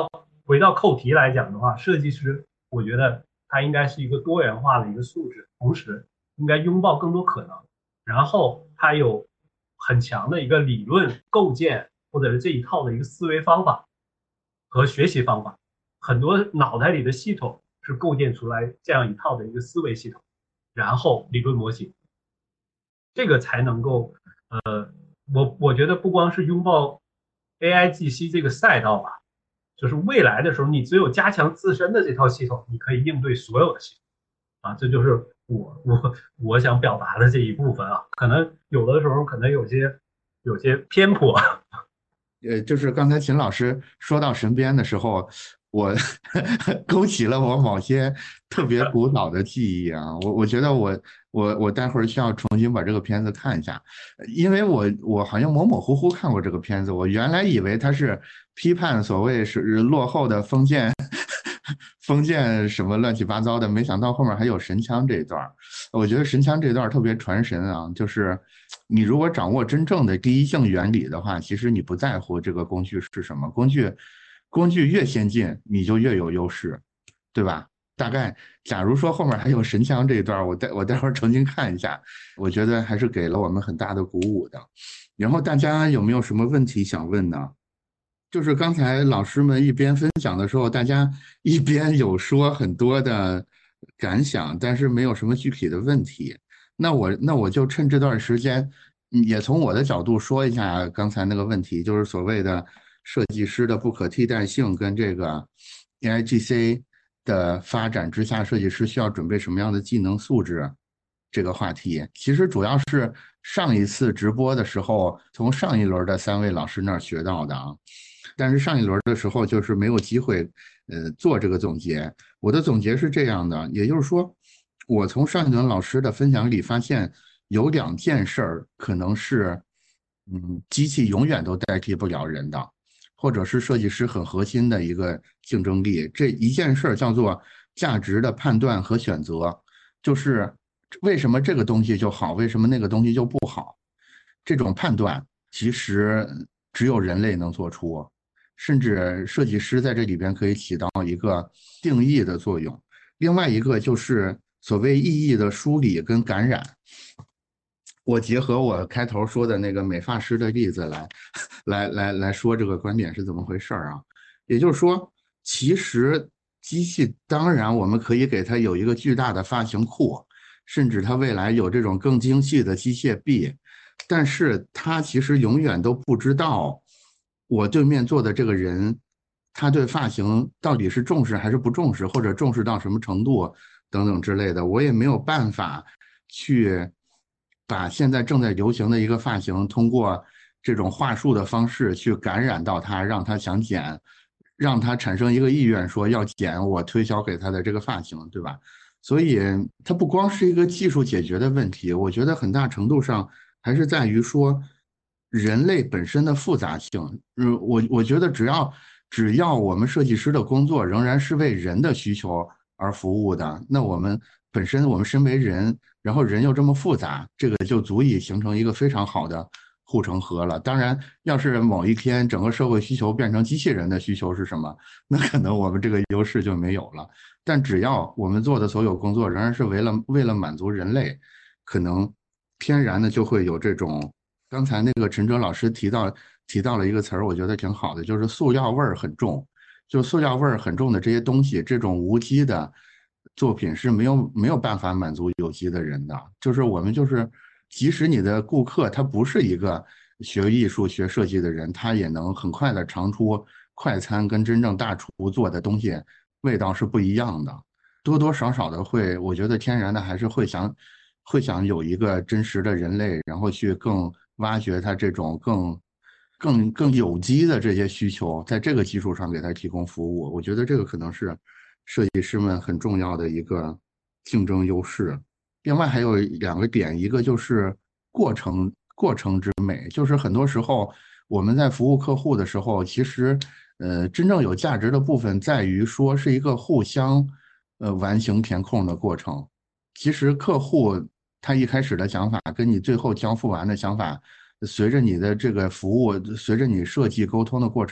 回到扣题来讲的话，设计师我觉得他应该是一个多元化的一个素质，同时应该拥抱更多可能，然后他有很强的一个理论构建或者是这一套的一个思维方法和学习方法，很多脑袋里的系统是构建出来这样一套的一个思维系统，然后理论模型，这个才能够呃，我我觉得不光是拥抱 A I G C 这个赛道吧，就是未来的时候，你只有加强自身的这套系统，你可以应对所有的系统啊，这就是我我我想表达的这一部分啊，可能有的时候可能有些有些偏颇。 呃，就是刚才秦老师说到神鞭的时候，我勾起了我某些特别古老的记忆啊。我我觉得我我我待会儿需要重新把这个片子看一下，因为我我好像模模糊糊看过这个片子。我原来以为它是批判所谓是落后的封建封建什么乱七八糟的，没想到后面还有神枪这一段。我觉得神枪这段特别传神啊，就是你如果掌握真正的第一性原理的话，其实你不在乎这个工具是什么，工具工具越先进，你就越有优势，对吧？大概假如说后面还有神枪这一段，我待我待会儿重新看一下，我觉得还是给了我们很大的鼓舞的。然后大家有没有什么问题想问呢？就是刚才老师们一边分享的时候，大家一边有说很多的感想，但是没有什么具体的问题。那我那我就趁这段时间，也从我的角度说一下刚才那个问题，就是所谓的设计师的不可替代性跟这个 A I G C 的发展之下，设计师需要准备什么样的技能素质这个话题。其实主要是上一次直播的时候，从上一轮的三位老师那儿学到的啊。但是上一轮的时候就是没有机会，呃，做这个总结。我的总结是这样的，也就是说，我从上一轮老师的分享里发现，有两件事儿可能是，嗯，机器永远都代替不了人的，或者是设计师很核心的一个竞争力。这一件事儿叫做价值的判断和选择，就是为什么这个东西就好，为什么那个东西就不好，这种判断其实只有人类能做出。甚至设计师在这里边可以起到一个定义的作用。另外一个就是所谓意义的梳理跟感染。我结合我开头说的那个美发师的例子来来来来说这个观点是怎么回事啊？也就是说，其实机器当然我们可以给它有一个巨大的发型库，甚至它未来有这种更精细的机械臂，但是它其实永远都不知道我对面坐的这个人，他对发型到底是重视还是不重视，或者重视到什么程度等等之类的，我也没有办法去把现在正在流行的一个发型，通过这种话术的方式去感染到他，让他想剪，让他产生一个意愿，说要剪我推销给他的这个发型，对吧？所以它不光是一个技术解决的问题，我觉得很大程度上还是在于说人类本身的复杂性。嗯，我我觉得只要只要我们设计师的工作仍然是为人的需求而服务的，那我们本身我们身为人，然后人又这么复杂，这个就足以形成一个非常好的护城河了。当然，要是某一天整个社会需求变成机器人的需求是什么，那可能我们这个优势就没有了。但只要我们做的所有工作仍然是为了为了满足人类，可能天然的就会有这种。刚才那个陈哲老师提到提到了一个词儿，我觉得挺好的，就是塑料味儿很重。就塑料味儿很重的这些东西，这种无机的作品是没有没有办法满足有机的人的。就是我们就是，即使你的顾客他不是一个学艺术学设计的人，他也能很快的尝出快餐跟真正大厨做的东西味道是不一样的。多多少少的会，我觉得天然的还是会想会想有一个真实的人类，然后去更挖掘它这种更更更有机的这些需求，在这个基础上给它提供服务。我觉得这个可能是设计师们很重要的一个竞争优势。另外还有两个点，一个就是过程过程之美，就是很多时候我们在服务客户的时候，其实呃真正有价值的部分在于说是一个互相呃完形填空的过程。其实客户他一开始的想法跟你最后交付完的想法，随着你的这个服务，随着你设计沟通的过程，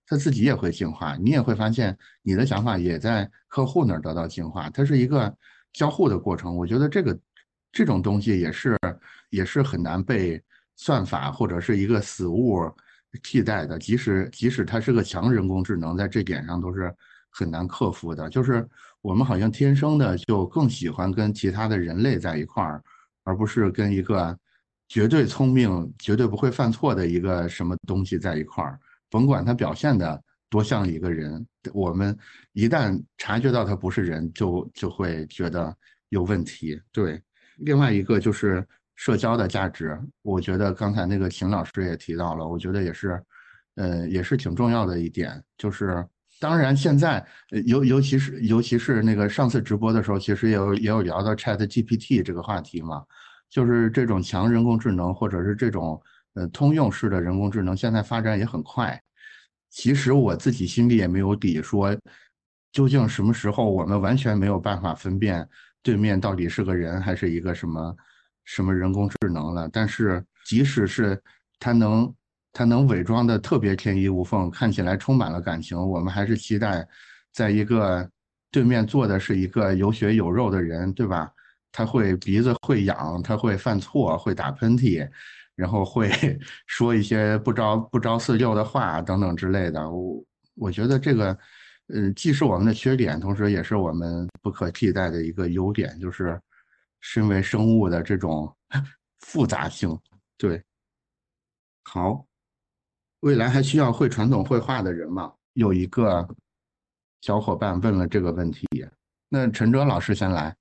他自己也会进化，你也会发现你的想法也在客户那儿得到进化，它是一个交互的过程。我觉得这个这种东西也是也是很难被算法或者是一个死物替代的，即使即使它是个强人工智能，在这点上都是很难克服的。就是我们好像天生的就更喜欢跟其他的人类在一块儿，而不是跟一个绝对聪明、绝对不会犯错的一个什么东西在一块儿。甭管它表现的多像一个人，我们一旦察觉到它不是人，就就会觉得有问题。对，另外一个就是社交的价值，我觉得刚才那个秦老师也提到了，我觉得也是，呃，也是挺重要的一点，就是当然现在尤尤其是尤其是那个上次直播的时候，其实也有也有聊到 Chat G P T 这个话题嘛，就是这种强人工智能或者是这种呃通用式的人工智能，现在发展也很快。其实我自己心里也没有底，说究竟什么时候我们完全没有办法分辨对面到底是个人还是一个什么什么人工智能了。但是即使是它能它能伪装的特别天衣无缝，看起来充满了感情，我们还是期待在一个对面坐的是一个有血有肉的人，对吧？他会鼻子会痒，他会犯错，会打喷嚏，然后会说一些不着不着四六的话等等之类的。我我觉得这个，呃，既是我们的缺点，同时也是我们不可替代的一个优点，就是身为生物的这种复杂性。对，好，未来还需要会传统绘画的人吗？有一个小伙伴问了这个问题，那陈哲老师先来。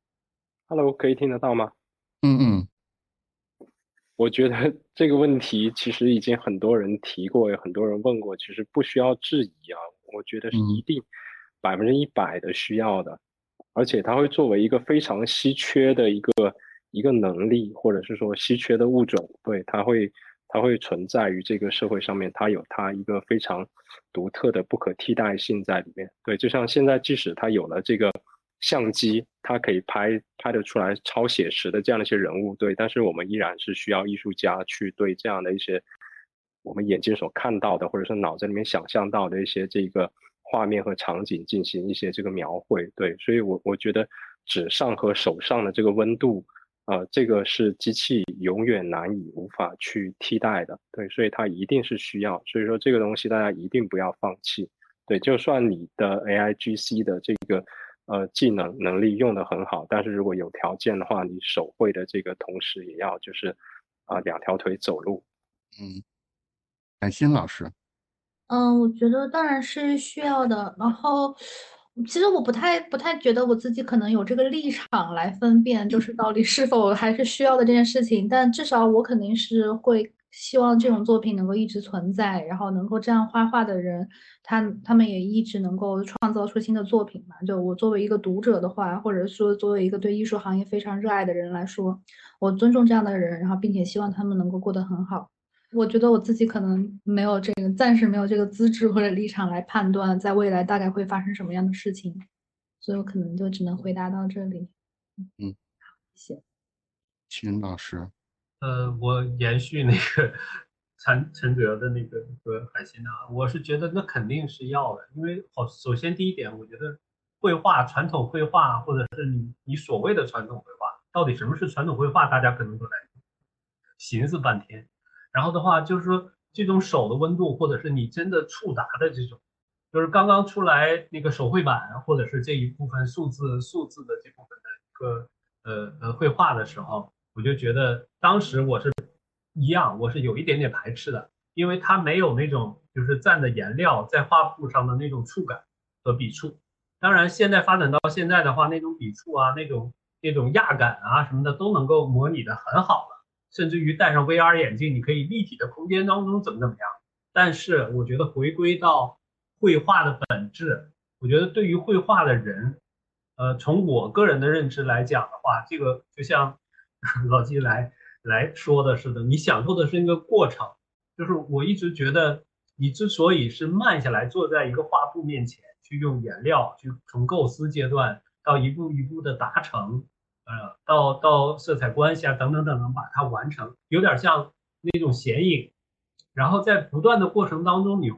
Hello，可以听得到吗？ 嗯嗯。 我觉得这个问题其实已经很多人提过，有很多人问过，其实不需要质疑啊。我觉得是一定百分之一百的需要的，而且它会作为一个非常稀缺的一个一个能力，或者是说稀缺的物种，对，它会它会存在于这个社会上面，它有它一个非常独特的不可替代性在里面。对，就像现在，即使它有了这个相机，它可以拍拍得出来超写实的这样的一些人物，对，但是我们依然是需要艺术家去对这样的一些我们眼睛所看到的，或者是脑子里面想象到的一些这个画面和场景进行一些这个描绘，对，所以我我觉得纸上和手上的这个温度，呃，这个是机器永远难以无法去替代的，对，所以它一定是需要，所以说这个东西大家一定不要放弃，对，就算你的 A I G C 的这个呃技能能力用得很好，但是如果有条件的话，你手绘的这个同时也要就是啊、呃、两条腿走路。 嗯，海鑫老师。 嗯，我觉得当然是需要的。然后，其实我不太不太觉得我自己可能有这个立场来分辨，就是到底是否还是需要的这件事情。但至少我肯定是会希望这种作品能够一直存在，然后能够这样画画的人，他他们也一直能够创造出新的作品嘛。就我作为一个读者的话，或者说作为一个对艺术行业非常热爱的人来说，我尊重这样的人，然后并且希望他们能够过得很好。我觉得我自己可能没有这个，暂时没有这个资质或者立场来判断在未来大概会发生什么样的事情，所以我可能就只能回答到这里。 嗯， 谢谢。 秦老师。 呃，我延续那个陈陈哲的那个和海星啊，我是觉得那肯定是要的，因为好，首先第一点，我觉得绘画传统绘画或者是你你所谓的传统绘画，到底什么是传统绘画，大家可能都在寻思半天。然后的话就是说这种手的温度，或者是你真的触达的这种，就是刚刚出来那个手绘板，或者是这一部分数字数字的这部分的一个呃呃绘画的时候，我就觉得当时我是一样，我是有一点点排斥的，因为它没有那种就是蘸的颜料在画布上的那种触感和笔触。当然，现在发展到现在的话，那种笔触啊，那种那种压感啊什么的都能够模拟的很好了，甚至于戴上 V R 眼镜，你可以立体的空间当中怎么怎么样。但是我觉得回归到绘画的本质，我觉得对于绘画的人，呃，从我个人的认知来讲的话，这个就像老季来来说的似的，你享受的是一个过程。就是我一直觉得，你之所以是慢下来坐在一个画布面前，去用颜料去从构思阶段到一步一步的达成，呃，到到色彩关系啊等等等等把它完成，有点像那种显影。然后在不断的过程当中，你会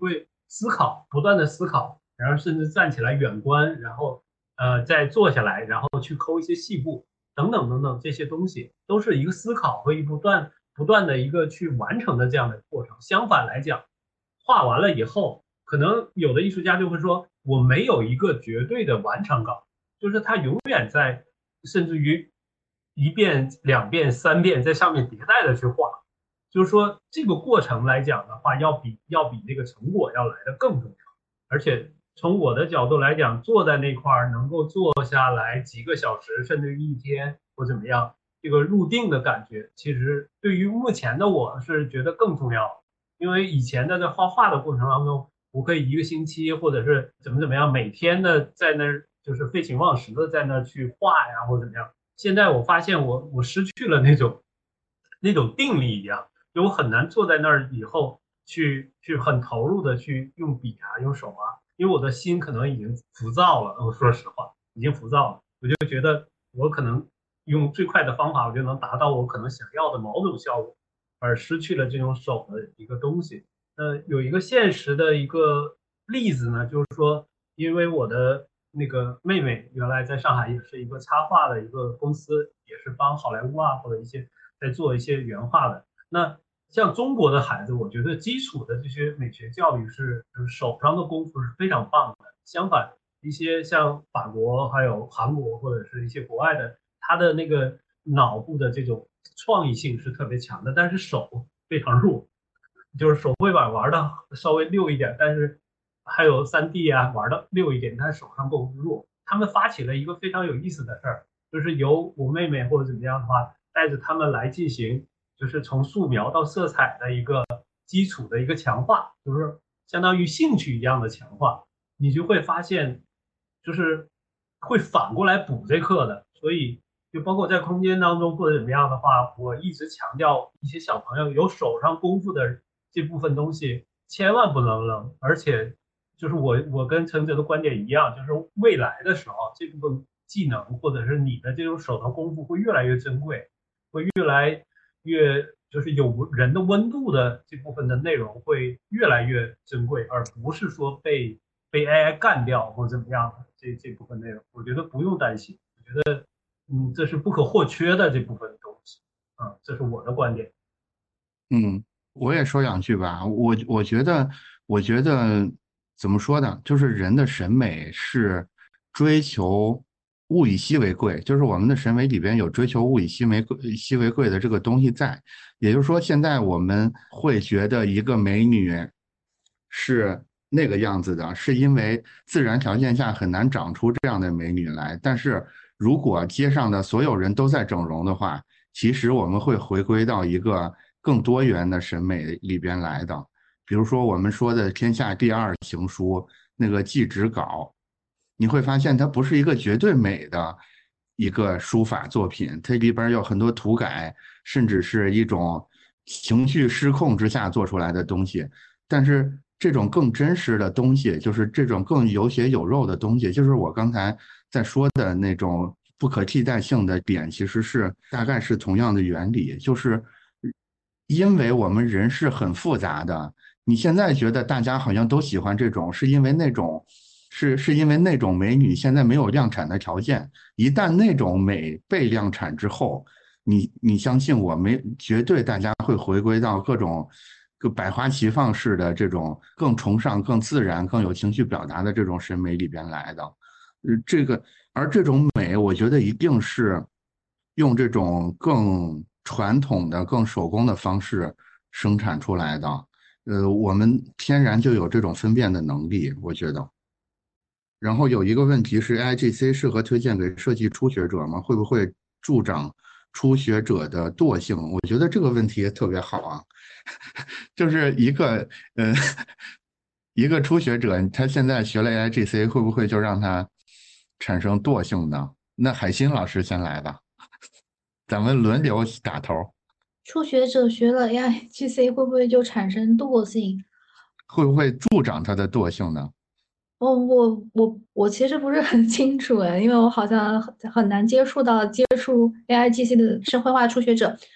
思考，不断的思考，然后甚至站起来远观，然后呃再坐下来，然后去抠一些细部等等等等，这些东西都是一个思考和一不断不断的一个去完成的这样的过程。相反来讲，画完了以后，可能有的艺术家就会说，我没有一个绝对的完成稿，就是他永远在，甚至于一遍、两遍、三遍在上面迭代的去画。就是说这个过程来讲的话，要比要比那个成果要来的更重要。而且从我的角度来讲，坐在那块儿能够坐下来几个小时，甚至于一天或怎么样，这个入定的感觉，其实对于目前的我是觉得更重要。因为以前的在画画的过程当中，我可以一个星期或者是怎么怎么样，每天的在那儿就是废寝忘食的在那儿去画呀，或者怎么样。现在我发现我我失去了那种那种定力一样。就我很难坐在那儿以后去去很投入的去用笔啊用手啊，因为我的心可能已经浮躁了，我说实话已经浮躁了，我就觉得我可能用最快的方法我就能达到我可能想要的某种效果，而失去了这种手的一个东西。那有一个现实的一个例子呢，就是说因为我的那个妹妹原来在上海也是一个插画的一个公司，也是帮好莱坞啊或者一些在做一些原画的。那像中国的孩子，我觉得基础的这些美学教育是就是手上的功夫是非常棒的。相反，一些像法国还有韩国或者是一些国外的，他的那个脑部的这种创意性是特别强的，但是手非常弱，就是手绘板玩的稍微溜一点，但是还有 三 D 啊玩的溜一点，但手上功夫弱。他们发起了一个非常有意思的事儿，就是由我妹妹或者怎么样的话，带着他们来进行。就是从素描到色彩的一个基础的一个强化，就是相当于兴趣一样的强化，你就会发现，就是会反过来补这课的。所以就包括在空间当中或者怎么样的话，我一直强调一些小朋友有手上功夫的这部分东西千万不能扔，而且就是我我跟陈哲的观点一样，就是未来的时候这部分技能或者是你的这种手头功夫会越来越珍贵，会越来。越就是有人的温度的这部分的内容会越来越珍贵，而不是说被被 A I 干掉或怎么样的这这部分内容，我觉得不用担心，我觉得嗯这是不可或缺的这部分东西啊，这是我的观点。 嗯，我也说两句吧。我我觉得，我觉得怎么说呢？就是人的审美是追求物以稀为贵，就是我们的审美里边有追求物以稀为贵、稀为贵的这个东西在。也就是说，现在我们会觉得一个美女是那个样子的，是因为自然条件下很难长出这样的美女来。但是如果街上的所有人都在整容的话，其实我们会回归到一个更多元的审美里边来的。比如说我们说的天下第二行书那个祭侄稿，你会发现它不是一个绝对美的一个书法作品，它里边有很多涂改，甚至是一种情绪失控之下做出来的东西。但是这种更真实的东西，就是这种更有血有肉的东西，就是我刚才在说的那种不可替代性的点，其实是大概是同样的原理，就是因为我们人是很复杂的。你现在觉得大家好像都喜欢这种，是因为那种是是因为那种美女现在没有量产的条件，一旦那种美被量产之后，你你相信我，没绝对大家会回归到各种个百花齐放式的这种更崇尚、更自然、更有情绪表达的这种审美里边来的。呃，这个而这种美，我觉得一定是用这种更传统的、更手工的方式生产出来的。呃，我们天然就有这种分辨的能力，我觉得。然后有一个问题是 A I G C 适合推荐给设计初学者吗？会不会助长初学者的惰性？我觉得这个问题也特别好啊。就是一个呃一个初学者，他现在学了 A I G C， 会不会就让他产生惰性呢？那海鑫老师先来吧，咱们轮流打头。 初学者学了 A I G C 会不会就产生惰性？ 会不会助长他的惰性呢？ 我我我我其实不是很清楚哎，因为我好像很很难接触到接触 A I G C 的是绘画初学者。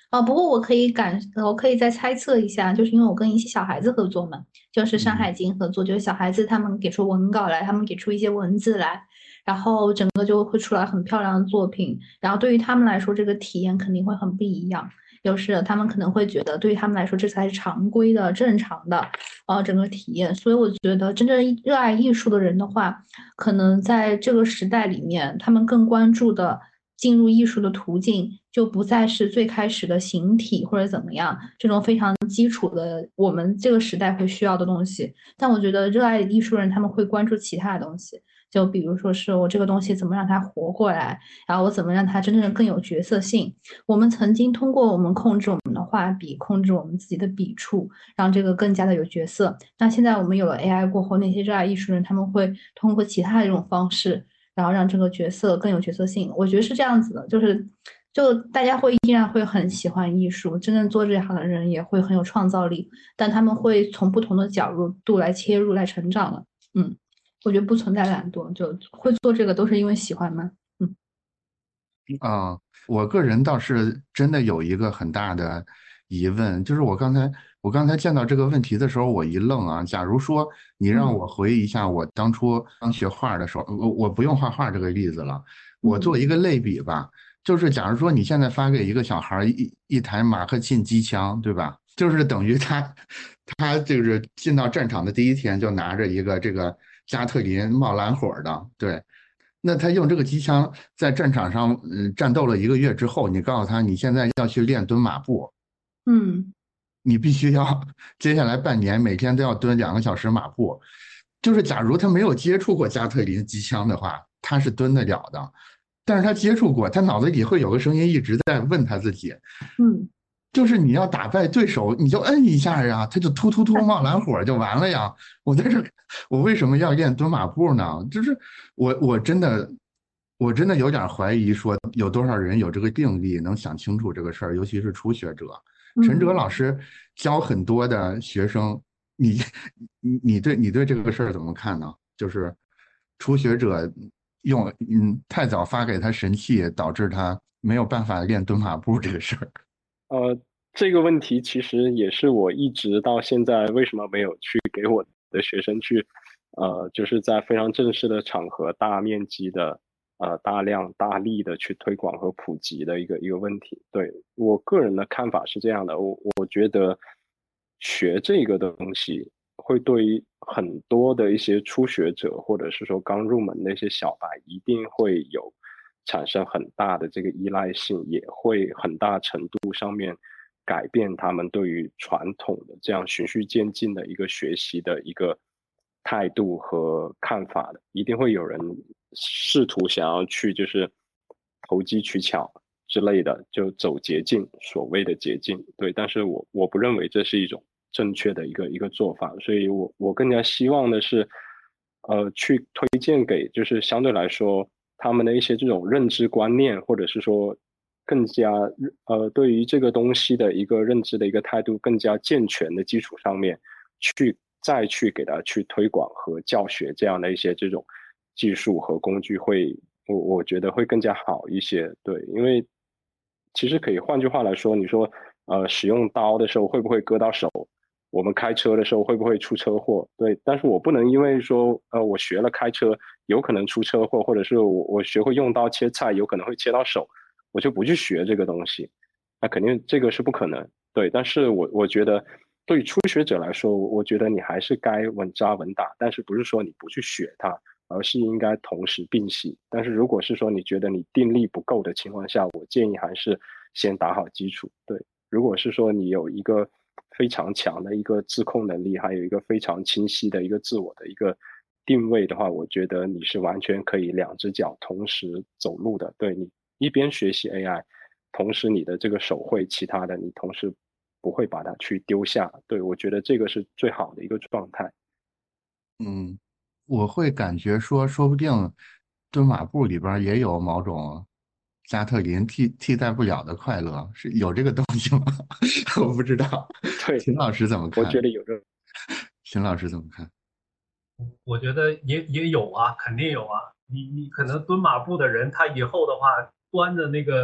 啊，不过我可以感，我可以再猜测一下，就是因为我跟一些小孩子合作嘛，就是《山嗯海经》合作，就是小孩子他们给出文稿来，他们给出一些文字来，然后整个就会出来很漂亮的作品。然后对于他们来说，这个体验肯定会很不一样。就是他们可能会觉得，对于他们来说，这才是常规的、正常的，呃，整个体验。所以我觉得，真正热爱艺术的人的话，可能在这个时代里面，他们更关注的进入艺术的途径，就不再是最开始的形体或者怎么样这种非常基础的我们这个时代会需要的东西。但我觉得，热爱艺术人他们会关注其他的东西。就比如说是我这个东西怎么让它活过来，然后我怎么让它真正更有角色性。我们曾经通过我们控制我们的画笔，控制我们自己的笔触，让这个更加的有角色。那现在我们有了 A I 过后，那些热爱艺术人他们会通过其他的这种方式，然后让这个角色更有角色性。我觉得是这样子的，就是就大家会依然会很喜欢艺术，真正做这一行的人也会很有创造力，但他们会从不同的角度来切入来成长了。嗯。我觉得不存在懒惰，就会做这个都是因为喜欢嘛。嗯啊，我个人倒是真的有一个很大的疑问，就是我刚才我刚才见到这个问题的时候，我一愣啊。假如说你让我回忆一下我当初刚学画的时候，我我不用画画这个例子了，我做一个类比吧，就是假如说你现在发给一个小孩一一台马克沁机枪，对吧？就是等于他他就是进到战场的第一天就拿着一个这个加特林冒蓝火的，对。那他用这个机枪在战场上，嗯，战斗了一个月之后，你告诉他你现在要去练蹲马步， 嗯， 你必须要接下来半年每天都要蹲两个小时马步。就是假如他没有接触过加特林机枪的话，他是蹲得了的。但是他接触过，他脑子里会有个声音一直在问他自己， 嗯， 就是你要打败对手，你就摁一下呀，他就突突突冒蓝火就完了呀。我在这，我为什么要练蹲马步呢？就是我我真的我真的有点怀疑，说有多少人有这个定力能想清楚这个事儿，尤其是初学者。陈哲老师教很多的学生，你你你对你对这个事儿怎么看呢？就是初学者用嗯太早发给他神器，导致他没有办法练蹲马步这个事儿。 呃，这个问题其实也是我一直到现在为什么没有去给我的学生去，呃，就是在非常正式的场合大面积的、呃大量大力的去推广和普及的一个一个问题。对，我个人的看法是这样的，我我觉得学这个东西会对于很多的一些初学者或者是说刚入门的一些小白，一定会有产生很大的这个依赖性，也会很大程度上面改变他们对于传统的这样循序渐进的一个学习的一个态度和看法的。一定会有人试图想要去就是投机取巧之类的，就走捷径，所谓的捷径。对，但是我我不认为这是一种正确的一个一个做法，所以我我更加希望的是，呃，去推荐给就是相对来说他们的一些这种认知观念，或者是说更加呃对于这个东西的一个认知的一个态度更加健全的基础上面，去再去给他去推广和教学这样的一些这种技术和工具会，我我觉得会更加好一些。对，因为其实可以换句话来说，你说呃使用刀的时候会不会割到手？我们开车的时候会不会出车祸？对，但是我不能因为说呃我学了开车有可能出车祸，或者是我我学会用刀切菜有可能会切到手，我就不去学这个东西，那肯定这个是不可能。对，但是我我觉得对于初学者来说，我觉得你还是该稳扎稳打，但是不是说你不去学它，而是应该同时并行。但是如果是说你觉得你定力不够的情况下，我建议还是先打好基础。对，如果是说你有一个非常强的一个自控能力，还有一个非常清晰的一个自我的一个定位的话，我觉得你是完全可以两只脚同时走路的。对，你一边学习 A I， 同时你的这个手绘其他的，你同时不会把它去丢下。对，我觉得这个是最好的一个状态。 嗯，我会感觉说，说不定蹲马步里边也有某种加特林替替代不了的快乐，是有这个东西吗？我不知道， 对， 秦老师怎么我看？ 觉得有这秦老师怎么看？ 我觉得也也有啊，肯定有啊。你你可能蹲马步的人，他以后的话端着那个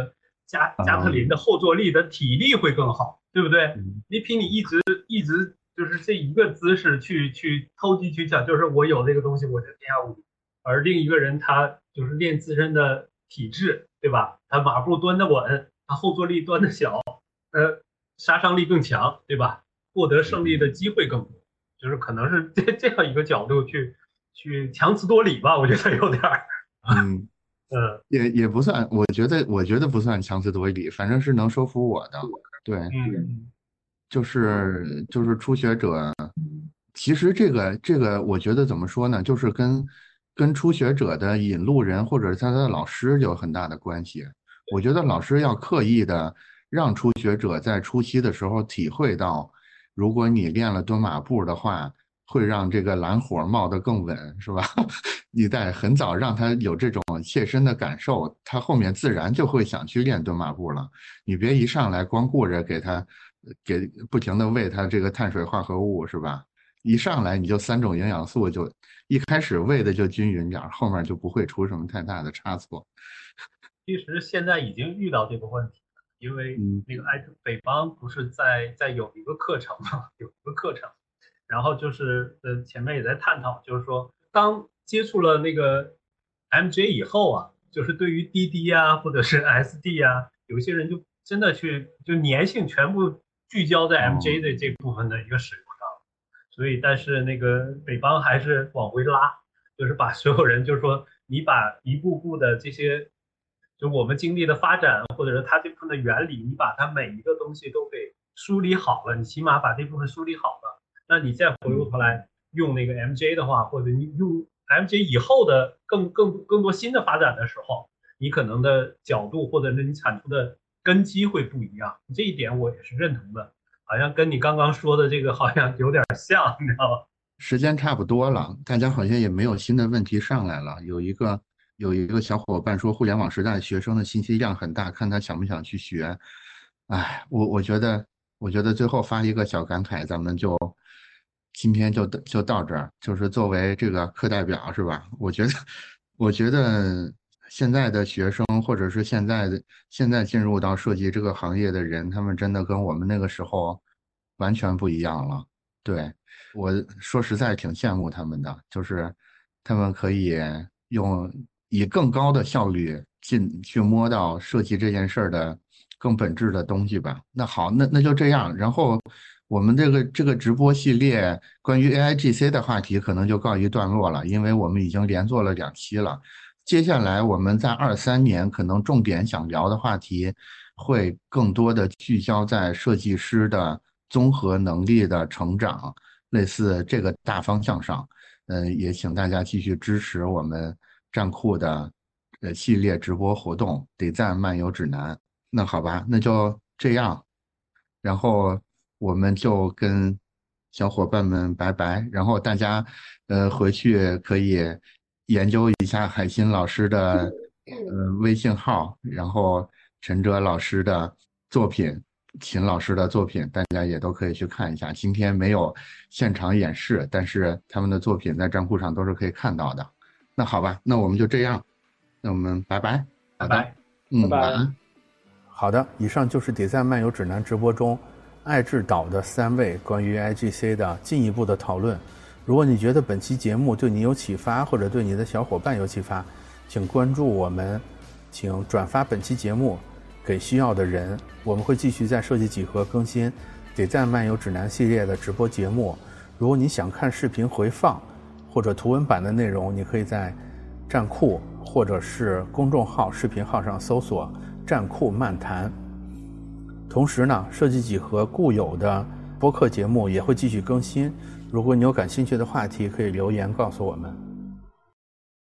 加加特林的后坐力的体力会更好，对不对？ 嗯你比你一直一直就是这一个姿势去去投机取巧，就是我有这个东西我就天下无敌，而另一个人他就是练自身的体质，对吧？他马步端得稳，他后坐力端得小，呃，杀伤力更强，对吧？获得胜利的机会更多，就是可能是这这样一个角度去去强词夺理吧，我觉得有点儿。 嗯， 嗯也也不算，我觉得我觉得不算强词夺理，反正是能说服我的。对， 嗯就是就是初学者，其实这个这个，我觉得怎么说呢，就是跟跟初学者的引路人或者是他的老师有很大的关系。我觉得老师要刻意的让初学者在初期的时候体会到，如果你练了蹲马步的话，会让这个蓝火冒得更稳，是吧？你在很早让他有这种切身的感受，他后面自然就会想去练蹲马步了。你别一上来光顾着给他给不停的喂他这个碳水化合物，是吧？一上来你就三种营养素，就一开始喂的就均匀点，后面就不会出什么太大的差错。 其实现在已经遇到这个问题了，因为嗯那个爱北邦不是在在有一个课程嘛，有一个课程，然后就是呃前面也在探讨，就是说当接触了那个 M J 以后啊，就是对于 D D 啊或者是 S D 啊，有些人就真的去就粘性全部聚焦在 M J 的这部分的一个使用上，所以但是那个北邦还是往回拉，就是把所有人就是说你把一步步的这些。就我们经历的发展，或者是它这部分的原理，你把它每一个东西都给梳理好了，你起码把这部分梳理好了，那你再回过头来用那个 M J 的话，或者你用 M J 以后的更更更多新的发展的时候，你可能的角度或者是你产出的根基会不一样，这一点我也是认同的，好像跟你刚刚说的这个好像有点像，你知道吗？ 时间差不多了，大家好像也没有新的问题上来了。有一个有一个小伙伴说，互联网时代学生的信息量很大，看他想不想去学。哎，我我觉得，我觉得最后发一个小感慨，咱们就今天就就到这儿。就是作为这个课代表，是吧？我觉得，我觉得现在的学生，或者是现在的现在进入到设计这个行业的人，他们真的跟我们那个时候完全不一样了。对。我说实在挺羡慕他们的，就是他们可以用以更高的效率进去摸到设计这件事儿的更本质的东西吧。那好，那那就这样。然后我们这个这个直播系列关于 A I G C 的话题可能就告一段落了，因为我们已经连做了两期了。接下来我们在二三年可能重点想聊的话题会更多的聚焦在设计师的综合能力的成长。类似这个大方向上，嗯，也请大家继续支持我们站酷的呃系列直播活动《Design漫游指南》。那好吧，那就这样，然后我们就跟小伙伴们拜拜，然后大家呃回去可以研究一下海鑫老师的呃微信号，然后陈哲老师的作品。秦老师的作品，大家也都可以去看一下。今天没有现场演示，但是他们的作品在站酷上都是可以看到的。那好吧，那我们就这样，那我们拜拜， 拜拜， 嗯， 拜拜晚安。 好的，以上就是 Design 漫游指南直播中爱智岛的三位关于 I G C 的进一步的讨论。如果你觉得本期节目对你有启发，或者对你的小伙伴有启发，请关注我们，请转发本期节目给需要的人。我们会继续在设计几何更新 Design 漫游指南系列的直播节目。如果你想看视频回放或者图文版的内容，你可以在站酷或者是公众号视频号上搜索站酷漫谈。同时呢，设计几何固有的播客节目也会继续更新，如果你有感兴趣的话题，可以留言告诉我们。